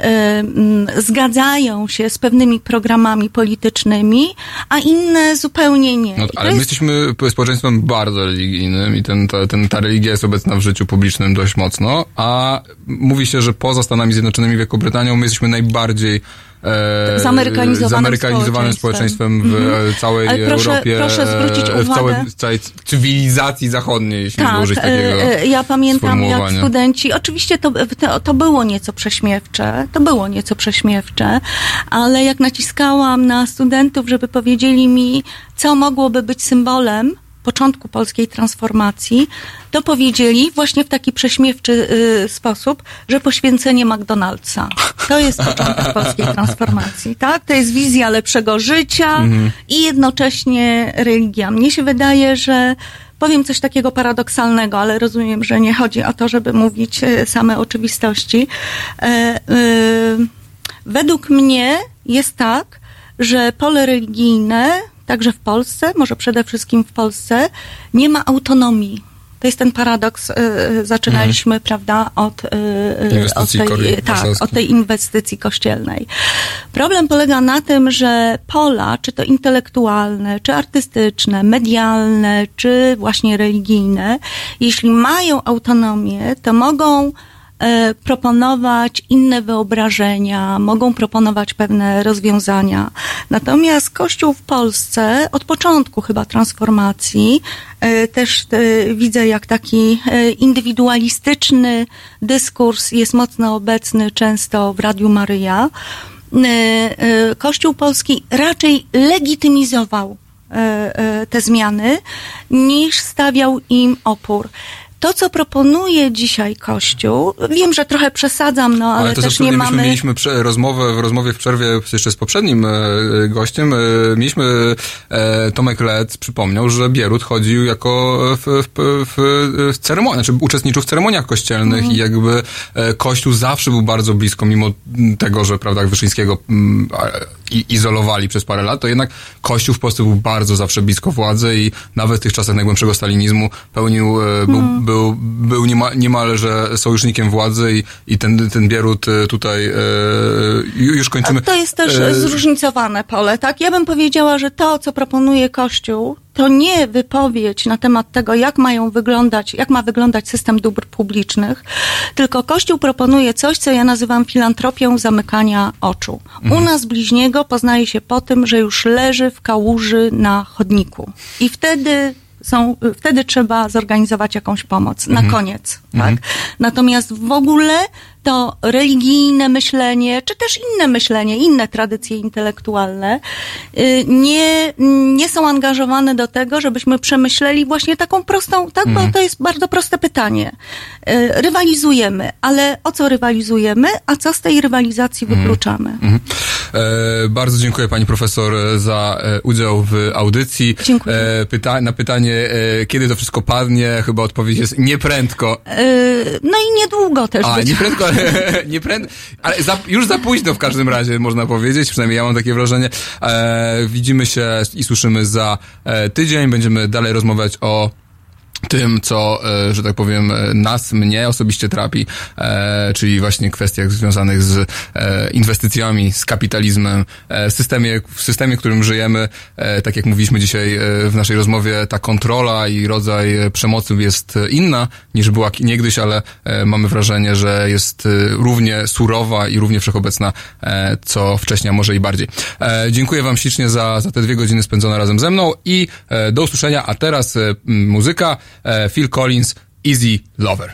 y, zgadzają się z pewnymi programami politycznymi, a inne zupełnie nie. No, ale my jest... jesteśmy społeczeństwem bardzo religijnym i ten, ta, ten, ta religia jest obecna w życiu publicznym dość mocno, a mówi się, że poza Stanami Zjednoczonymi i Wielką Brytanią my jesteśmy najbardziej E, zamerykanizowanym, zamerykanizowanym społeczeństwem, społeczeństwem w mm-hmm. całej Ale proszę, Europie, proszę zwrócić uwagę, w całej, całej cywilizacji zachodniej, jeśli tak, użyć takiego ja pamiętam, jak studenci, oczywiście to, to, to było nieco prześmiewcze, to było nieco prześmiewcze, ale jak naciskałam na studentów, żeby powiedzieli mi, co mogłoby być symbolem początku polskiej transformacji, to powiedzieli właśnie w taki prześmiewczy y, sposób, że poświęcenie McDonald'sa. To jest początek polskiej transformacji, tak? To jest wizja lepszego życia mm-hmm. i jednocześnie religia. Mnie się wydaje, że powiem coś takiego paradoksalnego, ale rozumiem, że nie chodzi o to, żeby mówić y, same oczywistości. Y, y, według mnie jest tak, że pole religijne także w Polsce, może przede wszystkim w Polsce, nie ma autonomii. To jest ten paradoks, y, zaczynaliśmy, mhm. prawda, od, y, od, tej, tak, od tej inwestycji kościelnej. Problem polega na tym, że pola, czy to intelektualne, czy artystyczne, medialne, czy właśnie religijne, jeśli mają autonomię, to mogą proponować inne wyobrażenia, mogą proponować pewne rozwiązania. Natomiast Kościół w Polsce od początku chyba transformacji też widzę, jak taki indywidualistyczny dyskurs jest mocno obecny często w Radiu Maryja. Kościół polski raczej legitymizował te zmiany, niż stawiał im opór. To, co proponuje dzisiaj Kościół, wiem, że trochę przesadzam, no ale, ale to też nie mamy... My mieliśmy prze- rozmowę, w rozmowie w przerwie jeszcze z poprzednim e, gościem, e, mieliśmy e, Tomek Lec przypomniał, że Bierut chodził jako w, w, w, w ceremoniach, znaczy uczestniczył w ceremoniach kościelnych mm. i jakby e, Kościół zawsze był bardzo blisko, mimo tego, że prawda, Wyszyńskiego m, i, izolowali przez parę lat, to jednak Kościół w Polsce był bardzo zawsze blisko władzy i nawet w tych czasach najgłębszego stalinizmu pełnił, e, był, mm. był, był niemal, niemalże sojusznikiem władzy i, i ten, ten Bierut tutaj e, już kończymy. A to jest też e... zróżnicowane pole, tak? Ja bym powiedziała, że to, co proponuje Kościół, to nie wypowiedź na temat tego, jak mają wyglądać, jak ma wyglądać system dóbr publicznych, tylko Kościół proponuje coś, co ja nazywam filantropią zamykania oczu. Mhm. U nas bliźniego poznaje się po tym, że już leży w kałuży na chodniku. I wtedy są, wtedy trzeba zorganizować jakąś pomoc. Na mhm. koniec, mhm. tak? Natomiast w ogóle to religijne myślenie, czy też inne myślenie, inne tradycje intelektualne nie, nie są angażowane do tego, żebyśmy przemyśleli właśnie taką prostą, tak, mm. bo to jest bardzo proste pytanie. Rywalizujemy, ale o co rywalizujemy, a co z tej rywalizacji mm. wykluczamy? Mm. E, bardzo dziękuję pani profesor za e, udział w audycji. Dziękuję. E, pyta- na pytanie, e, kiedy to wszystko padnie, chyba odpowiedź jest nieprędko. E, no i niedługo też. A, nieprędko, ale, nieprędko, ale za, już za późno w każdym razie, można powiedzieć, przynajmniej ja mam takie wrażenie. E, widzimy się i słyszymy za e, tydzień, będziemy dalej rozmawiać o tym, co, e, że tak powiem, nas, mnie osobiście trapi, e, czyli właśnie kwestiach związanych z e, inwestycjami, z kapitalizmem, e, systemie, w systemie, w którym żyjemy, e, tak jak mówiliśmy dzisiaj e, w naszej rozmowie, ta kontrola i rodzaj przemocy jest inna niż była niegdyś, ale e, mamy wrażenie, że jest e, równie surowa i równie wszechobecna, e, co wcześniej, a może i bardziej. E, dziękuję wam ślicznie za, za te dwie godziny spędzone razem ze mną i e, do usłyszenia, a teraz e, muzyka. Phil Collins, Easy Lover.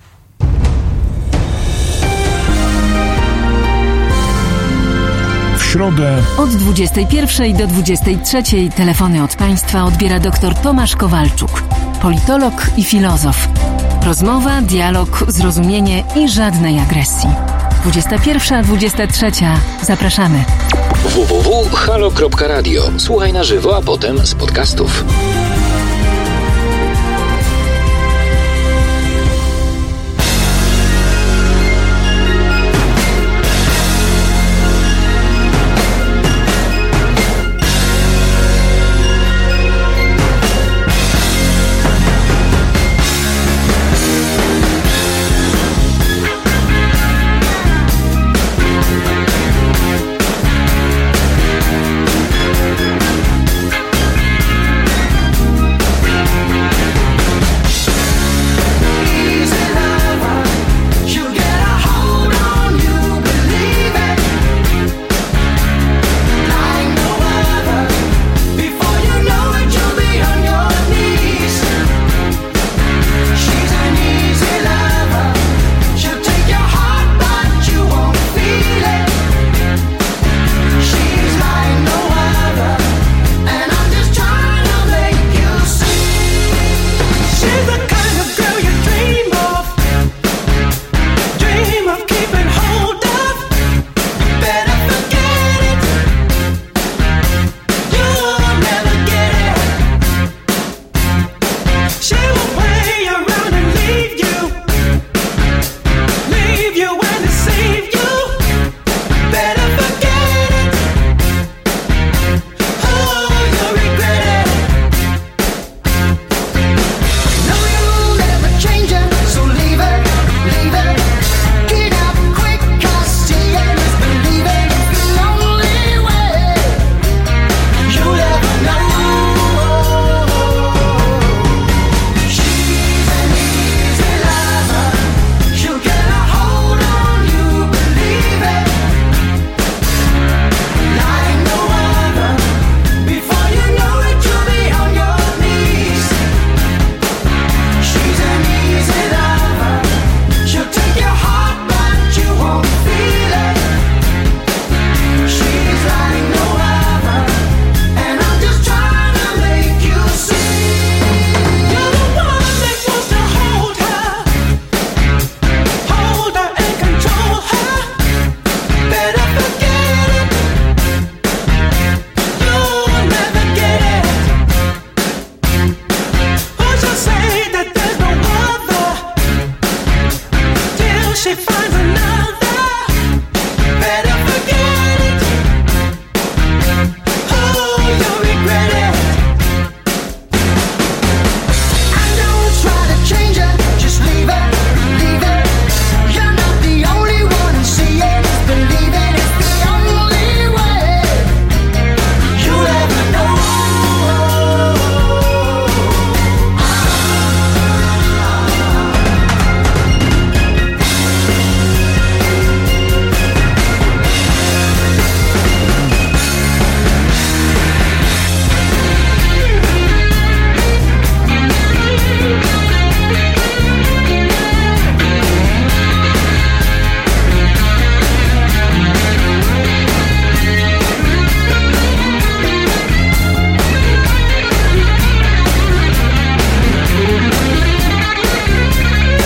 W środę od dwudziestej pierwszej do dwudziestej trzeciej telefony od Państwa odbiera dr Tomasz Kowalczuk, politolog i filozof. Rozmowa, dialog, zrozumienie i żadnej agresji. dwudziesta pierwsza, dwudziesta trzecia. Zapraszamy. w w w kropka halo kropka radio. Słuchaj na żywo, a potem z podcastów.